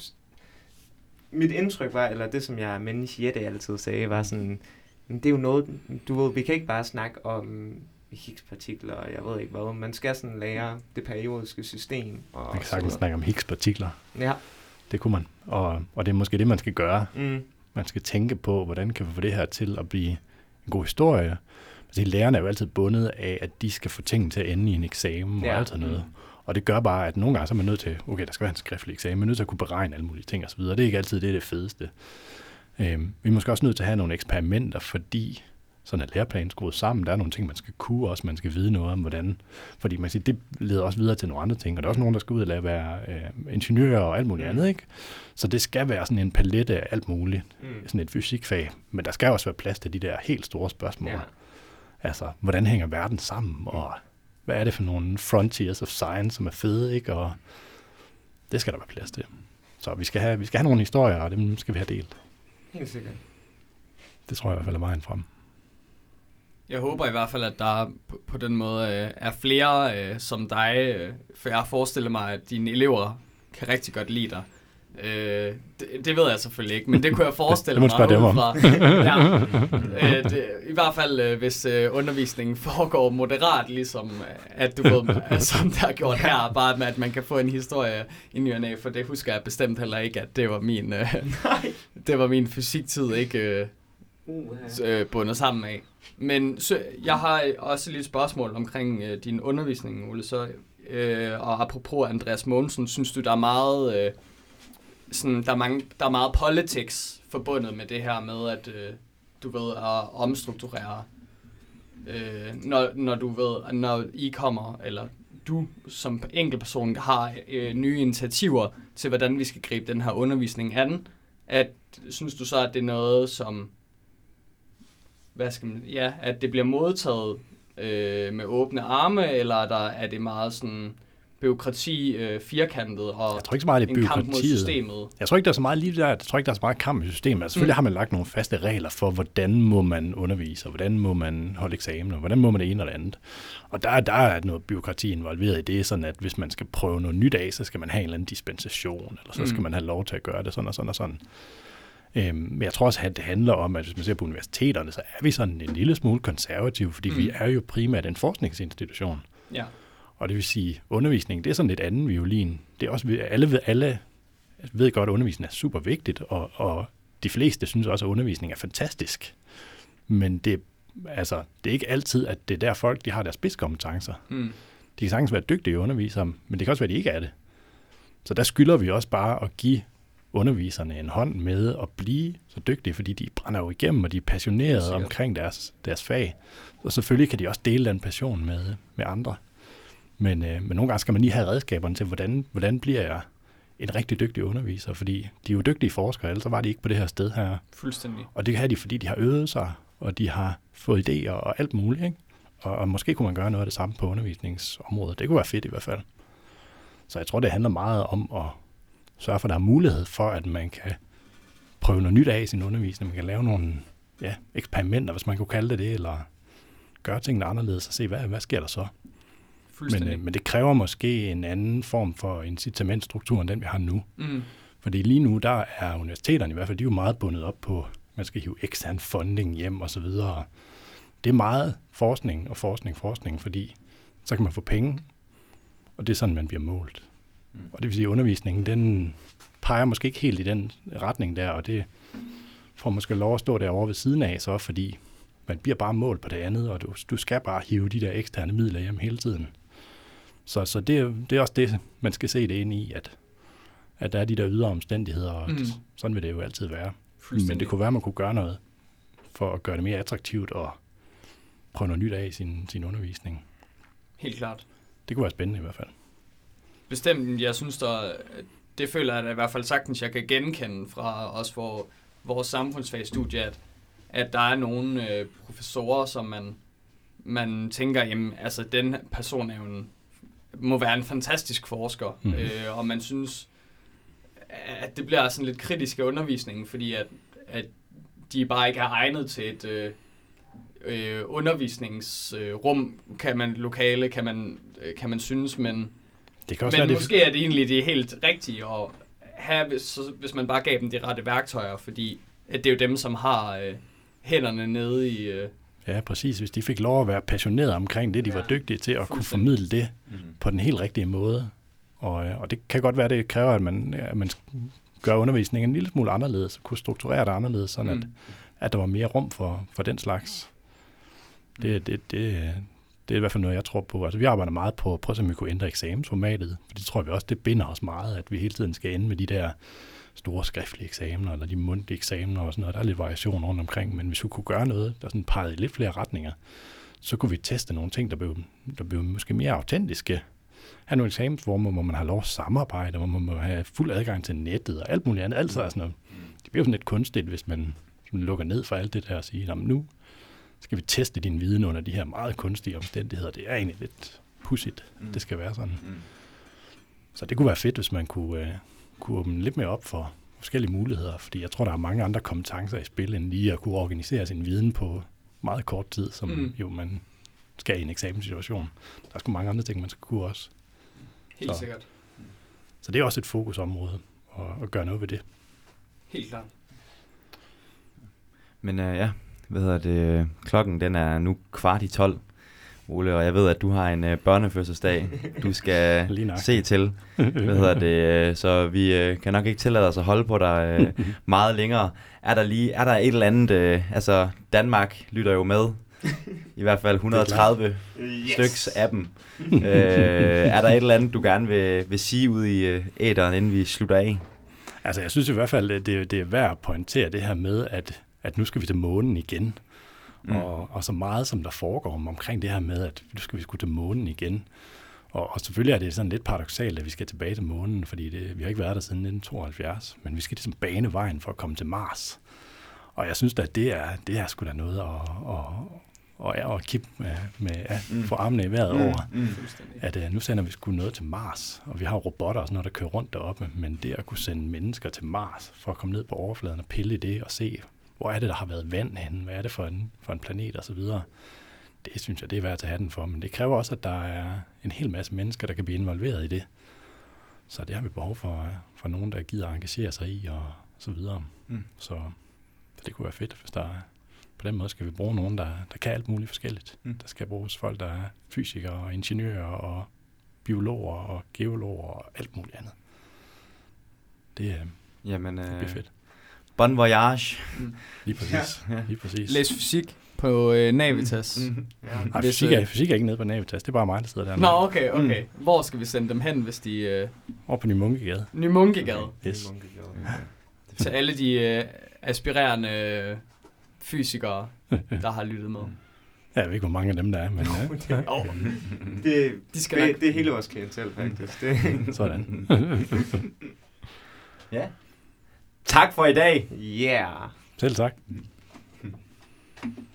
Mit indtryk var, eller det, som jeg menneske Jette altid sagde, var sådan... Det er jo noget, du ved, vi kan ikke bare snakke om Higgs-partikler, og jeg ved ikke hvad. Man skal sådan lære det periodiske system. Og Man kan så sagtens videre. snakke om Higgs-partikler. Ja. Det kunne man. Og, og det er måske det, man skal gøre. Mm. Man skal tænke på, hvordan kan vi få det her til at blive en god historie. Altså, lærerne er jo altid bundet af, at de skal få tingene til at ende i en eksamen Ja. og alt sådan noget. Og det gør bare, at nogle gange så er man nødt til, okay, der skal være en skriftlig eksamen, man er nødt til at kunne beregne alle mulige ting osv. Det er ikke altid det, er det fedeste. Øhm, vi er måske også nødt til at have nogle eksperimenter, fordi sådan en læreplan skruet sammen. Der er nogle ting, man skal kunne også, man skal vide noget om, hvordan. Fordi man siger, det leder også videre til nogle andre ting, og der er også nogen, der skal ud og lade være øh, ingeniører og alt muligt andet, ikke? Så det skal være sådan en palette af alt muligt, mm. sådan et fysikfag. Men der skal også være plads til de der helt store spørgsmål. Ja. Altså, hvordan hænger verden sammen, og hvad er det for nogle frontiers of science, som er fede, ikke? Og det skal der være plads til. Så vi skal have, vi skal have nogle historier, og dem skal vi have delt. Helt sikkert. Det tror jeg i hvert fald er vejen frem. Jeg håber i hvert fald, at der på, på den måde øh, er flere øh, som dig, øh, for jeg forestiller mig, at dine elever kan rigtig godt lide dig. Øh, det, det ved jeg selvfølgelig ikke, men det kunne jeg forestille mig ud fra. Ja, øh, det, i hvert fald, øh, hvis øh, undervisningen foregår moderat, ligesom at du ved, som der er gjort her, bare med, at man kan få en historie i ny og næ, for det husker jeg bestemt heller ikke, at det var min, øh, det var min fysiktid ikke øh, øh, bundet sammen af. Men så, jeg har også lidt spørgsmål omkring øh, din undervisning, Ole, så, øh, og apropos Andreas Mogensen, synes du, der er meget... Øh, Sådan, der, er mange, der er meget politics forbundet med det her med, at øh, du ved, at omstrukturere, øh, når, når du ved, når I kommer, eller du som enkeltperson har øh, nye initiativer til, hvordan vi skal gribe den her undervisning an, at synes du så, at det er noget, som, hvad skal man, ja, at det bliver modtaget øh, med åbne arme, eller er, der, er det meget sådan... bureaukrati øh, firkantet og jeg tror ikke så meget, det er en kamp mod systemet. Jeg tror ikke, der er så meget lige der. Jeg tror ikke, der er så meget kamp i systemet. Altså, selvfølgelig mm. har man lagt nogle faste regler for, hvordan må man undervise, og hvordan må man holde eksamen, og hvordan må man det ene og det andet. Og der, der er noget bureaukrati involveret i det, sådan at hvis man skal prøve noget nyt af, så skal man have en eller anden dispensation, eller så mm. skal man have lov til at gøre det sådan og sådan og sådan. Øhm, men jeg tror også, at det handler om, at hvis man ser på universiteterne, så er vi sådan en lille smule konservative, fordi mm. vi er jo primært en forskningsinstitution. Ja. Og det vil sige, undervisning, det er sådan lidt anden violin. Det er også, alle, alle ved godt, at undervisning er super vigtigt, og, og de fleste synes også, at undervisning er fantastisk. Men det, altså, det er ikke altid, at det er der folk, de har deres spidskompetencer. Mm. De kan sagtens være dygtige undervisere, men det kan også være, at de ikke er det. Så der skylder vi også bare at give underviserne en hånd med at blive så dygtige, fordi de brænder jo igennem, og de er passionerede omkring deres, deres fag. Og selvfølgelig kan de også dele den passion med, med andre. Men, øh, men nogle gange skal man lige have redskaberne til, hvordan, hvordan bliver jeg en rigtig dygtig underviser, fordi de er jo dygtige forskere, ellers var de ikke på det her sted her. Fuldstændig. Og det kan de, fordi de har øvet sig, og de har fået idéer og alt muligt, ikke? Og, og måske kunne man gøre noget af det samme på undervisningsområdet. Det kunne være fedt i hvert fald. Så jeg tror, det handler meget om at sørge for, at der er mulighed for, at man kan prøve noget nyt af i sin undervisning. Man kan lave nogle ja, eksperimenter, hvis man kunne kalde det det, eller gøre tingene anderledes og se, hvad, hvad sker der så? Men, øh, men det kræver måske en anden form for incitamentstruktur, end den vi har nu. Mm. Fordi lige nu, der er universiteterne i hvert fald, de er jo meget bundet op på, man skal hive ekstern funding hjem og så videre. Det er meget forskning og forskning, forskning, fordi så kan man få penge, og det er sådan, man bliver målt. Mm. Og det vil sige, at undervisningen, den peger måske ikke helt i den retning der, og det får måske lov at stå derovre ved siden af, så fordi man bliver bare målt på det andet, og du, du skal bare hive de der eksterne midler hjem hele tiden. Så, så det, det er også det, man skal se det ind i, at, at der er de der ydre omstændigheder, og mm. sådan vil det jo altid være. Men det kunne være, at man kunne gøre noget for at gøre det mere attraktivt og prøve noget nyt af i sin, sin undervisning. Helt klart. Det kunne være spændende i hvert fald. Bestemt, jeg synes, der, det føler jeg i hvert fald sagtens, jeg kan genkende fra os for vores samfundsfagsstudie, at, at der er nogle øh, professorer, som man, man tænker, jamen, altså den person er jo en, må være en fantastisk forsker, mm. øh, og man synes, at det bliver sådan lidt kritisk af undervisningen, fordi at, at de bare ikke er egnet til et øh, øh, undervisningsrum, øh, kan man lokale, kan man, øh, kan man synes, men, det kan også men være, måske det... er det egentlig det helt rigtige at have, hvis, hvis man bare gav dem de rette værktøjer, fordi at det er jo dem, som har øh, hænderne nede i... Øh, Ja, præcis. Hvis de fik lov at være passionerede omkring det, de ja, var dygtige til, at kunne formidle det mm. på den helt rigtige måde. Og, og det kan godt være, det kræver, at man, at man gør undervisningen en lille smule anderledes, og kunne strukturere det anderledes, sådan mm. at, at der var mere rum for, for den slags. Det, det, det, det er i hvert fald noget, jeg tror på. Altså, vi arbejder meget på at prøve, om vi kunne ændre eksamensformatet, for det tror vi også, det binder os meget, at vi hele tiden skal ende med de der store skriftlige eksamener, eller de mundtlige eksamener og sådan noget. Der er lidt variation rundt omkring, men hvis vi kunne gøre noget, der sådan pegede i lidt flere retninger, så kunne vi teste nogle ting, der blev, der blev måske mere autentiske. Have nogle eksamensformer, hvor man har lov at samarbejde, hvor man må have fuld adgang til nettet og alt muligt andet. Alt sådan noget. Det bliver jo sådan lidt kunstigt, hvis man lukker ned for alt det der og siger, nu skal vi teste din viden under de her meget kunstige omstændigheder. Det er egentlig lidt pudsigt, mm. det skal være sådan. Mm. Så det kunne være fedt, hvis man kunne, uh, kunne åbne lidt mere op for forskellige muligheder, fordi jeg tror, der er mange andre kompetencer i spil, end lige at kunne organisere sin viden på meget kort tid, som mm. jo man skal i en eksamenssituation. Der er sgu mange andre ting, man skal kunne også. Helt så, sikkert. Så det er også et fokusområde at, at gøre noget ved det. Helt klart. Men uh, ja, hvad hedder det? Klokken den er nu kvart i tolv, Ole, og jeg ved, at du har en uh, børnefødselsdag, du skal se til. Hvad hedder det? Så vi uh, kan nok ikke tillade os at holde på dig uh, meget længere. Er der lige, er der et eller andet, uh, altså Danmark lytter jo med, i hvert fald et hundrede og tredive yes. styks af dem. uh, er der et eller andet, du gerne vil, vil sige ud i uh, æteren, inden vi slutter af? Altså, jeg synes i hvert fald, at det, det er værd at pointere det her med, at, at nu skal vi til månen igen. Mm. Og, og så meget, som der foregår om, omkring det her med, at nu skal vi skulle til månen igen. Og, og selvfølgelig er det sådan lidt paradoksalt, at vi skal tilbage til månen, fordi det, vi har ikke været der siden nitten tooghalvfjerds, men vi skal ligesom bane vejen for at komme til Mars. Og jeg synes at det er, det er sgu da noget at, at, at, at kippe med, med at mm. få armene i vejret mm. over. Mm. At uh, nu sender vi sgu noget til Mars, og vi har robotter og sådan noget, der kører rundt deroppe, men det at kunne sende mennesker til Mars for at komme ned på overfladen og pille i det og se, hvor er det, der har været vand henne, hvad er det for en, for en planet og så videre. Det synes jeg, det er værd at tage hatten for, men det kræver også, at der er en hel masse mennesker, der kan blive involveret i det. Så det har vi behov for, for nogen, der gider at engagere sig i og så videre. Mm. Så det kunne være fedt, hvis der er, på den måde skal vi bruge nogen, der, der kan alt muligt forskelligt. Mm. Der skal bruges folk, der er fysikere og ingeniører og biologer og geologer og alt muligt andet. Det, Jamen, det bliver fedt. Bon voyage. Mm. Lige præcis. Ja. Lige præcis. Læs fysik på øh, Navitas. Mm. Mm. Ja. Ej, fysik, er, fysik er ikke nede på Navitas. Det er bare mig, der sidder der. Nå, okay, okay. Mm. Hvor skal vi sende dem hen, hvis de... Øh... Over på Ny Munkegade. Ny Munkegade. Okay. Yes. Ja. Til alle de øh, aspirerende øh, fysikere, der har lyttet med. Jeg ved ikke, hvor mange af dem der er, men ja. oh. det, de skal det, det er hele vores klientel, faktisk. Det. Sådan. Ja. Tak for i dag. Yeah. Selv tak.